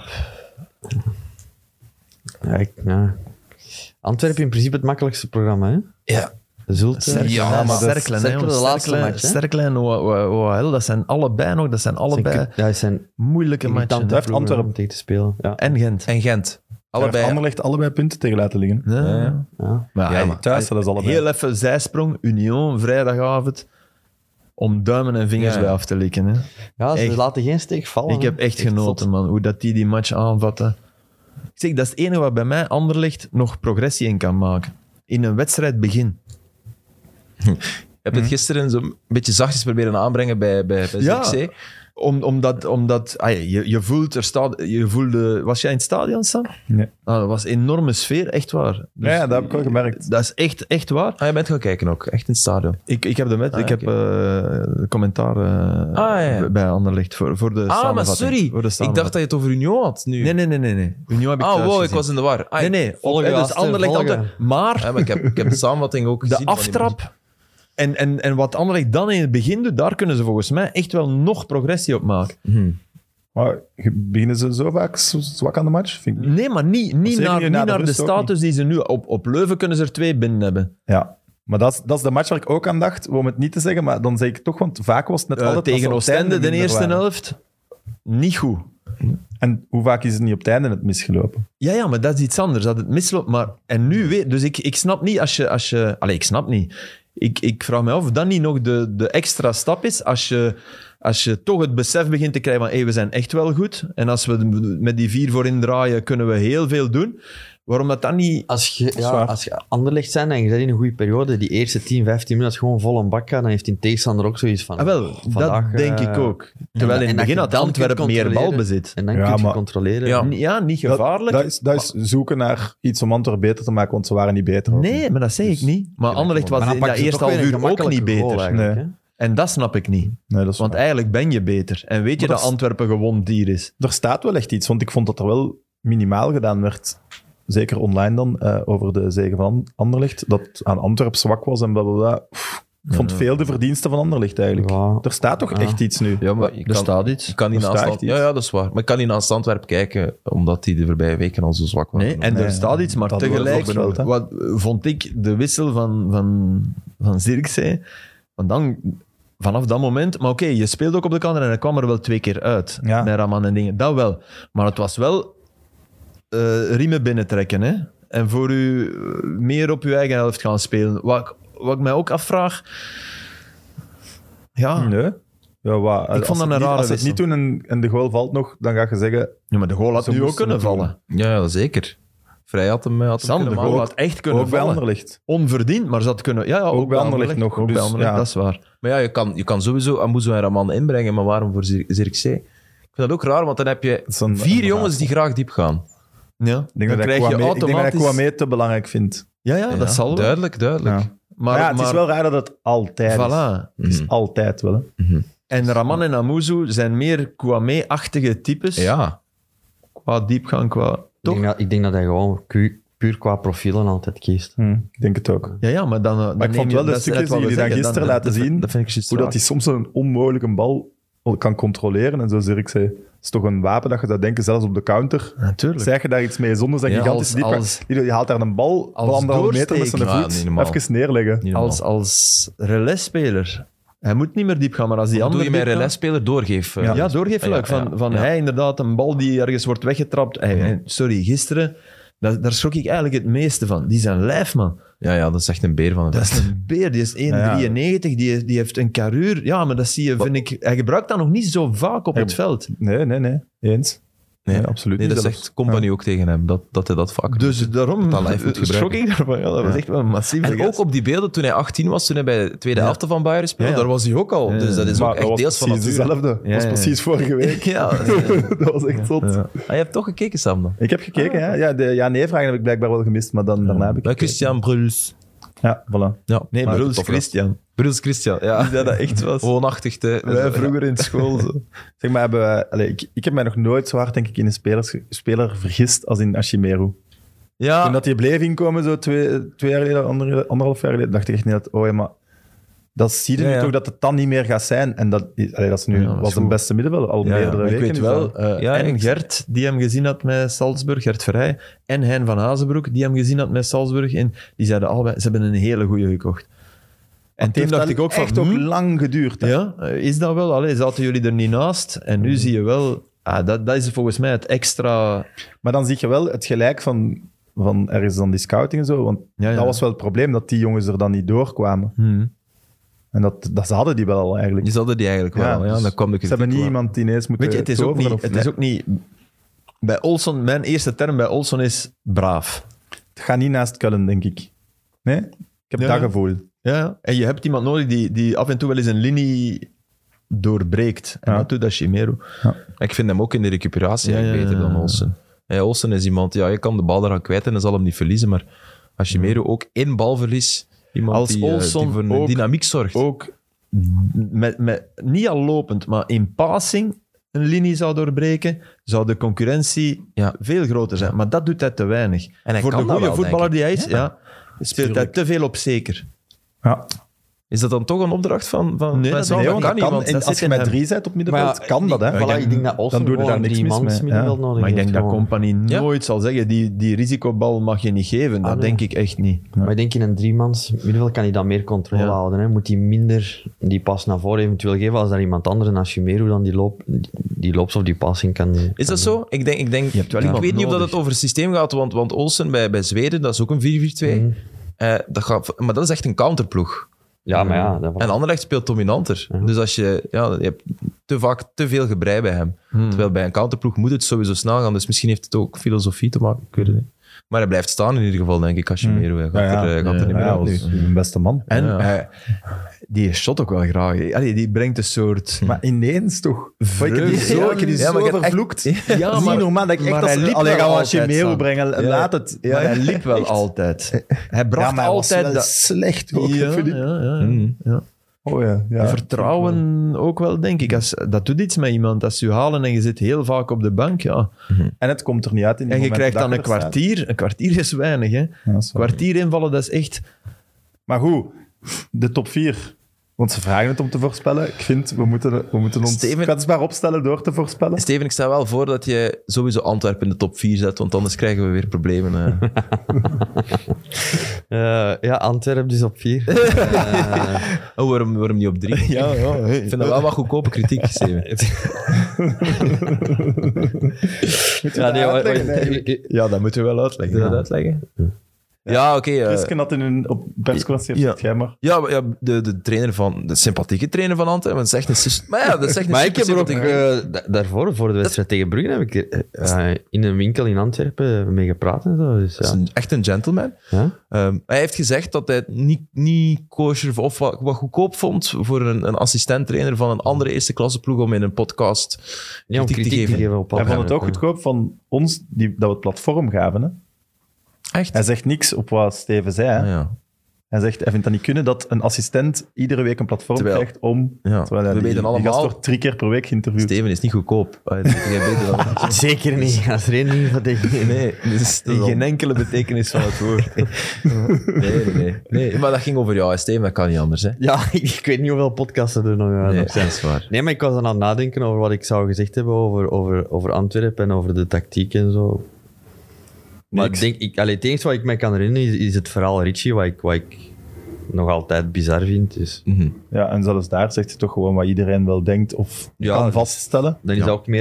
Ja. Antwerpen in principe het makkelijkste programma, hè? Ja. Zulte. Ja, maar dat is Cerkelen, hè, Cerkelen de laatste match, hè? Cerkelen en OHL, dat zijn allebei nog, dat zijn allebei Ja, het zijn moeilijke matchen. irritante Blijft ploegen Antwerpen. om tegen te spelen. Ja. En Gent. En Gent. Allebei. Allebei. Anderlecht allebei punten tegen laten liggen. Ja. Ja. Ja. Maar, Ja, ja, maar Thuis, dat is allebei. heel even zijsprong, Union, vrijdagavond, om duimen en vingers Ja. bij af te likken. Hè. Ja, ze Echt. laten geen steek vallen. Ik heb hè. echt genoten, zot. man, hoe dat die match aanvatten. Ik zeg, dat is het enige wat bij mij Anderlecht nog progressie in kan maken. In een wedstrijd begin. Je hebt het gisteren zo'n beetje zachtjes proberen aanbrengen bij Ja. Zirkzee. Omdat je voelt, was jij in het stadion, Sam? Nee. Ah, dat was een enorme sfeer, echt waar. Dus Ja, dat heb ik wel gemerkt. Dat is echt waar. Ah, je bent gaan kijken ook. Echt in het stadion. Ik heb Ah, ik heb commentaar ja. bij Anderlecht voor de Ah, maar samenvatting. sorry. Voor de Ik dacht dat je het over Union had nu. Nee. Union heb ik Ah, thuis wow, ik gezien. was in de war. Ah, Nee. Volgen, Dus gasten, Anderlecht volgen. altijd. Maar Ja, maar ik heb de samenvatting ook gezien. de van die aftrap en wat Anderlecht dan in het begin doet, daar kunnen ze volgens mij echt wel nog progressie op maken. Maar beginnen ze zo vaak zwak aan de match? Vind ik niet. Nee, maar niet zeker naar, niet niet na de naar de rust ook status die ze nu... Op Leuven kunnen ze er 2 binnen hebben. Ja. Maar dat is de match waar ik ook aan dacht, om het niet te zeggen, maar dan zeg ik toch, want vaak was het net altijd... Tegen als ze op het Oostende, einde de minder eerste waren. helft, niet goed. En hoe vaak is het niet op het einde het misgelopen? Ja, maar dat is iets anders. Dat het misloopt. Maar, en nu weer... Dus ik snap niet als je... Allee, ik snap niet. Ik vraag me af of dat niet nog de extra stap is als je toch het besef begint te krijgen van hey, we zijn echt wel goed. En als we met die 4 voorin draaien, kunnen we heel veel doen. Waarom dat dan niet... Als je waar. Anderlecht zijn en je bent in een goede periode, die eerste 10, 15 minuten gewoon vol een bak gaat, dan heeft die tegenstander ook zoiets van... Ah, wel, vandaag, dat denk ik ook. Terwijl in het begin had Antwerpen meer balbezit. En dan Ja, kun je maar- controleren. Ja. Niet gevaarlijk. Dat is zoeken naar iets om Antwerpen beter te maken, want ze waren niet beter. ook Nee, niet. maar dat zeg ik niet. Maar Anderlecht was Maar dan in dat pakken ze eerste toch half weer uur een ook niet gemakkelijke goal beter. eigenlijk, Nee. hè. En dat snap ik niet. Nee, dat is Want waar. eigenlijk ben je beter. En weet je Maar dat dat is- Antwerpen gewoon dier is. Er staat wel echt iets, want ik vond dat er wel minimaal gedaan werd, zeker online dan, over de zege van Anderlecht, dat aan Antwerpen zwak was en blablabla. Ik vond veel de verdiensten van Anderlecht eigenlijk. Ja. Er staat toch echt iets nu? Ja, maar Er staat iets. je kan niet Er naast staat Ant- iets. ja, dat is waar. Maar ik kan niet naast Antwerpen kijken, omdat die de voorbije weken al zo zwak waren. Nee, en Nee, er staat iets, maar dat hadden we tegelijk voorspeld, hè. wat, vond ik de wissel van Zirkzee. Want dan, vanaf dat moment... Maar oké, je speelt ook op de kant en hij kwam er wel 2 keer uit. Ja. Met Raman en dingen. Dat wel. Maar het was wel riemen binnentrekken. Hè? En voor u meer op uw eigen helft gaan spelen. Wat ik mij ook afvraag... Ja, Nee. Ja, wat, Ik vond dat een rare Als ze het wissel. niet doen en de goal valt nog, dan ga je zeggen... ja, maar de goal had Ze nu ook moesten kunnen het doen. vallen. Ja, zeker. Vrij had hem Sam, kunnen de maken. goal had echt kunnen Ook bij vallen. Anderlecht. Onverdiend, maar ze had kunnen... Ja, Ook bij Anderlecht nog, Ook bij dus, Anderlecht, ja. dat is waar. Maar ja, je kan sowieso Amuzo en Raman inbrengen, maar waarom voor Zirkzee? Ik vind dat ook raar, want dan heb je Dat is een 4 jongens verraad. die graag diep gaan. Ja, Ik denk dan dat krijg je ik denk dat automatisch... Kouame te belangrijk vind. Ja, dat zal wel. Duidelijk. Ja. Maar, ja, het is wel raar dat het altijd is. Voilà. Het is altijd wel. Hè. En Raman en Amuzu zijn meer Kouame-achtige types. Ja. Qua diepgang, qua... Toch? Ik denk dat hij gewoon puur qua profielen altijd kiest. Ik denk het ook. Ja, maar dan Maar ik vond wel de stukjes die jullie dan gisteren laten zien, Dat vind ik juist hoe dat raar. hij soms een onmogelijke bal kan controleren. En zo zeg ik, het is toch een wapen dat je zou denken, zelfs op de counter. Natuurlijk. Zeg je daar iets mee zonder zijn Ja, gigantische diepgang. Die haalt daar een bal als van 1,5 meter met zijn doorsteek. Ja, voet niet normaal. even neerleggen. Niet normaal. Als relais-speler. Hij moet niet meer diep gaan, maar als die Wat doe andere je met een diep gaat- relais-speler doorgeef? Ja, doorgeefluik. Van ja. hij inderdaad een bal die ergens wordt weggetrapt. Sorry, gisteren, daar schrok ik eigenlijk het meeste van. Die zijn lijf, man. Ja, dat is echt een beer van een Dat is vest. een beer, die is 1,93, die heeft een carrure. Ja, maar dat zie je, vind ik... Hij gebruikt dat nog niet zo vaak op het veld. Nee. Eens. Nee, absoluut Nee, niet dat zelfs. zegt Company ook tegen hem, dat hij dat vaak doet. Dus daarom Dat live moet schrok gebruiken. ik daarvan. Ja, dat was echt wel een massieve En ook op die beelden, toen hij 18 was, toen hij bij de tweede helft van Bayern speelde, Ja. daar was hij ook al. Ja. Dus dat is Maar ook dat echt was deels van precies natuur. dezelfde. Dat was Ja. precies vorige week. Ja. Dat was echt zot. Ja. Ah, je hebt toch gekeken, Sam, dan? Ik heb gekeken, ja. De ja-nee-vragen heb ik blijkbaar wel gemist, maar daarna heb ik Bij gekeken. Christian Bruls. Ja, voilà. Ja. Nee, Maar Bruls toch Christian. Bruls Christian, ja. Is dat echt was? Woonachtig te... Wij vroeger in school zo. Zeg maar, ik heb mij nog nooit zo hard, denk ik, in een speler vergist als in Ashimeru. Toen Ja, dat hij bleef inkomen, zo twee jaar geleden, anderhalf jaar geleden, dacht ik echt niet dat, maar dat zie je Ja, nu ja. toch dat het dan niet meer gaat zijn. En dat is nu, Ja, dat is was een goed. beste middenvelder al meerdere Maar ik weken. weet nu wel, zo. Ja, en ik- Gert, die hem gezien had met Salzburg, Gert Verheij, en Hein van Hazenbroek, die hem gezien had met Salzburg, en die zeiden allebei, ze hebben een hele goeie gekocht. En Het toen heeft dacht wel ik ook van, echt ook lang geduurd. Hè? ja, is dat wel? Allee, zaten jullie er niet naast? En nu zie je wel, dat is volgens mij het extra... Maar dan zie je wel het gelijk van er is dan die scouting en zo, want Ja, ja. dat was wel het probleem, dat die jongens er dan niet doorkwamen. En dat hadden die wel al eigenlijk. die hadden die eigenlijk wel. Ja, dus dan kwam de ze hebben niet kritiek wel. iemand die ineens moeten Weet je, het is ook toveren niet... of- Het is ook niet bij Olsson, mijn eerste term bij Olsson is braaf. Het gaat niet naast Cullen, denk ik. Nee? Ik heb Ja. dat gevoel. Ja, en je hebt iemand nodig die af en toe wel eens een linie doorbreekt. En Ja. dat doet Ashimeru. Ik vind hem ook in de recuperatie Ja, eigenlijk ja, beter ja. dan Olsen. Ja, Olsen is iemand, je kan de bal eraan kwijt en dan zal hem niet verliezen, maar Ashimeru ook in balverlies, iemand Als die Olsson voor een ook- dynamiek zorgt. Ook met, niet al lopend, maar in passing een linie zou doorbreken, zou de concurrentie Ja. veel groter zijn. Maar dat doet hij te weinig. En hij Voor de kan dat goede wel, voetballer denk die ik. hij is, speelt hij te veel op zeker. Ja. Is dat dan toch een opdracht van Nee, van dat Sam? nee, Dat kan niet, want en dat als zit je in met hem. 3 bent op middenveld, kan dat, hè? Voilà, ik denk dat Olsen dan doe je daar gewoon niks een mis mans mee. middenveld Ja. nodig Maar ik denk heeft. dat gewoon. Company Ja. nooit zal zeggen, die risicobal mag je niet geven. Dat nee. denk ik echt niet. Maar ik denk in een driemans middenveld kan hij dan meer controle Ja. houden. Hè. Moet hij minder die pas naar voren eventueel geven als daar iemand anders, een Ashimeru, dan die loops of die passing kan... Is dat zo? Ik denk Je hebt wel ik iemand weet niet of dat nodig. het over het systeem gaat, want Olsen bij Zweden, dat is ook een 4-4-2. Maar dat is echt een counterploeg. Ja, maar ja. Dat En Anderlecht speelt dominanter. Dus als je hebt te vaak te veel gebrei bij hem. Terwijl bij een counterploeg moet het sowieso snel gaan. Dus misschien heeft het ook filosofie te maken. Ik weet het niet. Maar hij blijft staan in ieder geval, denk ik, Ashimeru. Hij gaat er niet meer uit nu. was een beste man. En Ja. die shot ook wel graag. Allee, die brengt een soort... Maar ineens toch. Ik heb die Vreugde. zo, ik heb die Ja, maar zo je hebt echt- vervloekt. Ja, Dat is niet normaal dat ik echt maar als hij liep allee, wel gaan we altijd, Ashimeru Sam. brengen, Ja. laat het. Maar hij liep wel altijd. Hij bracht maar hij was altijd... wel dat- slecht ook, ja, Philippe. ja. Oh ja. Vertrouwen ook wel, denk ik. Dat doet iets met iemand. Als ze je halen en je zit heel vaak op de bank, ja. En het komt er niet uit in die En je momenten krijgt dan dat een je er staat. kwartier. Een kwartier is weinig, hè. Ja, dat is waar. Kwartier invallen, dat is echt... Maar goed, de top 4. Want ze vragen het om te voorspellen. Ik vind, we moeten ons Steven- kwetsbaar opstellen door te voorspellen. Steven, ik stel wel voor dat je sowieso Antwerpen in de top 4 zet, want anders krijgen we weer problemen. Ja, Antwerpen is op 4. Oh, waarom niet op 3? Ja, Ik vind dat wel wat goedkope kritiek, Steven. Ja, nee, uitleggen, nee. Ja, dat moeten we wel uitleggen. Wil je dat uitleggen? Ja, oké. Chrisken had in een op persconferentie, Ja. zeg jij maar. De trainer de sympathieke trainer van Antwerpen, dat is echt een... Maar ja, dat is echt een Maar ik heb er ook supersympathieke- daarvoor, voor de wedstrijd tegen Brugge, heb ik er in een winkel in Antwerpen mee gepraat en zo. Dus, Dat is ja. echt een gentleman. Ja? Hij heeft gezegd dat hij het niet kosher of wat goedkoop vond voor een assistent-trainer van een andere eerste klasse ploeg om in een podcast Ja, om kritiek te geven. op Hij vond het ook goed. goedkoop van ons dat we het platform gaven. Hè. Echt? Hij zegt niks op wat Steven zei. Hè. Ah, ja. Hij zegt, hij vindt dat niet kunnen dat een assistent iedere week een platform krijgt om... Ja, terwijl hij we weten die allemaal... gast wordt 3 keer per week geïnterviewd. Steven is niet goedkoop. Jij weet dat. Zeker niet. Dat is er één ding dat ik... Nee, dus In geen enkele betekenis van het woord. Nee, maar dat ging over jou, hè, Steven. Dat kan niet anders, hè. Ja, ik weet niet hoeveel podcasten er nog Nee, nog zijn. dat is waar. Nee, maar ik was dan aan het nadenken over wat ik zou gezegd hebben over Antwerpen en over de tactiek en zo. Maar ik denk, het enige wat ik me kan herinneren is het verhaal Richie, wat ik nog altijd bizar vind. Dus. Ja, en zelfs daar zegt hij toch gewoon wat iedereen wel denkt of kan vaststellen. Dan is dat ook meer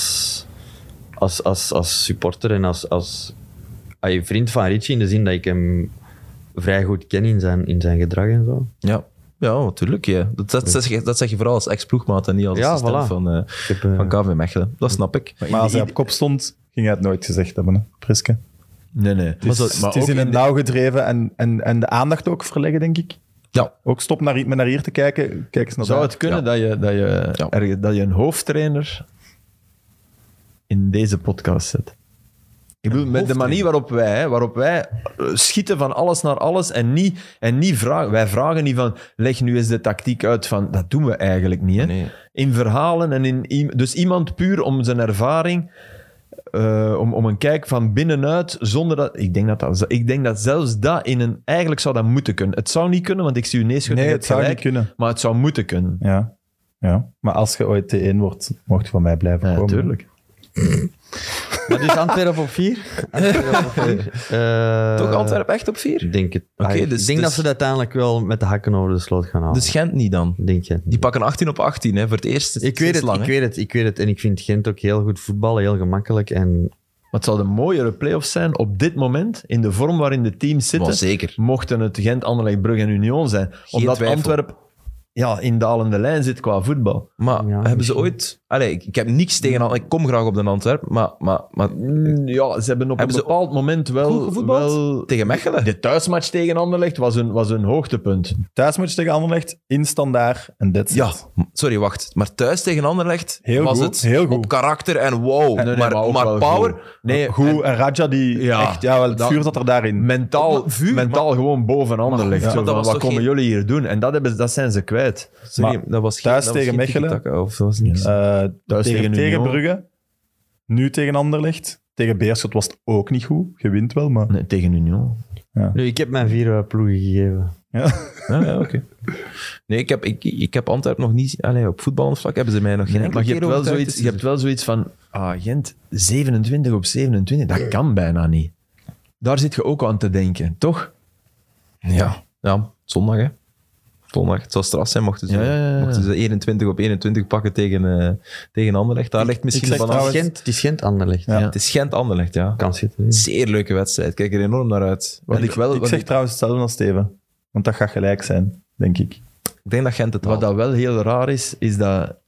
als supporter en als vriend van Richie, in de zin dat ik hem vrij goed ken in zijn gedrag en zo. Ja, natuurlijk. Ja. Dat zeg je vooral als ex-ploegmaat en niet als assistent van KV Mechelen. Dat snap ik. Maar als hij op kop stond, ging hij het nooit gezegd hebben, hè, Priske. Nee. Het is in het nauw gedreven en de aandacht ook verleggen, denk ik. Ja. Ook stop naar hier te kijken. Kijk eens naar Zou daar. het kunnen dat je een hoofdtrainer in deze podcast zet? Ik bedoel, met de manier waarop wij schieten van alles naar alles en niet vragen. Wij vragen niet van, leg nu eens de tactiek uit van, dat doen we eigenlijk niet. Hè? Nee. In verhalen en dus iemand puur om zijn ervaring, om een kijk van binnenuit, zonder dat... Ik denk dat zelfs dat eigenlijk zou dat moeten kunnen. Het zou niet kunnen, want ik zie u neerschudden. Nee, het zou niet kunnen. Maar het zou moeten kunnen. Ja. Maar als je ooit T1 wordt, mocht je van mij blijven komen. Natuurlijk. Maar dus Antwerpen op 4? Toch Antwerpen echt op 4? Ik denk het. Oké, Ik dus- denk dus- dat ze het uiteindelijk wel met de hakken over de sloot gaan halen. Dus Gent niet dan? Denk je? Die pakken 18 op 18, hè, voor het eerst. Ik weet het. En ik vind Gent ook heel goed voetballen, heel gemakkelijk. En Maar het zou de mooiere play-offs zijn op dit moment, in de vorm waarin de teams zitten. Maar zeker. Mochten het Gent, Anderlecht, Brugge en Union zijn. Omdat twijfel. Antwerpen in dalende lijn zit qua voetbal. Maar Ja, hebben ze misschien. ooit... ik heb niks tegen... Ik kom graag op de Antwerpen, maar Ja, ze hebben op Hebben een ze bepaald moment goed wel... gevoetbald? Tegen Mechelen? De thuismatch tegen Anderlecht was een hoogtepunt. Thuismatch tegen Anderlecht, in standaard en that's it. Ja, sorry, wacht. Maar thuis tegen Anderlecht Heel was goed, het heel goed. op karakter en wow. Nee, maar ook wel power... goed. Nee, Goed, en Raja die Ja, echt... Ja, wel, het dat- vuur zat er daarin. mentaal gewoon boven Anderlecht. ja, Zo dat van, was wat toch komen geen- jullie hier doen? En dat zijn ze kwijt. Sorry, Maar dat was thuis dat was tegen geen Mechelen. tiki-taka, of dat was niks. Thuis tegen tegen Union. Brugge, nu tegen Anderlecht. Tegen Beerschot was het ook niet goed. Je wint wel, maar... Nee, tegen Union. nu, ik heb mijn 4 ploegen gegeven. Ja, oké. Nee, ik heb Antwerpen nog niet... op voetbalvlak hebben ze mij nog geen enkele Maar je keer hebt, wel overtuigd, zoiets, dus- je hebt wel zoiets van... Gent, 27 op 27, dat kan bijna niet. Daar zit je ook aan te denken, toch? Ja, zondag, hè. Zondag. Het zou straf zijn mochten ze, Ja. mochten ze 21 op 21 pakken tegen Anderlecht. Daar ligt misschien zeg vanaf... trouwens- Het is Gent Anderlecht. Ja. Het is Gent-Anderlecht, ja. Kan zitten. Zeer leuke wedstrijd. Kijk er enorm naar uit. Ik zeg trouwens hetzelfde als Steven. Want dat gaat gelijk zijn, denk ik. Ik denk dat Gent het Wat haalt. dat wel heel raar is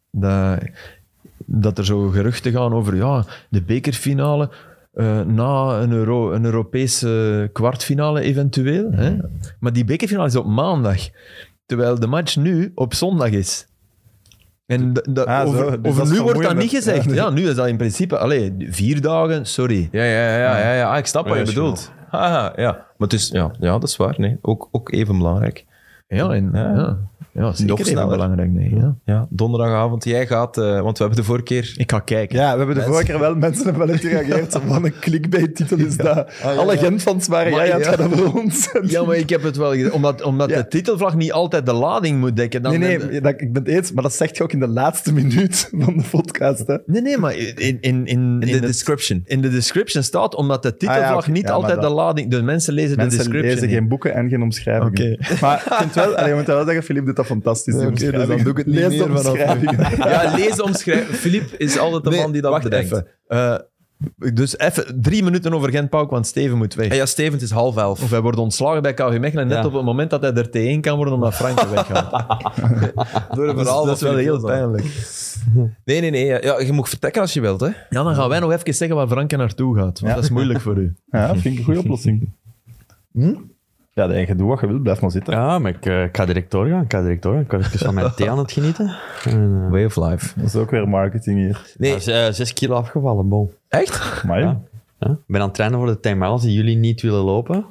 dat er zo geruchten gaan over de bekerfinale na een Europese kwartfinale eventueel. Hè? Maar die bekerfinale is op maandag, terwijl de match nu op zondag is. En Ah, zo. Dus dat over is nu wordt dat vermoeiend. niet gezegd. Ja. Ja, nu is dat in principe 4 dagen, sorry. Ja. Ik snap wat je Ja, bedoelt. Haha, ja. Maar het is... Ja, dat is waar. Nee. Ook even belangrijk. Ja, zeker Nog even sneller. belangrijk. Nee, ja. Ja, donderdagavond. Jij gaat... want we hebben de vorige keer... Ik ga kijken. Ja, we hebben de vorige keer wel... Mensen hebben wel op gereageerd. Zo van een clickbait-titel is dat. Alle Gent-fans waren Maar het ja. gaat over ons. Ja, maar ik heb het wel gedaan. Omdat Ja. de titelvlag niet altijd de lading moet dekken. Dan Nee, ik ben het eens, maar dat zegt je ook in de laatste minuut van de podcast. Hè? Nee, maar in de description. In de description staat, omdat de titelvlag oké. niet Ja, maar altijd dat- de lading... De mensen lezen de Mensen description lezen niet. geen boeken en geen omschrijvingen. Oké. Maar ik vind wel, je moet wel zeggen, Filip doet dat fantastisch. die Oké, dus dan omschrijvingen. doe ik het niet Lees de meer vanaf nu. omschrijvingen. Ja, lees omschrijven. Filip is altijd de man die dat wacht bedenkt. even. Dus even 3 minuten over Gent-Pauk, want Steven moet weg. En ja, Steven, het is 10:30. Of hij wordt ontslagen bij KV Mechelen net Ja. op het moment dat hij er T1 kan worden omdat Frank er weggaat. Door een verhaal dat is wel heel pijnlijk. Nee. Ja, je mag vertrekken als je wilt, hè. Ja, dan gaan wij nog even zeggen waar Frank er naartoe gaat. Want Ja. dat is moeilijk voor u. Ja, vind ik een goede oplossing. Ja, doe wat je wilt, blijf maar zitten. Ja, maar ik ga direct doorgaan. Ik kan even van mijn thee aan het genieten. En, Way of life. Dat is ook weer marketing hier. Nee, 6 kilo afgevallen, bon. echt? Maar Ja. Ja. Ik ben aan het trainen voor de time-out. Als jullie niet willen lopen,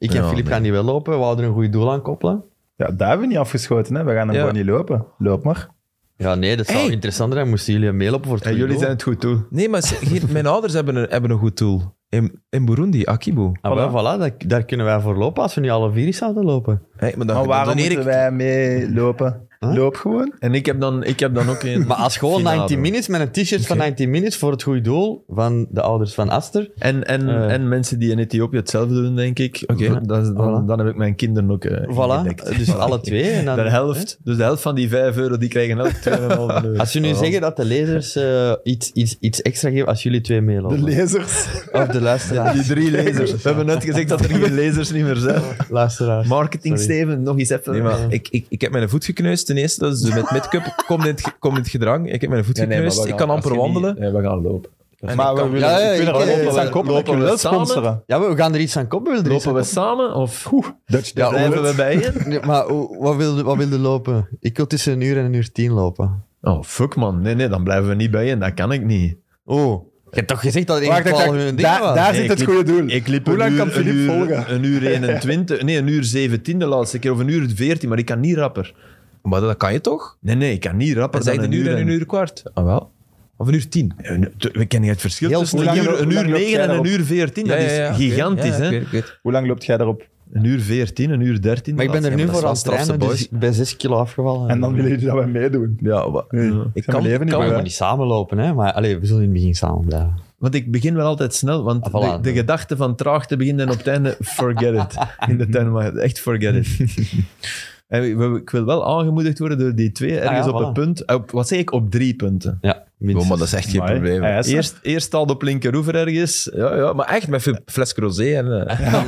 Ik en Filip gaan die wel lopen. We houden een goed doel aan koppelen. Ja, daar hebben we niet afgeschoten. Hè. We gaan hem gewoon niet lopen. Loop maar. Ja, nee, dat zou interessanter zijn. Moesten jullie meelopen voor het goede Jullie doel? zijn het goed toe. Nee, maar mijn ouders hebben een goed doel. In Burundi, Akibu. Daar kunnen wij voor lopen als we niet alle 4 zouden lopen. Hey, maar Maar waarom moeten wij meelopen? Loop gewoon. En ik heb dan ook een... Maar als gewoon finale. 90 minutes met een t-shirt van 90 minutes voor het goede doel van de ouders van Aster. En mensen die in Ethiopië hetzelfde doen, denk ik. Oké. Dan heb ik mijn kinderen ook Voilà, dus alle 2. En dan, de helft. Dus de helft van die €5, die krijgen elk €2,5. Als we nu zeggen dat de lezers iets extra geven als jullie 2 meelopen. De lezers. Of de luisteraars. Die 3 lezers. We hebben net gezegd dat er geen lezers niet meer zijn. Luisteraars. Marketing, Sorry. Steven, nog eens even. Nee, maar ik heb mijn voet gekneusd ten eerste. Dus met midcup komt in het gedrang. Ik heb mijn voet gekneusd. Ik kan amper wandelen. Nee, we gaan lopen. En Maar ik kan- we willen Ja, er wel iets aan koppelen. Ik wil wel we samen? sponsoren. Ja, we gaan er iets aan kopen. Wilde er iets Lopen aan we samen? Of Dutch Ja, blijven we bij je? kopen? Nee, maar wat wilde lopen? Ik wil tussen 1 uur en 1 uur 10 lopen. Oh, fuck man. Nee, dan blijven we niet bij je. Dat kan ik niet. Oh, je hebt toch gezegd dat het Wacht, een van hun dingen was? daar Nee, zit het ik goede doel. Ik liep Hoe lang kan Filip uur, volgen? 1 uur 21. Nee, 1 uur 17 de laatste keer. Of 1 uur 14. Maar ik kan niet rapper. Maar dat kan je toch? Nee, ik kan niet rapper Dan dan zeg je 1 uur en 1 uur kwart. Ah, wel. Of 1 uur 10. We kennen het verschil Heel tussen hoe lang- een hoe uur lang loopt 9 jij en 1 daarop? uur 14. Dat is gigantisch, Ja, hè? ik weet. Hoe lang loopt jij erop? 1 uur 14, 1 uur 13. Maar ik ben er Ja, nu maar dat voor aan is het wel strafste trainen, dus boys. ik ben 6 kilo afgevallen. En dan willen jullie dat wij meedoen. Ja, ik kan leven niet Maar meer, we hè. moeten niet samenlopen, hè. Maar allee, we zullen in het begin samen blijven. Want ik begin wel altijd snel, want Ah, voilà. de gedachte van traag te beginnen en op het einde, forget it. In de tuin, maar echt forget it. En ik wil wel aangemoedigd worden door die 2, ergens ja, op voilà. een punt. Wat zeg ik? Op 3 punten. Ja, minstens. Oh, maar dat is echt geen Amai. probleem. Ja, ja. Eerst staat op Linkeroever ergens. Ja, maar echt met een fles rosé en...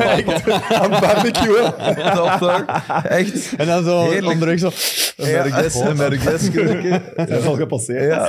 Aan barbecue. dat toch? Echt. En dan zo Heerlijk. onderweg zo... Een merguez-kurkje. Dat is al gepasseerd.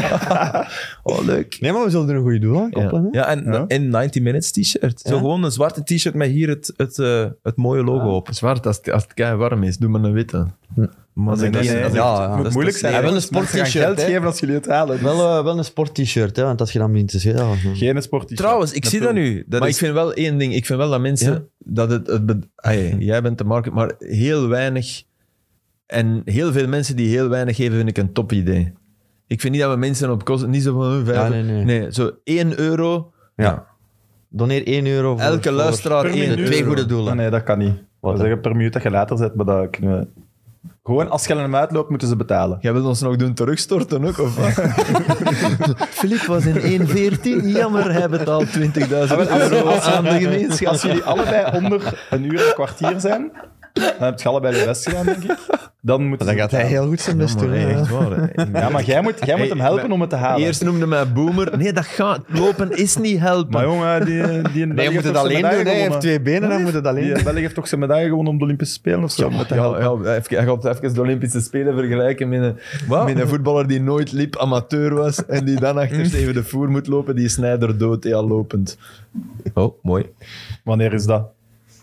Oh, leuk. Nee, maar we zullen er een goede doel aan koppelen. hè. Ja, en Ja. in 90 Minutes t-shirt. Zo Ja. gewoon een zwarte t-shirt met hier het mooie logo op. Zwart, als het kei warm is, doe maar een witte. Maar Nee, dat is- nee, dat is- ja, Het moet is moeilijk te zijn. Ja, wel een Mensen gaan sport-t-shirt, geld hè. geven als jullie het halen. Wel een sport-t-shirt, hè, want als je dan begint te zeggen... ja, Geen sport. Trouwens, ik zie dat nu. Dat Maar is, ik vind wel één ding. Ik vind wel dat mensen... Ja? Dat jij bent de market, maar heel weinig... En heel veel mensen die heel weinig geven, vind ik een top idee. Ik vind niet dat we mensen op kosten... Niet zo van... Ja, nee. Nee, zo €1. Ja. Doneer €1 voor... Elke luisteraar per €1. minuut. 2 goede doelen. Nee, dat kan niet. Wat We zeggen per minuut dat je later zet, maar dat kunnen we... Gewoon, als je hem uitloopt, moeten ze betalen. Jij wilt ons nog doen terugstorten ook, of wat? Filip was in 1.14. Jammer, hij betaalt €20.000 aan de gemeenschap. Als jullie allebei onder 1 uur en een kwartier zijn, dan heb je allebei je best gedaan, denk ik. Dan moeten Dan ze gaat hij betalen. heel goed zijn best Ja, maar, doen. hey, hè. echt waar. hè. Ja, maar jij moet hem helpen om het te halen. Eerst noemde mij boomer. Nee, dat gaat. Lopen is niet helpen. Maar jongen, die Nee, je moet het alleen doen. Hij heeft 2 benen, dan moet het alleen doen. Die België heeft toch zijn medaille gewonnen op de Olympische Spelen of zo? Met de help. hij gaat even de Olympische Spelen vergelijken met een voetballer die nooit liep, amateur was en die dan achter Steven de Voer moet lopen, die Sneijder dood, ja, lopend. Oh, mooi. Wanneer is dat?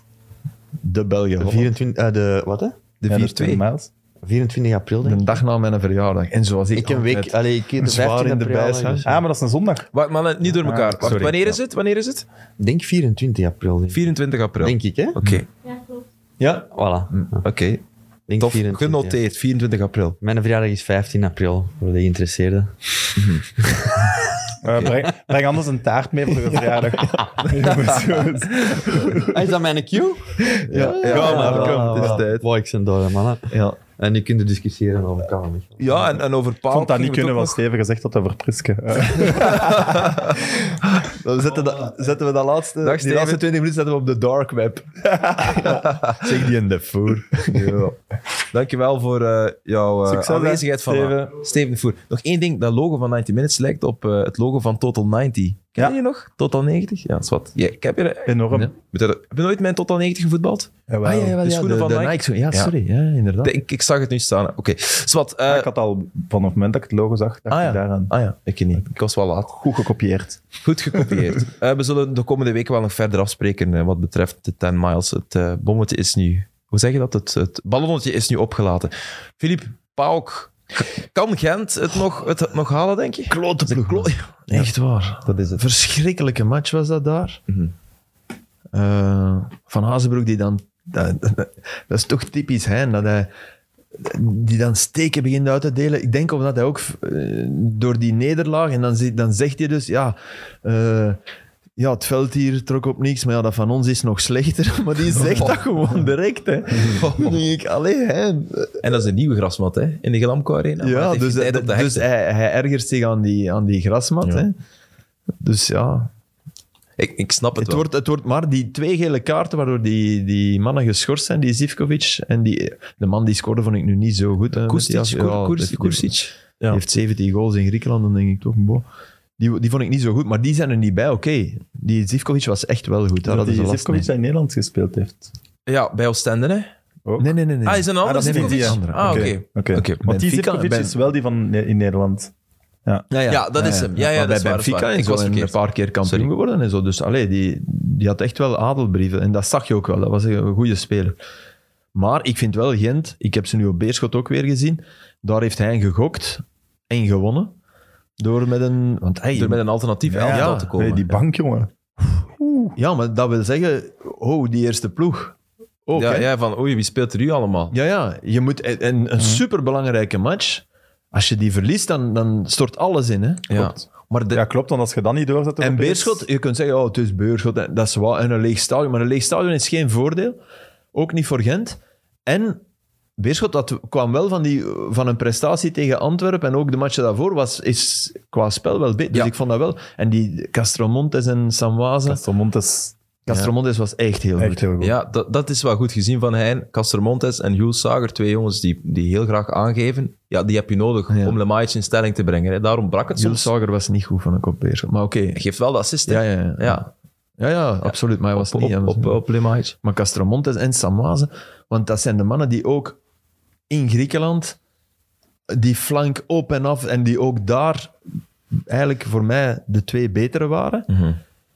De Belgen. 24... wat, hè? De Ja, dat is 4-2. 2 miles. 24 april, denk Een ik. dag na mijn verjaardag. En zoals ik Ik een week... altijd Allee, ik de zwaar 15 in de april. bijs, hè. dus- Ah, maar dat is een zondag. Wacht, maar niet door elkaar. Wacht, sorry. wanneer is het? Wanneer is het? Ik denk 24 april. Denk, 24 april. denk ik, hè? Oké, Ja, Voilà. oké. Denk Tof. 24, Genoteerd, 24 april. ja. Mijn verjaardag is 15 april, voor de geïnteresseerden. Breng anders een taart mee voor je verjaardag. Is dat mijn cue? ja, maar kom, het is tijd. Wow, ik ben door, mannen. Ja. En nu kun je discussiëren over Kamer. Ja, en over Paul. Ik vond dat niet gingen we kunnen, het wat ook Steven gezegd had over Priske. Dan zetten we dat laatste, Dag, die Steven. laatste 20 minuten zetten we op de dark web. Zeg die in de voer. nog. Dankjewel voor jouw Succes, aanwezigheid van Steven. Steven de Voer. Nog één ding, dat logo van 90 Minutes lijkt op het logo van Total 90. Ken Ja. je nog? Total 90? Ja, dat is wat. Ja, ik heb je... Enorm. Ja. Heb je nooit met Total 90 gevoetbald? Jawel. de schoenen van Nike. Nike. Ja, sorry. Ja, inderdaad. Ik zag het nu staan. Oké. Zwat. Ik had al vanaf het moment dat ik het logo zag, dacht ik daaraan. Ik niet. Ik was wel laat. Goed gekopieerd. Goed gekopieerd. We zullen de komende weken wel nog verder afspreken wat betreft de 10 miles. Het bommetje is nu... Hoe zeg je dat? Het ballonnetje is nu opgelaten. Filip, Pauk. Kan Gent het nog halen, denk je? Klote ploeg. Echt waar. Dat is het. Verschrikkelijke match was dat daar. Mhm. Van Hazenbroek die dan... Dat is toch typisch Hein, dat hij... Die dan steken begint uit te delen. Ik denk omdat hij ook door die nederlaag... En dan zegt hij dus... Ja, het veld hier trok op niks, maar ja, dat van ons is nog slechter. Maar die zegt dat gewoon direct. Hè. Dan denk ik, allee, Hein. En dat is een nieuwe grasmat, hè, in de Glamco Arena. Ja, dus hij ergert zich aan die grasmat. Ja. Hè. Dus ja... Ik snap het wel. Het wordt maar die 2 gele kaarten waardoor die mannen geschorst zijn, die Zivkovic en de man die scoorde vond ik nu niet zo goed. Kursic. Die heeft 17 goals in Griekenland, dan denk ik toch, boh. Die vond ik niet zo goed, maar die zijn er niet bij. Oké, die Zivkovic was echt wel goed. Dat die Zivkovic in Nederland gespeeld heeft. Ja, bij Oostende, hè? Ook? Nee. Is een andere Zivkovic? Oké. Want die Zivkovic is wel die van in Nederland. Ja, dat is hem. Ja, bij Benfica en zo een paar keer kampioen geworden en zo. Dus die had echt wel adelbrieven. En dat zag je ook wel. Dat was een goede speler. Maar ik vind wel Gent, ik heb ze nu op Beerschot ook weer gezien, daar heeft hij gegokt en gewonnen. Door met een alternatief elftal te komen. Die bank, jongen. Ja, maar dat wil zeggen, die eerste ploeg. Ook, van wie speelt er nu allemaal? Ja, je moet een superbelangrijke match. Als je die verliest, dan stort alles in. Hè? Klopt. Maar klopt, want als je dat niet doorzet... En Beerschot, je kunt zeggen, het is Beerschot, dat is wat, en een leeg stadion. Maar een leeg stadion is geen voordeel. Ook niet voor Gent. En Beerschot, dat kwam wel van een prestatie tegen Antwerpen. En ook de match daarvoor is qua spel wel beter. Dus ik vond dat wel. En die Castromontes en Samwaze... Castromontes was echt heel goed. Ja, dat is wel goed gezien van Hein. Castromontes en Jules Sager, 2 jongens die heel graag aangeven. Ja, die heb je nodig om Lemaic in stelling te brengen. Hè. Daarom brak het Jules soms. Sager was niet goed van een kop Beerschot. Maar oké. Hij geeft wel de assist. Ja, absoluut. Maar hij was niet... Op Lemaic. Maar Castromontes en Samwaze, want dat zijn de mannen die ook in Griekenland die flank op en af en die ook daar eigenlijk voor mij de 2 betere waren. Mm-hmm.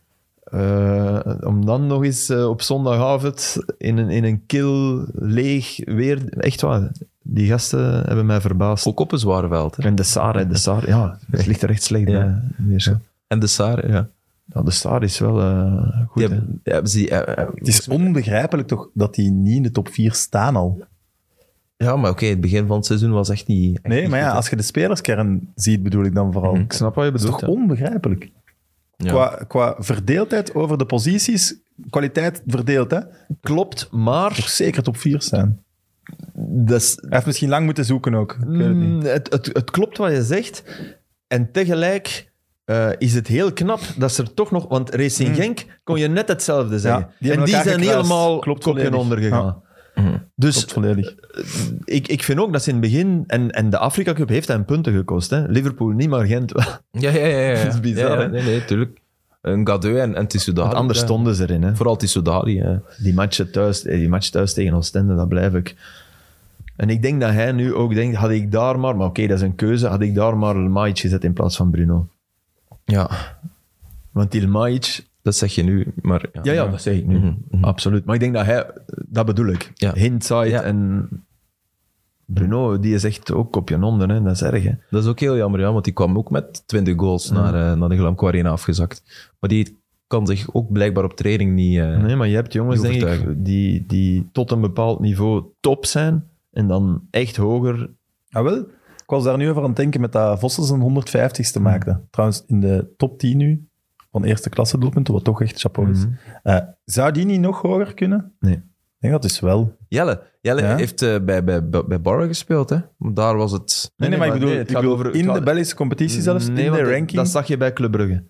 Om dan nog eens op zondagavond in een kil, leeg weer... Echt waar, die gasten hebben mij verbaasd. Ook op een zware veld. Hè? En de Saar, ja, het ligt er echt slecht bij. En de Saar, ja. Ja, de Saar is wel goed. Het is onbegrijpelijk toch dat die niet in de top 4 staan al. Ja, maar oké, het begin van het seizoen was echt niet... Nee, maar als je de spelerskern ziet, bedoel ik dan vooral. Ik snap wat je bedoelt. Het is toch onbegrijpelijk? Ja. Qua verdeeldheid over de posities, kwaliteit verdeeld, hè? Klopt, maar... Toch zeker top 4 staan. Hij heeft misschien lang moeten zoeken ook. Ik weet het niet. Het klopt wat je zegt. En tegelijk is het heel knap dat ze er toch nog... Want Racing Genk kon je net hetzelfde zeggen. Ja, die zijn helemaal klopt kopje ondergegaan. Ja. Dus klopt volledig. Ik vind ook dat ze in het begin... En de Afrika Cup heeft hem punten gekost. Hè? Liverpool niet, maar Gent wel. Ja. Dat is bizar, hè? Nee, tuurlijk. Een Gadeu en Tissoudali. Want anders stonden ze erin. Hè? Vooral Tissoudali. Ja. Die match thuis tegen Oostende, dat blijf ik. En ik denk dat hij nu ook denkt, had ik daar maar... Maar oké, dat is een keuze. Had ik daar maar Lemaic gezet in plaats van Bruno. Ja. Want die Lemaic... Dat zeg je nu, maar... Ja, dat zeg ik nu. Mm-hmm. Absoluut. Maar ik denk dat hij... Dat bedoel ik. Ja. Hindside en... Bruno, die is echt ook kopje onder. Hè. Dat is erg, hè. Dat is ook heel jammer, ja, want die kwam ook met 20 goals naar de Glamco Arena afgezakt. Maar die kan zich ook blijkbaar op training niet... nee, maar je hebt jongens, denk ik, die tot een bepaald niveau top zijn en dan echt hoger... Ah, wel? Ik was daar nu over aan het denken met dat Vossen zijn 150ste maakte. Trouwens, in de top 10 nu, van eerste klasse doelpunten, wat toch echt chapeau is. Zou die niet nog hoger kunnen? Nee. Ik denk dat is wel. Jelle heeft bij Barre gespeeld, hè? Daar was het... Nee, maar ik bedoel, in de Belgische competitie zelfs, in de ranking. Dat zag je bij Club Brugge.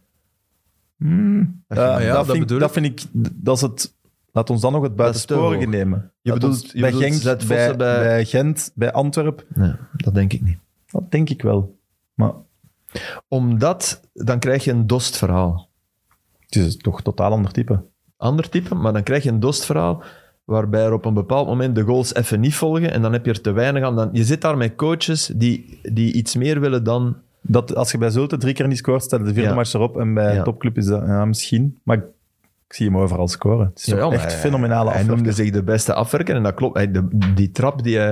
Dat vind ik... Dat is het... Laat ons dan nog het buitensporige nemen. Je bedoelt bij Genk, bij Gent, bij Antwerpen. Nee, dat denk ik niet. Dat denk ik wel. Maar... Omdat, dan krijg je een Dost-verhaal. Het is toch een totaal ander type. Ander type, maar dan krijg je een Dost-verhaal waarbij er op een bepaald moment de goals even niet volgen en dan heb je er te weinig aan. Je zit daar met coaches die iets meer willen dan... Dat, als je bij Zulte 3 keer niet scoort, stel de 4e match erop en bij topclub is dat misschien. Maar ik zie hem overal scoren. Het is echt fenomenale afwerker. Hij noemde zich de beste afwerker en dat klopt. Die trap die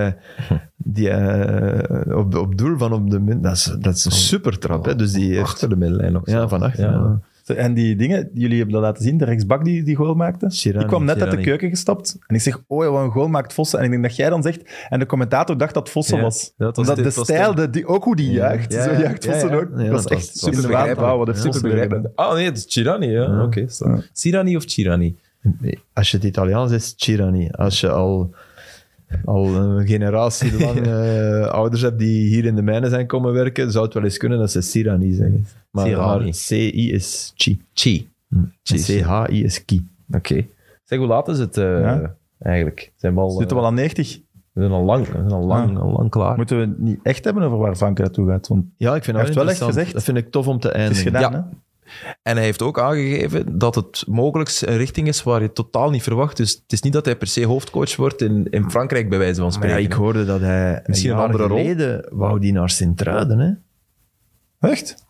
op doel van op de min, dat is een super trap. Hè? Dus die achter de middenlijn nog. Ja, van achter. Ja. En die dingen, jullie hebben dat laten zien, de rechtsbak die goal maakte. Chirani, Ik kwam net uit de Chirani. keuken gestapt en ik zeg, wat een goal maakt Vossen. En ik denk dat jij dan zegt, en de commentator dacht dat Vossen Ja, was. dat was Omdat dit, de was stijl, ook hoe die juicht, Ja, zo juicht ja, Vossen ja. ook. Ja, dat was dat echt was super begrijpelijk. begrijpelijk. Wauw, wat heeft Super Vossen gedaan. begrijpelijk. nee, het is Chirani. Ja. Ja. Oké. Sirani of Chirani? Als je het Italiaans is, Chirani. Als je al een generatie lang ouders hebt die hier in de mijnen zijn komen werken, zou het wel eens kunnen dat ze Sirani zeggen. Maar Sirani. CI is Chi. Chi. En CHI is Ki. Oké. Zeg, hoe laat is het Ja. eigenlijk? Zijn we al, Zitten we al aan 90? we zijn al lang klaar. Moeten we het niet echt hebben over waar Frank naartoe gaat? Want Ja, ik vind Hij dat heeft wel echt interessant. gezegd. Dat vind ik tof om te het is eindigen. gedaan, Ja. hè? En hij heeft ook aangegeven dat het mogelijk een richting is waar je totaal niet verwacht. Dus het is niet dat hij per se hoofdcoach wordt in Frankrijk, bij wijze van Maar spreken. ja, ik hoorde dat hij Misschien een jaar andere rol. geleden wou die naar Sint-Truiden. Hè? Echt?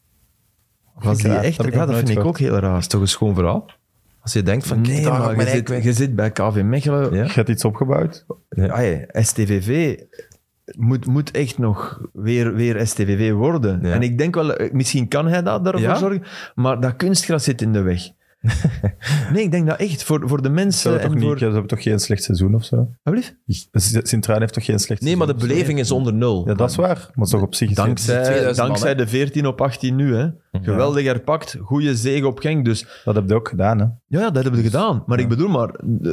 Was die raar. echt? Dat heb ik Ja, nog dat nooit vind ik gehoord. ook heel raar. Dat is toch een schoon verhaal? Als je denkt van, kijk, Nee, daar ga ik maar mijn je eik zit, weg. je zit bij KV Mechelen. Ja. Je hebt iets opgebouwd. STVV moet echt nog weer STVV worden. Ja. En ik denk wel, misschien kan hij daarvoor Ja? zorgen, maar dat kunstgras zit in de weg. Nee, ik denk dat echt voor de Ze mensen hebben, toch en niet, voor... ze hebben toch geen slecht seizoen of zo? Alsjeblieft. Sint-Truiden heeft toch geen slecht Nee, seizoen? maar de of zo? beleving is onder nul. Ja, dat is waar. Maar toch op zich is het- Dankzij, 2000 man, dankzij hè? de 14 op 18 nu. Hè. Geweldig herpakt, goede zege op Genk. Dus Dat heb je ook gedaan, hè? ja, dat hebben we gedaan. Maar ik bedoel maar,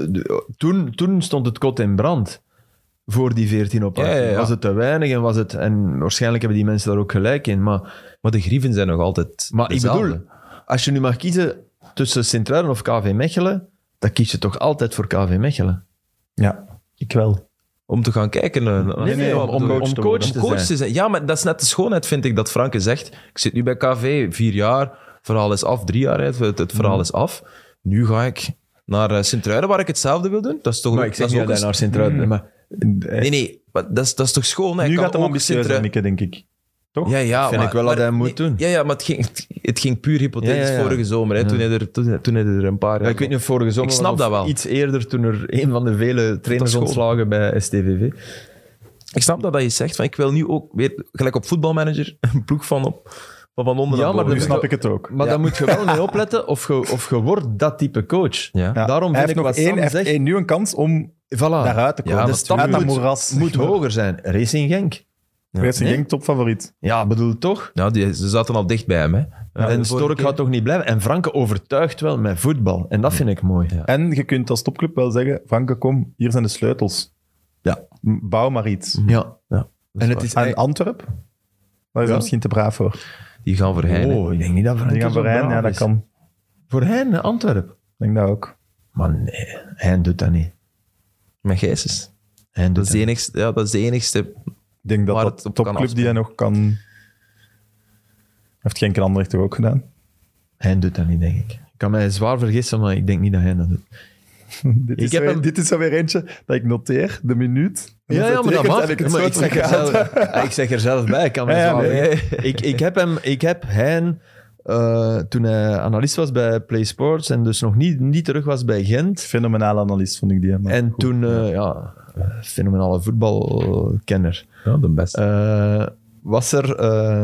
toen stond het kot in brand. Voor die 14 op 18. Ja. Was het te weinig en waarschijnlijk hebben die mensen daar ook gelijk in. Maar Maar de grieven zijn nog altijd ik dezelfde. bedoel, als je nu mag kiezen tussen Sint-Truiden of KV Mechelen, dan kies je toch altijd voor KV Mechelen. Ja, ik wel. Om te gaan kijken. Nee, om coach coach, te te, worden. Om coach zijn. te zijn. Ja, maar dat is net de schoonheid, vind ik, dat Franke zegt. Ik zit nu bij KV, 4 jaar, verhaal is af, 3 jaar, het verhaal is af. Nu ga ik naar Sint-Truiden, waar ik hetzelfde wil doen. Dat is toch Maar ook, ik zeg dat is niet ook dat hij een- naar Sint-Truiden... Maar Nee, maar dat is toch schoon? Hij Nu kan gaat hem ook ambitieuzer, Sint-Truiden- Mikke, denk ik. Toch? Ja, vind ik wel dat hij moet doen. Ja, maar het ging puur hypothetisch Ja. vorige zomer, hè, Ja. toen hij er een paar ja, ik weet niet of vorige zomer Ik snap of dat wel. iets eerder, toen er een van de vele trainers schoon. ontslagen bij STVV. Ik snap dat je zegt, van, ik wil nu ook weer, gelijk op voetbalmanager, een ploeg van onder Ja, naar maar boven. Nu snap ik het ook. Maar Ja. daar moet je wel mee opletten of je wordt dat type coach. Ja. Ja. Daarom hij vind heeft ik nog wat Sam zegt. nu een kans om Voilà. daaruit te komen. Ja, de dat stap uit dat moet, moeras. moet hoger zijn. Racing Genk. Racing Nee? Genk, topfavoriet. Ja, bedoel toch? Ja, ze zaten al dicht bij hem. Hè. en de vorige Stork keer. gaat toch niet blijven. En Franke overtuigt wel met voetbal. En dat vind ik mooi. Ja. En je kunt als topclub wel zeggen, Franke, kom, hier zijn de sleutels. Ja. Bouw maar iets. Ja. Ja, En het is En Antwerp? Daar is hij misschien te braaf voor. Die gaan voor Heine. Oh, ik denk niet dat Franke Die gaan zo voor Hein, braaf ja, dat is. kan. Voor Hein, Antwerpen. Ik denk dat ook. Maar nee, Hein doet dat niet. Met Gijsens. Hein Dat doet is, de dat niet. enigste, ja, dat is de enigste. Ik denk dat Waar dat het de op kan topclub die hij nog kan... Heeft Genk en Anderlecht toch ook gedaan? Hein doet dat niet, denk ik. Ik kan mij zwaar vergissen, maar ik denk niet dat Hein dat doet. Dit is zo weer eentje dat ik noteer, de minuut. En als Ja, hij maar dat tekent, mag. heb ik het Maar zo ik zeg er teruggehaald. zelf, ik zeg er zelf bij. Ik kan me Ja, zwaar nee. vergissen. Ik heb Hein, toen hij analist was bij Play Sports en dus nog niet terug was bij Gent. Fenomenale analist, vond ik die. Maar En goed. toen, fenomenale voetbalkenner. Ja, de beste. Was er...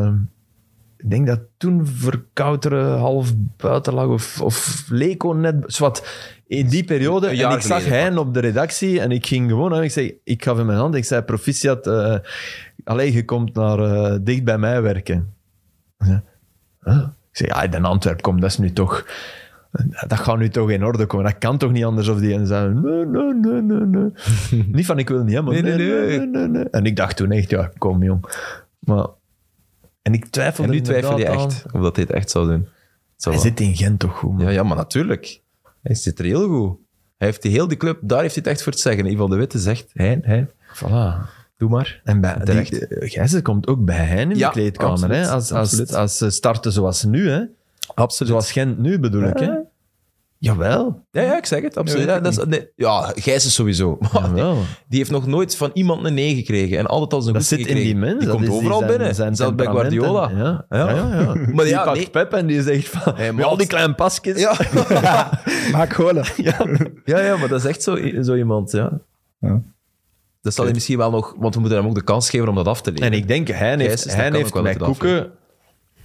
ik denk dat toen Verkouteren half buiten lag of Leco net... Zwat, in die periode. Een jaar En ik zag geleden, Hein op de redactie en ik ging gewoon en ik zei... Ik gaf hem mijn hand. Ik zei, proficiat, allee, je komt naar dicht bij mij werken. Hij zei, huh? Ik zei, ja, in Antwerpen, kom, dat is nu toch... Dat gaat nu toch in orde komen. Dat kan toch niet anders? Of die en zei, nee. Niet van, ik wil niet, hè, maar nee. En ik dacht toen echt, ja, kom jong. Maar... En ik twijfel En nu twijfel je inderdaad echt of dat hij het echt zou doen. Het zou Hij wel. zit in Gent toch goed, man. Ja, maar natuurlijk. Hij zit er heel goed. Hij heeft heel die club, daar heeft hij het echt voor te zeggen. Ivan de Witte zegt, Hein, Voilà. doe maar. En bij Terecht. Gijzen komt ook bij hen in Ja, de kleedkamer. absoluut, Hè? absoluut. Als ze starten zoals nu, hè? Absoluut. Zoals Gent nu bedoel ik. Hè? Jawel. Ja, ik zeg het, absoluut. Nee, Ja, dat is, nee, ja, Gijs is sowieso. Maar Jawel. die heeft nog nooit van iemand een nee gekregen. En altijd als een Dat goed zit in gekregen. die mens. Die dat komt is overal zijn- binnen. Zijn Zelfs bij temperament en- Guardiola. Ja. Maar Die ja, pakt nee. Pep en die zegt van... Hey, met al maat. die kleine pasjes. Ja. Maak golen. Ja, maar dat is echt zo iemand, ja. Ja. Dat zal hij misschien wel nog... Want we moeten hem ook de kans geven om dat af te leren. En ik denk, Gijs is, dat kan Hein ook heeft wel met het afleveren. Koeken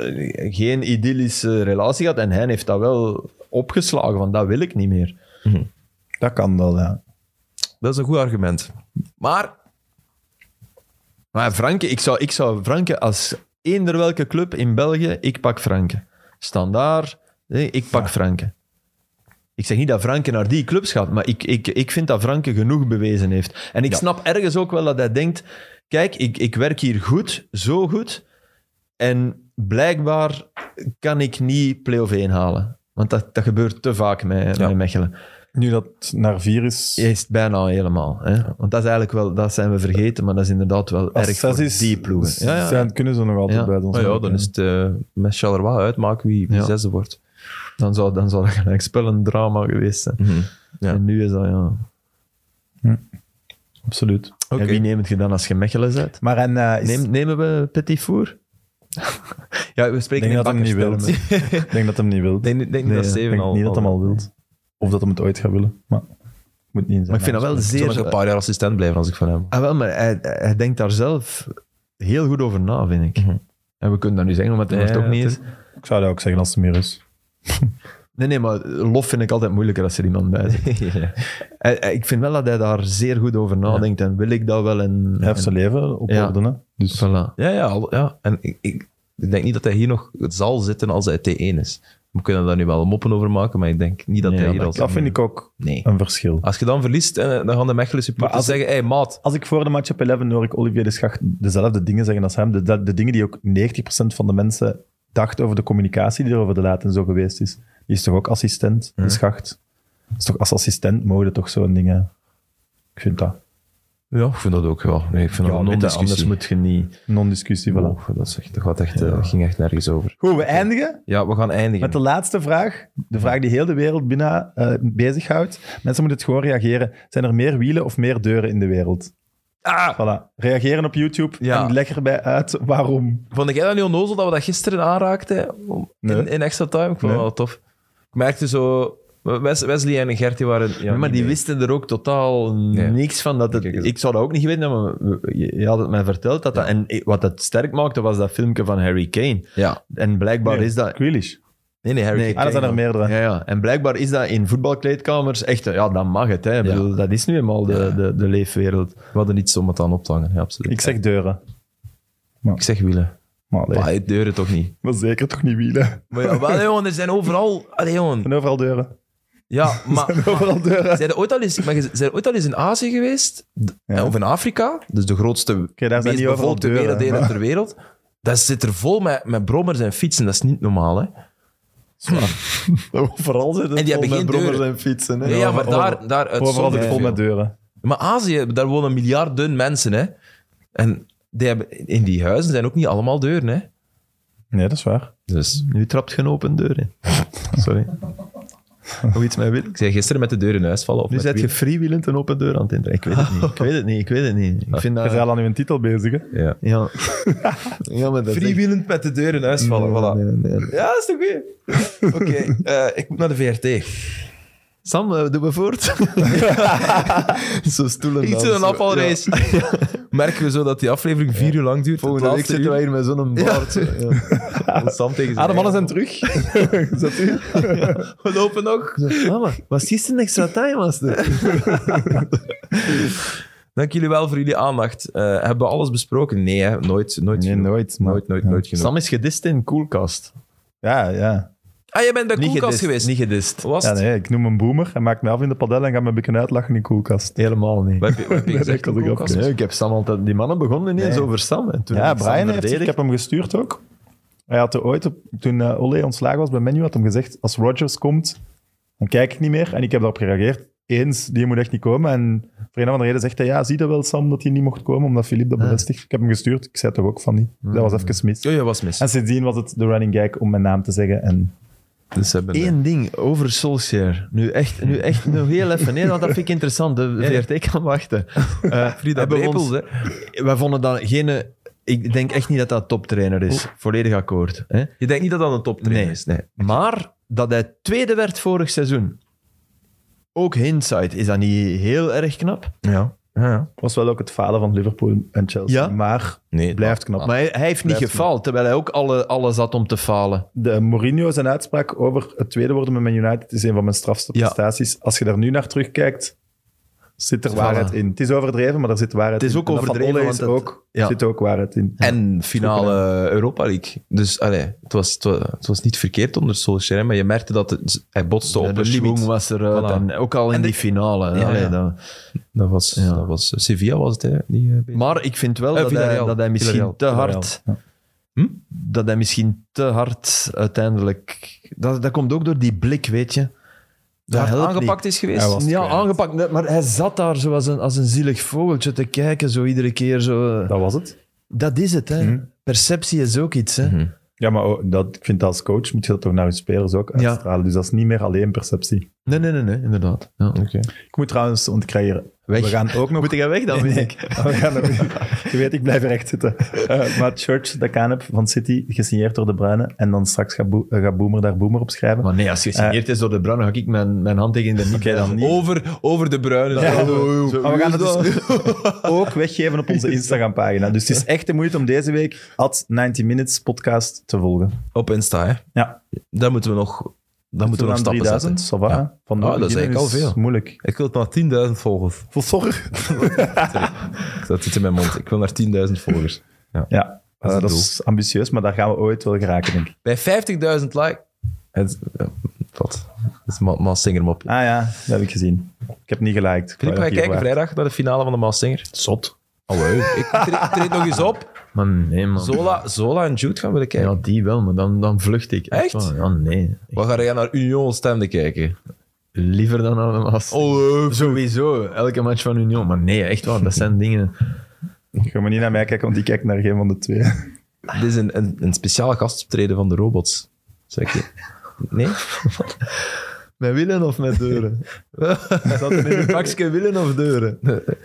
geen idyllische relatie gehad. En hij heeft dat wel opgeslagen, van dat wil ik niet meer. Dat kan wel, ja. Dat is een goed argument. Maar Franke, ik zou Franke als eender welke club in België, ik pak Franke. Standaard, ik pak Franke. Ik zeg niet dat Franke naar die clubs gaat, maar ik vind dat Franke genoeg bewezen heeft. En ik snap ergens ook wel dat hij denkt, kijk, ik werk hier goed, zo goed, en blijkbaar kan ik niet play-off 1 halen. Want dat gebeurt te vaak met Mechelen. Nu dat het naar 4 is... Is het bijna helemaal. Hè? Want dat is eigenlijk wel, dat zijn we vergeten, maar dat is inderdaad wel als erg voor 6 is, die ploegen. Kunnen ze nog altijd bij ons. dan is het met Charleroi uitmaken wie 6e wordt. Dan zou dat gelijk spel een drama geweest zijn. Ja. En nu is dat, Absoluut. En wie neemt je dan als je Mechelen bent? Maar Nemen we Petit Four? Ja, we spreken denk in dat hem niet wil. bakkerstermen. Ik denk dat hem niet wil. Ik denk Ik dat Steven denk al... niet dat hem al wil. Of dat hem het ooit gaat willen. Maar moet niet in zijn. Maar ik vind dat wel Ik zal nog zeer... een paar jaar assistent blijven als ik van hem. Wel, maar hij denkt daar zelf heel goed over na, vind ik. En we kunnen dat nu zeggen, omdat het er toch niet is. Ik zou dat ook zeggen als het meer is. Nee, maar lof vind ik altijd moeilijker als er iemand bij zit. Ik vind wel dat hij daar zeer goed over nadenkt. En wil ik dat wel? Hij heeft zijn leven op orde, hè. Dus Voilà. Ja. En ik denk niet dat hij hier nog zal zitten als hij T1 is. We kunnen daar nu wel moppen over maken, maar ik denk niet dat hij hier als... dat vind ik ook Nee. een verschil. Als je dan verliest, dan gaan de Mechelen supporters zeggen, hey, maat. Als ik voor de match op 11 hoor ik Olivier de Schacht dezelfde dingen zeggen als hem. De dingen die ook 90% van de mensen dacht over de communicatie die er over de laat en zo geweest is. Die is toch ook assistent, de Schacht. Is toch als assistent mode toch zo'n dingen. Ik vind dat. Ja, ik vind dat ook wel. Nee, ik vind dat een Anders non-discussie. moet je niet... Non-discussie, voilà. Oh, dat ging echt nergens over. Goed, we eindigen Ja, we gaan eindigen. met de laatste vraag. De vraag die heel de wereld binnen bezighoudt. Mensen moeten het gewoon reageren. Zijn er meer wielen of meer deuren in de wereld? Voilà. Reageren op YouTube en leg erbij uit waarom. Vond jij dat niet onnozel dat we dat gisteren aanraakten in extra time? Ik vond dat wel tof. Ik merkte zo... Wesley en Gertie waren... maar die wisten er ook totaal niks van. Ik zou dat ook niet weten, maar je had het mij verteld. Dat en wat het sterk maakte, was dat filmpje van Harry Kane. Ja. En blijkbaar is dat... Grealish. Nee, Harry Kane. Dat zijn er meerdere. Ja. En blijkbaar is dat in voetbalkleedkamers echt... Ja, dan mag het. Hè. Ik bedoel, dat is nu eenmaal de leefwereld. We hadden niets om het aan op te hangen, ja, absoluut. Ik zeg deuren. Ik zeg wielen. Maar deuren toch niet. Maar zeker toch niet wielen. Maar ja, wel, jongen, er zijn overal... Allee, jongen. En overal deuren. Ja, maar... Overal deuren. Zijn er ooit al eens in Azië geweest? Of in Afrika? Dus de grootste, daar zijn meest niet overal bevolkte deuren, werelddelen maar- ter wereld. Dat zit er vol met brommers en fietsen. Dat is niet normaal, hè? Overal zitten En die hebben geen brommers deuren. en fietsen. Hè. Ja, maar daar Overal zit uitzonderlijk vol veel. met deuren. Maar Azië, daar wonen miljarden mensen, hè? En die hebben, in die huizen zijn ook niet allemaal deuren, hè? Nee, dat is waar. Dus Nu trapt je een open deur in. Sorry. Hoe iets mij wil. ik zei gisteren met de deur in huis vallen. Of Nu met zet je wielen. freewheelend een open deur aan het intreden. Ik weet het niet. Ik vind Je dat... bent al aan uw titel bezig, hè? Ja. Ja. Ja, maar dat is echt- Freewheelend met de deur in huis vallen, voilà. Nee. Ja, dat is toch goed? Oké, ik moet naar de VRT. Sam, doen we voort? Zo stoelen. Iets in een afvalrace. Merken we zo dat die aflevering 4 uur lang duurt. Volgende Het week laatste zitten wij uur. hier met zo'n baard. Ja. Sam tegen zijn De mannen zijn eigen. terug. Zet u. We lopen nog. Mama, was gisteren extra time, was er? Dank jullie wel voor jullie aandacht. Hebben we alles besproken? Nee, hè? Nooit Nee, genoeg. nooit. maar- Nooit genoeg. Sam is gedist in Coolcast. Ja. Ah, jij bent bij Niet Koelkast gedist, geweest? niet gedist. Hoe was Ja, het? nee, ik noem hem boomer. Hij maakt mij af in de padel en gaat me een beetje uitlachen in koelkast. Helemaal niet. Wat heb je Nee, gezegd dat in kan ik Koelkast? Nee, ik heb Sam altijd... Die mannen begonnen ineens Nee. over Sam. En toen Ja, heb ik Sam Brian heeft... verdedigd. Ik heb hem gestuurd ook. Hij had er ooit, toen Ole ontslagen was bij Menu, had hem gezegd, als Rodgers komt, dan kijk ik niet meer. En ik heb daarop gereageerd. Eens, die moet echt niet komen. En voor een of andere reden zegt hij, ja, zie je wel, Sam, dat hij niet mocht komen, omdat Philippe dat bevestigt. Ik heb hem gestuurd. Ik zei toch ook van niet. Dat was even mis. Ja, je was mis. En sindsdien was het de running gag om mijn naam te zeggen. En Dus ze hebben, Eén ding over Solskjaer. Nu echt nog heel even. Nee, want dat vind ik interessant. De VRT kan wachten. Frida hebben we Brepels, ons- hè? Wij vonden dat geen... Ik denk echt niet dat dat toptrainer is. Volledig akkoord. Hè? Je denkt niet dat dat een toptrainer Nee. is? Nee. Maar dat hij tweede werd vorig seizoen. Ook hindsight, is dat niet heel erg knap? Ja. Ja. was wel ook het falen van Liverpool en Chelsea. Ja. Maar Nee, het blijft knap. Maar hij heeft niet Blijft gefaald, terwijl hij ook alles had om te falen. De Mourinho zijn uitspraak over het tweede worden met Man United is een van mijn strafste Ja. prestaties. Als je daar nu naar terugkijkt, zit er waarheid in. Het is overdreven, maar er zit waarheid in. Het is ook En dat van overdreven, Ole want is het- ook, ja. zit ook waarheid in. En finale Europa League. Dus het was niet verkeerd onder Solskjaer, maar je merkte dat hij botste op De een schwung limiet. was eruit. Voilà. En ook al in En die finale. Allee, ja. dat- Dat was Sevilla was het, hè? Maar ik vind wel dat Villarreal. hij misschien Villarreal. te hard... Ja. Dat hij misschien te hard uiteindelijk... Dat komt ook door die blik, weet je. Dat hard helpt aangepakt niet. is geweest. Hij was Ja, kwijt. aangepakt. Maar hij zat daar zo als een zielig vogeltje te kijken, zo iedere keer. Zo. Dat was het. Dat is het, hè. Perceptie is ook iets, hè. Ja, maar ik vind als coach moet je dat toch naar je spelers ook Ja. uitstralen. Dus dat is niet meer alleen perceptie. Nee, inderdaad. Ja. Ik moet trouwens, want ik krijg hier... Weg. We gaan ook nog... Moet jij weg dan, vind ik? We gaan nog, je weet, ik blijf recht zitten. Maar Church, dat kan heb van City, gesigneerd door De Bruyne. En dan straks gaat Boomer daar Boomer op schrijven. Maar nee, als je gesigneerd is door De Bruyne, ga ik mijn handtekening er niet Oké, dan niet. Over de bruine. Ja, Zo. maar we gaan het dus ook weggeven op onze Instagram-pagina. Dus het is echt de moeite om deze week @90 Minutes podcast te volgen. Op Insta, hè. Ja. Daar moeten we nog... Dan moeten we nog aan stappen 3000, zetten. ça va. Ja. Van Ah, dat is eigenlijk al veel. Moeilijk. Ik wil naar 10.000 volgers. Sorry. Dat zit in mijn mond. Ik wil naar 10.000 volgers. Ja, Dat is het dat doel. is ambitieus, maar daar gaan we ooit wel geraken, denk ik. Bij 50.000 likes... Wat? Dat is Maas Singer mopje. Ah ja, dat heb ik gezien. Ik heb niet geliked. Filip, ga je kijken vrijdag naar de finale van de Maas Singer? Zot. Oh, wow. Ik treed nog eens op. Maar nee, man. Zola en Jude gaan willen kijken. Ja, die wel, maar dan vlucht ik. Echt? waar. Ja, nee. Wat ga jij naar Union Stemde kijken? Liever dan naar de Maas. Oh, Sowieso, elke match van Union. Maar nee, echt waar, dat zijn dingen... Ga maar niet naar mij kijken, want ik kijk naar geen van de twee. dit is een speciale gastoptreden van de robots. Zeg je? Nee? Met willen of met deuren? Zat er in een pakje willen of deuren?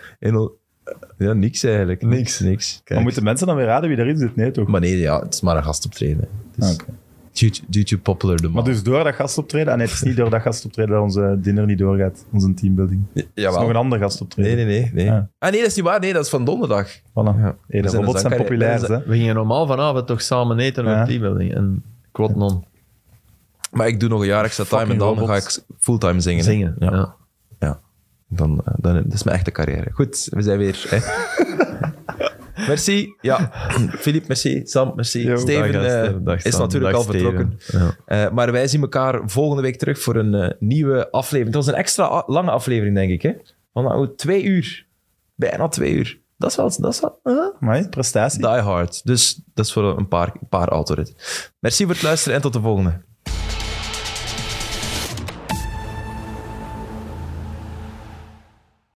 Ja, niks eigenlijk. Niks. Maar moeten mensen dan weer raden wie erin zit? Nee, toch? Maar nee, ja, het is maar een gastoptreden. Dus Oké. due to popular demand. Maar dus door dat gastoptreden... Ah nee, het is niet door dat gastoptreden dat onze dinner niet doorgaat. Onze teambuilding. Het is nog een ander gastoptreden. Nee. Ja. Ah nee, dat is niet waar. Nee, dat is van donderdag. Voilà. Ja. Hey, de We zijn robots zijn een populair, zanger- hè? We gingen normaal vanavond toch samen eten Ja. op teambuilding. En quad non. Maar ik doe nog een jaar extra time en dan Fucking ga robots. ik fulltime zingen. hè. Zingen. Ja. Dan, dat is mijn echte carrière. Goed, we zijn weer. Hè. Merci. Ja, Filip, merci. Sam, merci. Yo, Steven Dag, gasten. Dag, is Sam. natuurlijk Dag, al vertrokken. Steven. Ja. Maar wij zien elkaar volgende week terug voor een nieuwe aflevering. Het was een extra lange aflevering, denk ik. Hè? Van 2 uur. Bijna 2 uur. Dat is wel Maar prestatie. die hard. Dus dat is voor een paar autoritten. Merci voor het luisteren en tot de volgende.